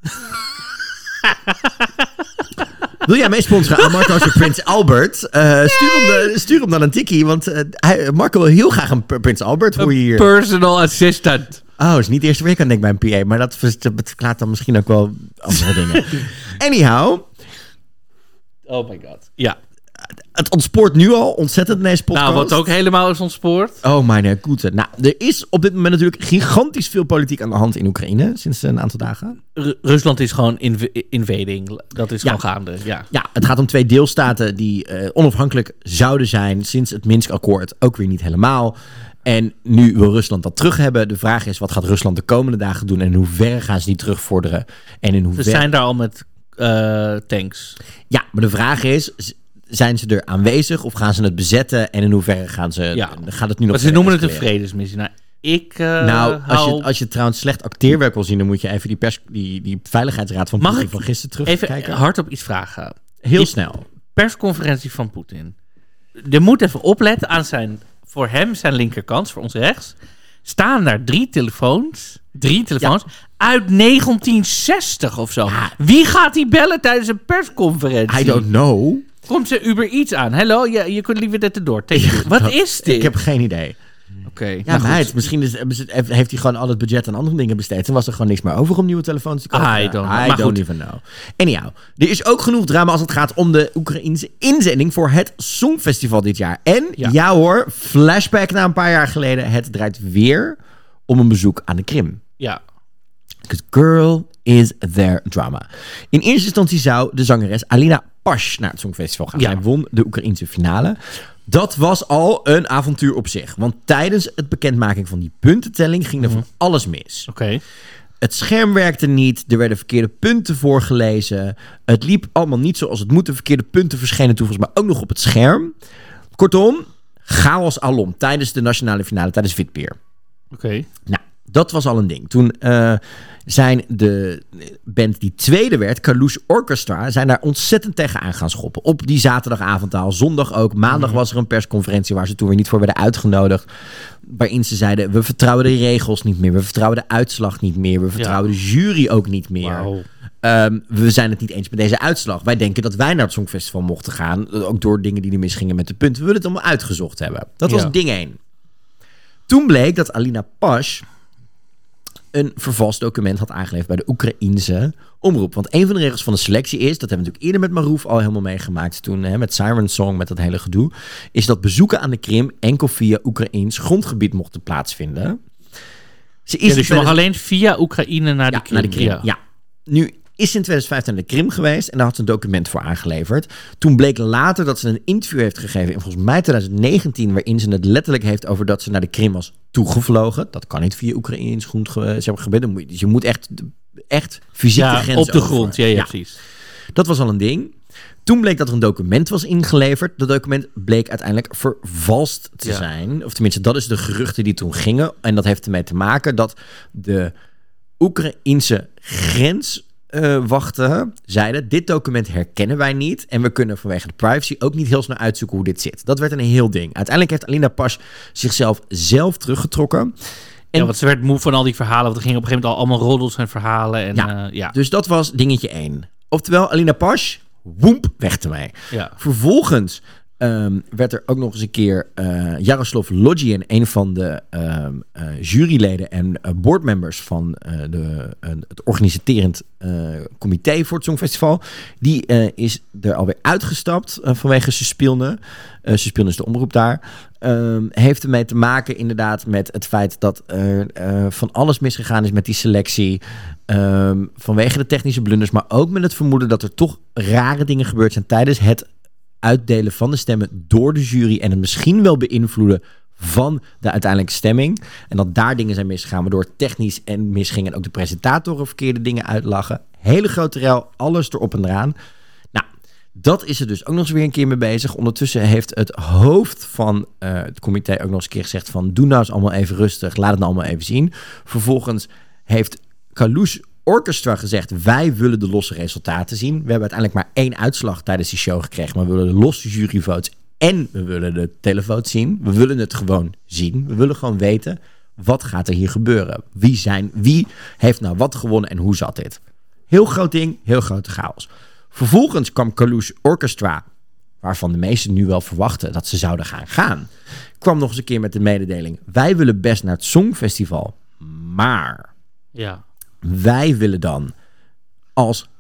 Wil jij mee sponsoren aan Marco voor Prins Albert? Stuur hem dan een tikkie. Want Marco wil heel graag een Prins Albert. Hoe je hier... Personal assistant. Oh, is niet de eerste week aan denk bij een PA. Maar dat verklaart dan misschien ook wel andere dingen. Anyhow. Oh my god. Ja. Het ontspoort nu al ontzettend in deze podcast. Nou, wat ook helemaal is ontspoord. Oh mijn goede. Nou, er is op dit moment natuurlijk gigantisch veel politiek aan de hand in Oekraïne. Sinds een aantal dagen. Rusland is gewoon invading. Dat is gewoon gaande. Ja, het gaat om 2 deelstaten die onafhankelijk zouden zijn sinds het Minsk-akkoord. Ook weer niet helemaal. En nu wil Rusland dat terug hebben. De vraag is, wat gaat Rusland de komende dagen doen? En in hoeverre gaan ze die terugvorderen? En in hoeverre... Ze zijn daar al met tanks. Ja, maar de vraag is... Zijn ze er aanwezig of gaan ze het bezetten? En in hoeverre gaan ze... Ja. Gaat het nu nog... Maar ze noemen het een vredesmissie. Nou, als je trouwens slecht acteerwerk wil zien... dan moet je even die veiligheidsraad van Poetin van gisteren terugkijken. Even hardop iets vragen? Heel snel. Persconferentie van Poetin. Je moet even opletten aan voor hem zijn linkerkant, voor ons rechts. Staan daar 3 telefoons uit 1960 of zo. Ja. Wie gaat die bellen tijdens een persconferentie? I don't know. Komt ze Uber Eats aan? Hallo, you could leave it at the door. Wat is dit? Ik heb geen idee. Oké. Ja, nou goed. meid, misschien heeft hij gewoon al het budget aan andere dingen besteed. En was er gewoon niks meer over om nieuwe telefoons te kopen. I don't know. I Maar don't goed. even know. Anyhow, er is ook genoeg drama als het gaat om de Oekraïense inzending voor het Songfestival dit jaar. En ja hoor, flashback naar een paar jaar geleden. Het draait weer om een bezoek aan de Krim. Ja. Because girl is their drama. In eerste instantie zou de zangeres Alina Pash naar het Songfestival gaan. Ja. Zij won de Oekraïense finale. Dat was al een avontuur op zich. Want tijdens het bekendmaking van die puntentelling ging er van alles mis. Oké. Het scherm werkte niet. Er werden verkeerde punten voorgelezen. Het liep allemaal niet zoals het moet. De verkeerde punten verschenen toen volgens mij ook nog op het scherm. Kortom, chaos alom tijdens de nationale finale, tijdens Vitpeer. Oké. Nou, dat was al een ding. Toen zijn de band die tweede werd, Kalush Orchestra, zijn daar ontzettend tegenaan gaan schoppen. Op die zaterdagavond al, zondag ook. Maandag was er een persconferentie waar ze toen weer niet voor werden uitgenodigd. Waarin ze zeiden, we vertrouwen de regels niet meer. We vertrouwen de uitslag niet meer. We vertrouwen de jury ook niet meer. Wow. We zijn het niet eens met deze uitslag. Wij denken dat wij naar het Songfestival mochten gaan. Ook door dingen die er misgingen met de punten. We willen het allemaal uitgezocht hebben. Dat was ding 1. Toen bleek dat Alina Pash een vervalst document had aangeleverd bij de Oekraïense omroep. Want een van de regels van de selectie is, dat hebben we natuurlijk eerder met Marouf al helemaal meegemaakt toen, met Siren Song, met dat hele gedoe, is dat bezoeken aan de Krim enkel via Oekraïens grondgebied mochten plaatsvinden. Dus je mag alleen via Oekraïne naar de Krim. Naar de Krim. Ja. Nu is ze in 2015 naar de Krim geweest en daar had ze een document voor aangeleverd. Toen bleek later dat ze een interview heeft gegeven in volgens mij 2019, waarin ze het letterlijk heeft over dat ze naar de Krim was toegevlogen. Dat kan niet via Oekraïens grondgebied. Dus je moet echt fysiek de grens op de over. grond. Ja, precies. Dat was al een ding. Toen bleek dat er een document was ingeleverd. Dat document bleek uiteindelijk vervalst te zijn. Of tenminste, dat is de geruchten die toen gingen. En dat heeft ermee te maken dat de Oekraïense grenswachten zeiden, dit document herkennen wij niet. En we kunnen vanwege de privacy ook niet heel snel uitzoeken hoe dit zit. Dat werd een heel ding. Uiteindelijk heeft Alina Pash zichzelf teruggetrokken. En want ze werd moe van al die verhalen. Want er gingen op een gegeven moment al allemaal roddels en verhalen. En, Dus dat was dingetje 1. Oftewel, Alina Pash, woemp, weg ermee. Ja. Vervolgens werd er ook nog eens een keer Jaroslav Lodjian, een van de juryleden en boardmembers van het organiserend comité voor het Songfestival. Die is er alweer uitgestapt vanwege Suspilne. Suspilne is de omroep daar. Heeft ermee te maken inderdaad met het feit dat er van alles misgegaan is met die selectie. Vanwege de technische blunders, maar ook met het vermoeden dat er toch rare dingen gebeurd zijn tijdens het uitdelen van de stemmen door de jury en het misschien wel beïnvloeden van de uiteindelijke stemming. En dat daar dingen zijn misgegaan, waardoor het technisch en misging en ook de presentatoren verkeerde dingen uitlachen. Hele grote rel, alles erop en eraan. Nou, dat is er dus ook nog eens weer een keer mee bezig. Ondertussen heeft het hoofd van het comité ook nog eens een keer gezegd van, doe nou eens allemaal even rustig, laat het nou allemaal even zien. Vervolgens heeft Kalush Orchestra gezegd, wij willen de losse resultaten zien. We hebben uiteindelijk maar 1 uitslag tijdens die show gekregen, maar we willen de losse juryvotes en we willen de televotes zien. We willen het gewoon zien. We willen gewoon weten, wat gaat er hier gebeuren? Wie heeft nou wat gewonnen en hoe zat dit? Heel groot ding, heel grote chaos. Vervolgens kwam Kalush Orchestra, waarvan de meesten nu wel verwachten dat ze zouden gaan, kwam nog eens een keer met de mededeling, wij willen best naar het Songfestival, maar wij willen dan als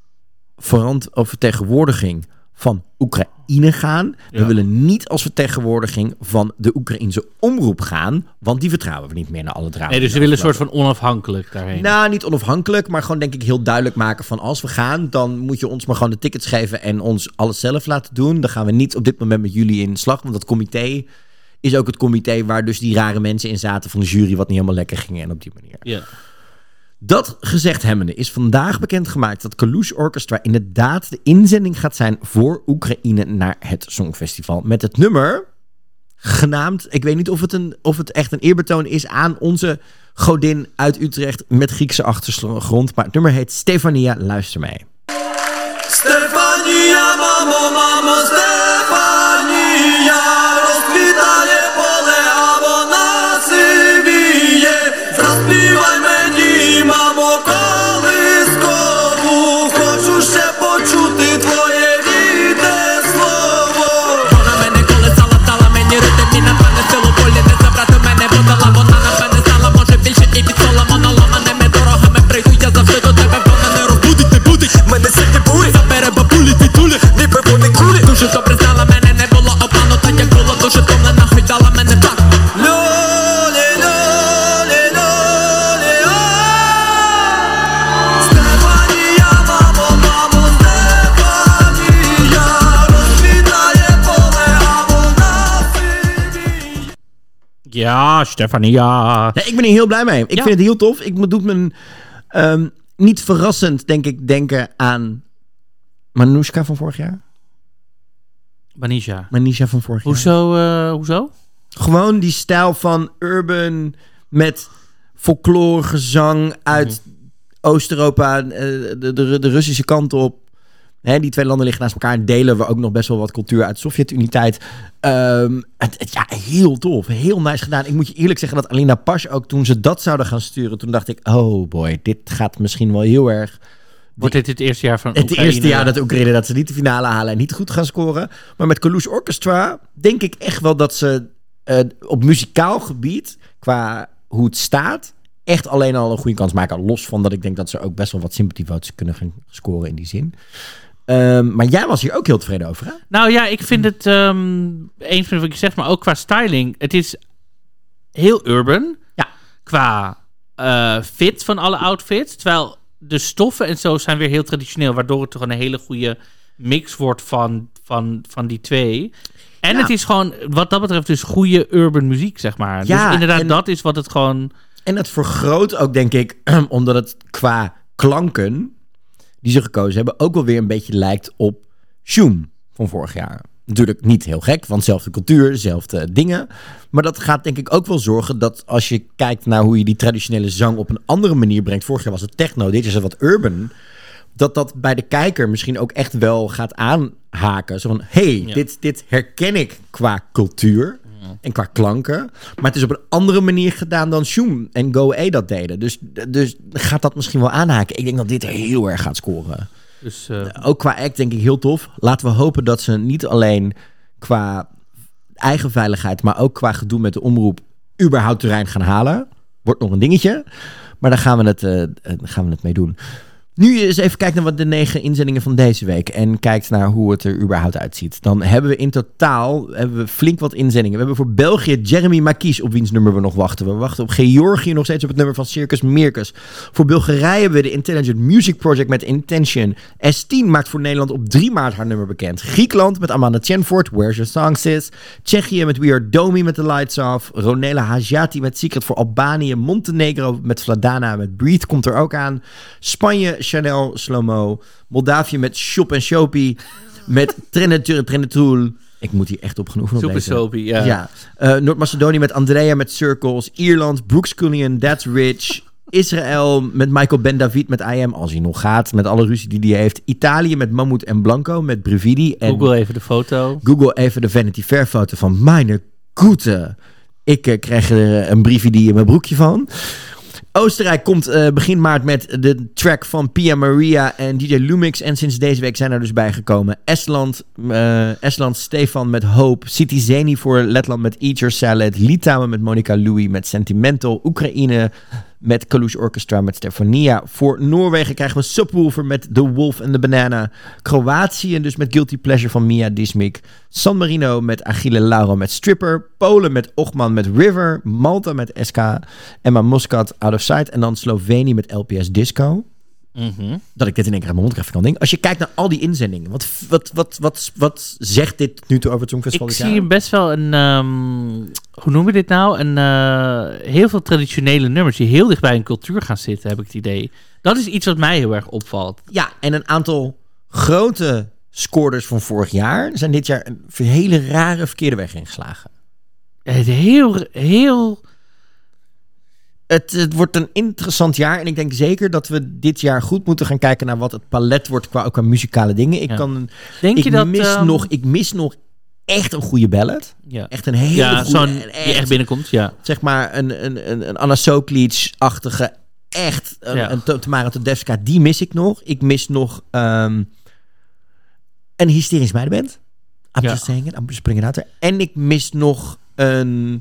vertegenwoordiging van Oekraïne gaan. We willen niet als vertegenwoordiging van de Oekraïense omroep gaan, want die vertrouwen we niet meer naar alle drama. Nee, dus ze willen een soort van onafhankelijk daarheen. Nou, niet onafhankelijk, maar gewoon denk ik heel duidelijk maken van, als we gaan, dan moet je ons maar gewoon de tickets geven en ons alles zelf laten doen. Dan gaan we niet op dit moment met jullie in de slag, want dat comité is ook het comité waar dus die rare mensen in zaten van de jury, wat niet helemaal lekker ging en op die manier. Ja. Dat gezegd hebbende is vandaag bekendgemaakt dat Kalush Orchestra inderdaad de inzending gaat zijn voor Oekraïne naar het Songfestival. Met het nummer genaamd, ik weet niet of het echt een eerbetoon is aan onze godin uit Utrecht met Griekse achtergrond, maar het nummer heet Stefania. Luister mee. Stefania, mamo, mamo, Stefania, rozkwітає поле, а вона сивіє. Заспівай мені, мамо, колискову, хочу ще почути твоє рідне слово. Вона мене колесала, дала мені ритм, і напевне в цілу полі не забрати мене. Ja, Stefania. Ja, ik ben hier heel blij mee. Ik vind het heel tof. Ik doe me niet verrassend, denk ik, denken aan Manoushka van vorig jaar. Manisha van vorig jaar. Hoezo? Gewoon die stijl van urban met folklore, gezang uit Oost-Europa, de Russische kant op. Hè, die twee landen liggen naast elkaar en delen we ook nog best wel wat cultuur uit de Sovjet-Unie-tijd. Heel tof. Heel nice gedaan. Ik moet je eerlijk zeggen dat Alina Pash ook, toen ze dat zouden gaan sturen, toen dacht ik, oh boy, dit gaat misschien wel heel erg... Wordt dit het eerste jaar van Het Oekraïne? eerste jaar dat Oekraïne dat ze niet de finale halen en niet goed gaan scoren. Maar met Kalush Orchestra denk ik echt wel dat ze op muzikaal gebied, qua hoe het staat, echt alleen al een goede kans maken. Los van dat ik denk dat ze ook best wel wat sympathievotes kunnen gaan scoren in die zin. Maar jij was hier ook heel tevreden over, hè? Nou ja, ik vind het eens met wat je zegt, maar ook qua styling. Het is heel urban. Ja. Qua fit van alle outfits. Terwijl de stoffen en zo zijn weer heel traditioneel, waardoor het toch een hele goede mix wordt van die twee. En het is gewoon, wat dat betreft, dus goede urban muziek, zeg maar. Ja, dus inderdaad, en dat is wat het gewoon... En het vergroot ook, denk ik, omdat het qua klanken die ze gekozen hebben ook wel weer een beetje lijkt op Shoom van vorig jaar. Natuurlijk niet heel gek, want zelfde cultuur, dezelfde dingen. Maar dat gaat denk ik ook wel zorgen dat als je kijkt naar hoe je die traditionele zang op een andere manier brengt. Vorig jaar was het techno, dit is het wat urban. Dat bij de kijker misschien ook echt wel gaat aanhaken. Zo van, dit herken ik qua cultuur en qua klanken. Maar het is op een andere manier gedaan dan Shoom en Go A dat deden. Dus gaat dat misschien wel aanhaken. Ik denk dat dit heel erg gaat scoren. Dus, ook qua act denk ik heel tof. Laten we hopen dat ze niet alleen qua eigen veiligheid, maar ook qua gedoe met de omroep überhaupt terrein gaan halen. Wordt nog een dingetje. Maar daar gaan we het mee doen. Nu eens even kijken naar wat de 9 inzendingen van deze week. En kijkt naar hoe het er überhaupt uitziet. Dan hebben we in totaal flink wat inzendingen. We hebben voor België Jeremy Makis, op wiens nummer we nog wachten. We wachten op Georgië nog steeds op het nummer van Circus Mircus. Voor Bulgarije hebben we de Intelligent Music Project met Intention. S10 maakt voor Nederland op 3 maart haar nummer bekend. Griekenland met Amanda Chenford, Where's Your Song Sis. Tsjechië met We Are Domi met The Lights Off. Ronela Hajati met Secret voor Albanië. Montenegro met Vladana met Breathe komt er ook aan. Spanje, Chanel, Slow-Mo. Moldavië met Shop en Shopee. Met Trenetul. Ik moet hier echt op genoeg Shop en Shopee, ja. Noord-Macedonië met Andrea met Circles. Ierland, Brooks Cullion, That's Rich. Israël met Michael Ben David met I Am, als hij nog gaat, met alle ruzie die hij heeft. Italië met Mahmoud en Blanco met Brividi. En Google even de foto. Google even de Vanity Fair foto van Meine Goete. Ik krijg er een Brividi in mijn broekje van. Oostenrijk komt begin maart met de track van Pia Maria en DJ Lumix. En sinds deze week zijn er dus bijgekomen Estland Stefan met Hope. City Zeni voor Letland met Eat Your Salad. Litouwen met Monica Louis met Sentimental. Oekraïne met Kalush Orchestra met Stefania. Voor Noorwegen krijgen we Subwoofer met The Wolf and the Banana. Kroatië dus met Guilty Pleasure van Mia Dismik. San Marino met Achille Lauro met Stripper. Polen met Ochman met River. Malta met SK. Emma Muscat Out of Sight. En dan Slovenië met LPS Disco. Mm-hmm. Dat ik dit in één keer uit mijn mond krijg kan ding. Als je kijkt naar al die inzendingen, wat zegt dit nu toe over het Songfestival? Ik zie best wel een, hoe noemen we dit nou? Heel veel traditionele nummers die heel dicht bij een cultuur gaan zitten, heb ik het idee. Dat is iets wat mij heel erg opvalt. Ja, en een aantal grote scorers van vorig jaar zijn dit jaar een hele rare verkeerde weg ingeslagen. Het wordt een interessant jaar. En ik denk zeker dat we dit jaar goed moeten gaan kijken naar wat het palet wordt qua muzikale dingen. Ik mis nog echt een goede ballad. Ja. Echt een hele goede. Zo'n die echt binnenkomt, ja. Zeg maar een Anna Soklic-achtige, echt een Tamara Todevska. Die mis ik nog. Ik mis nog een hysterisch meidenband. I'm just saying it. I'm springing out er. En ik mis nog een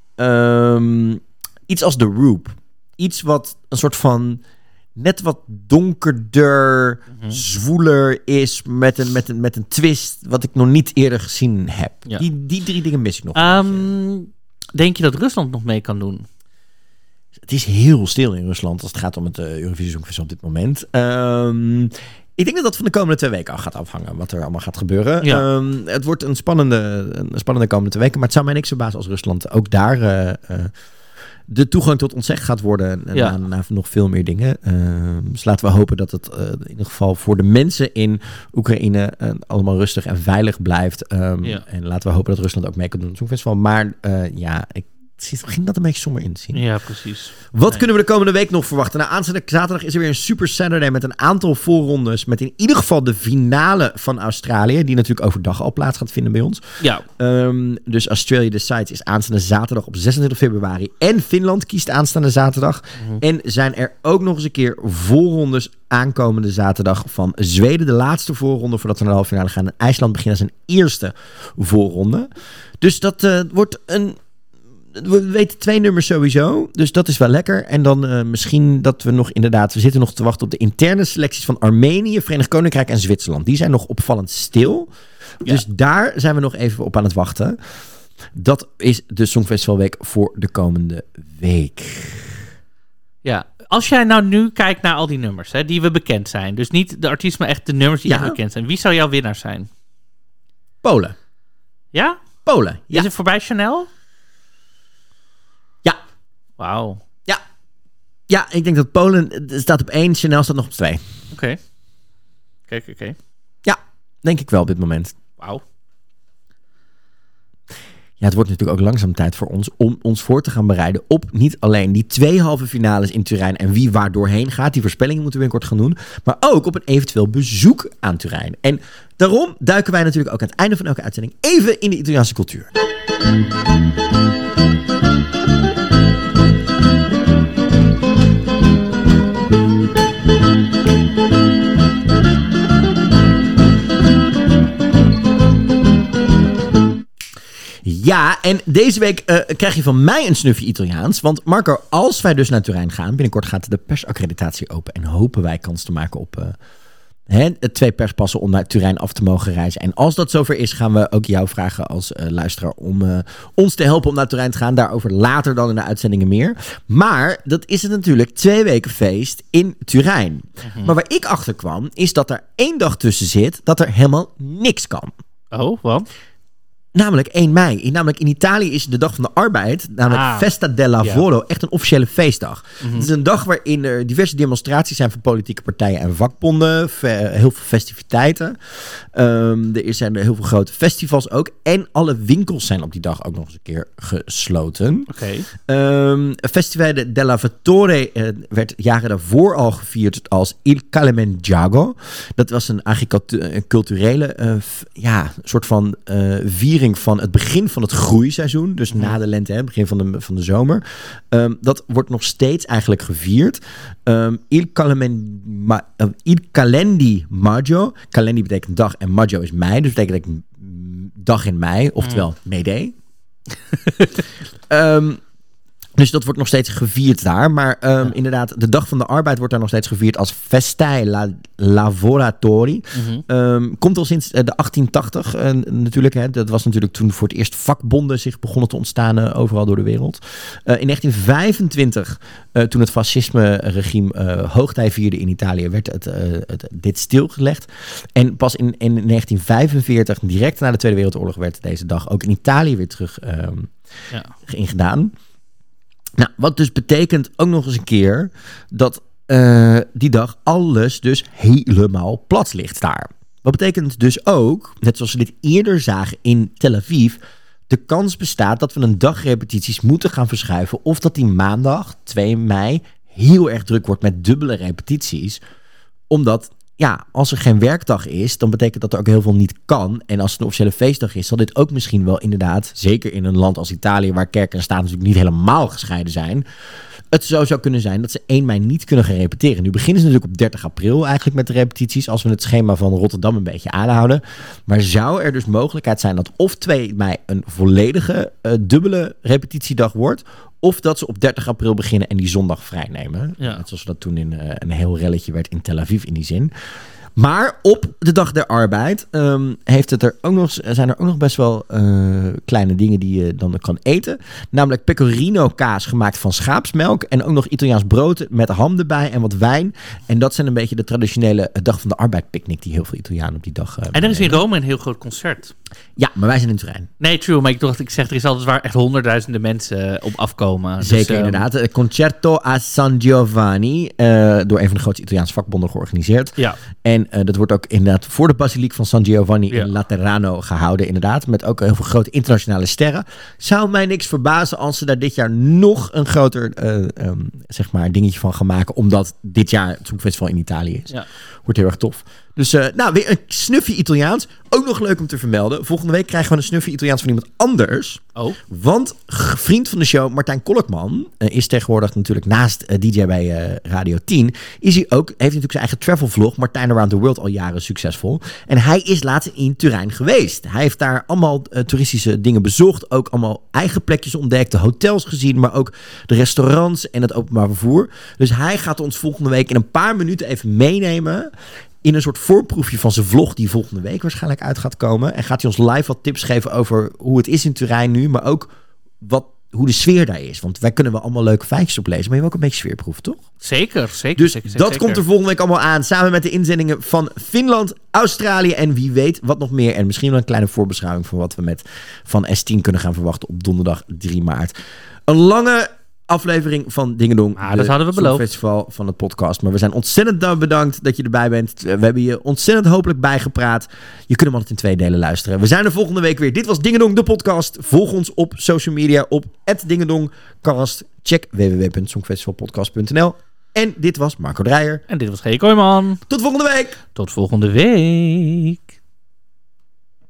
iets als The Roop. Iets wat een soort van net wat donkerder, zwoeler is met een twist wat ik nog niet eerder gezien heb. Ja. Die 3 dingen mis ik nog. Denk je dat Rusland nog mee kan doen? Het is heel stil in Rusland als het gaat om het Eurovisie Songfestival op dit moment. Ik denk dat dat van de komende 2 weken al gaat afhangen. Wat er allemaal gaat gebeuren. Ja. Het wordt een spannende komende 2 weken. Maar het zou mij niks verbazen als Rusland ook daar de toegang tot ontzegd gaat worden. En na nog veel meer dingen. Dus laten we hopen dat het in ieder geval voor de mensen in Oekraïne allemaal rustig en veilig blijft. En laten we hopen dat Rusland ook mee kan doen op het Songfestival. Maar ging dat een beetje somber in te zien. Ja, precies. Wat kunnen we de komende week nog verwachten? Nou, aanstaande zaterdag is er weer een Super Saturday met een aantal voorrondes. Met in ieder geval de finale van Australië. Die natuurlijk overdag al plaats gaat vinden bij ons. Ja. Dus Australia Decides is aanstaande zaterdag op 26 februari. En Finland kiest aanstaande zaterdag. En zijn er ook nog eens een keer voorrondes aankomende zaterdag van Zweden. De laatste voorronde voordat we naar de halve finale gaan. En IJsland begint als een eerste voorronde. Dus dat wordt een... We weten 2 nummers sowieso, dus dat is wel lekker. En dan misschien dat we nog inderdaad... We zitten nog te wachten op de interne selecties van Armenië, Verenigd Koninkrijk en Zwitserland. Die zijn nog opvallend stil. Ja. Dus daar zijn we nog even op aan het wachten. Dat is de Songfestivalweek voor de komende week. Ja, als jij nou nu kijkt naar al die nummers die we bekend zijn. Dus niet de artiest, maar echt de nummers die echt bekend zijn. Wie zou jouw winnaar zijn? Polen. Ja? Polen, ja. Is het voorbij Chanel? Ja. Wauw. Ja, ik denk dat Polen staat op 1, Chanel staat nog op 2. Oké. Ja, denk ik wel op dit moment. Wauw. Ja, het wordt natuurlijk ook langzaam tijd voor ons om ons voor te gaan bereiden op niet alleen die 2 halve finales in Turijn en wie waar doorheen gaat. Die voorspellingen moeten we binnenkort gaan doen. Maar ook op een eventueel bezoek aan Turijn. En daarom duiken wij natuurlijk ook aan het einde van elke uitzending even in de Italiaanse cultuur. Ja, en deze week krijg je van mij een snufje Italiaans. Want Marco, als wij dus naar Turijn gaan... binnenkort gaat de persaccreditatie open... en hopen wij kans te maken op 2 perspassen om naar Turijn af te mogen reizen. En als dat zover is, gaan we ook jou vragen als luisteraar... om ons te helpen om naar Turijn te gaan. Daarover later dan in de uitzendingen meer. Maar dat is het natuurlijk 2 weken feest in Turijn. Maar waar ik achter kwam, is dat er 1 dag tussen zit... dat er helemaal niks kan. Oh, wat? Namelijk 1 mei. Namelijk in Italië is de dag van de arbeid, namelijk Festa del Lavoro, echt een officiële feestdag. Het is een dag waarin er diverse demonstraties zijn van politieke partijen en vakbonden. Heel veel festiviteiten. Er zijn heel veel grote festivals ook. En alle winkels zijn op die dag ook nog eens een keer gesloten. Festival del Lavoro werd jaren daarvoor al gevierd als Il Kilimangiaro. Dat was een culturele soort van viering van het begin van het groeiseizoen. Dus na de lente, begin van de zomer. Dat wordt nog steeds eigenlijk gevierd. Il Calendi Maggio. Calendi betekent dag en Maggio is mei. Dus betekent dag in mei. Oftewel Mayday. Dus dat wordt nog steeds gevierd daar. Maar inderdaad, de dag van de arbeid wordt daar nog steeds gevierd als Festa Lavoratori. Komt al sinds de 1880 natuurlijk. Dat was natuurlijk toen voor het eerst vakbonden zich begonnen te ontstaan overal door de wereld. In 1925, toen het fascisme-regime hoogtij vierde in Italië, werd dit stilgelegd. En pas in 1945, direct na de Tweede Wereldoorlog, werd deze dag ook in Italië weer terug ingedaan. Nou, wat dus betekent ook nog eens een keer dat die dag alles dus helemaal plat ligt daar. Wat betekent dus ook, net zoals we dit eerder zagen in Tel Aviv, de kans bestaat dat we een dag repetities moeten gaan verschuiven of dat die maandag 2 mei heel erg druk wordt met dubbele repetities. Omdat als er geen werkdag is, dan betekent dat er ook heel veel niet kan. En als het een officiële feestdag is, zal dit ook misschien wel inderdaad, zeker in een land als Italië, waar kerk en staat natuurlijk niet helemaal gescheiden zijn, het zo zou kunnen zijn dat ze 1 mei niet kunnen gaan repeteren. Nu beginnen ze natuurlijk op 30 april eigenlijk met de repetities, als we het schema van Rotterdam een beetje aanhouden. Maar zou er dus mogelijkheid zijn dat of 2 mei een volledige dubbele repetitiedag wordt, of dat ze op 30 april beginnen en die zondag vrijnemen. Net zoals dat toen in een heel relletje werd in Tel Aviv in die zin. Maar op de Dag der Arbeid zijn er ook nog best wel kleine dingen die je dan kan eten. Namelijk pecorino kaas gemaakt van schaapsmelk. En ook nog Italiaans brood met ham erbij en wat wijn. En dat zijn een beetje de traditionele Dag van de Arbeid picknick die heel veel Italianen op die dag En er is in Rome een heel groot concert. Ja, maar wij zijn in Turijn. Nee, true. Maar ik zeg, er is altijd waar echt honderdduizenden mensen op afkomen. Zeker, dus, inderdaad. Concerto a San Giovanni. Door een van de grootste Italiaanse vakbonden georganiseerd. Ja. En dat wordt ook inderdaad voor de basiliek van San Giovanni in Laterano gehouden. Inderdaad, met ook heel veel grote internationale sterren. Zou mij niks verbazen als ze daar dit jaar nog een groter zeg maar dingetje van gaan maken. Omdat dit jaar het Songfestival in Italië is. Ja. Wordt heel erg tof. Dus weer een snufje Italiaans. Ook nog leuk om te vermelden. Volgende week krijgen we een snufje Italiaans van iemand anders. Oh. Want vriend van de show, Martijn Kolkman, is tegenwoordig natuurlijk naast DJ bij Radio 10, heeft natuurlijk zijn eigen travel vlog, Martijn Around the World, al jaren succesvol. En hij is laatst in Turijn geweest. Hij heeft daar allemaal toeristische dingen bezocht. Ook allemaal eigen plekjes ontdekt. De hotels gezien, maar ook de restaurants en het openbaar vervoer. Dus hij gaat ons volgende week in een paar minuten even meenemen in een soort voorproefje van zijn vlog die volgende week waarschijnlijk uit gaat komen. En gaat hij ons live wat tips geven over hoe het is in Turijn nu, maar ook hoe de sfeer daar is. Want wij kunnen wel allemaal leuke feitjes oplezen, maar je wil ook een beetje sfeerproeven, toch? Zeker. Dus dat komt er volgende week allemaal aan, samen met de inzendingen van Finland, Australië en wie weet wat nog meer. En misschien wel een kleine voorbeschouwing van wat we van S10 kunnen gaan verwachten op donderdag 3 maart. Een lange aflevering van Dingedong. Dat hadden we beloofd. Festival van het podcast. Maar we zijn ontzettend bedankt dat je erbij bent. We hebben je ontzettend hopelijk bijgepraat. Je kunt hem altijd in 2 delen luisteren. We zijn er volgende week weer. Dit was Dingedong, de podcast. Volg ons op social media op @dingedongcast. Check www.songfestivalpodcast.nl. En dit was Marco Dreyer. En dit was G. Kooijman. Tot volgende week. Tot volgende week.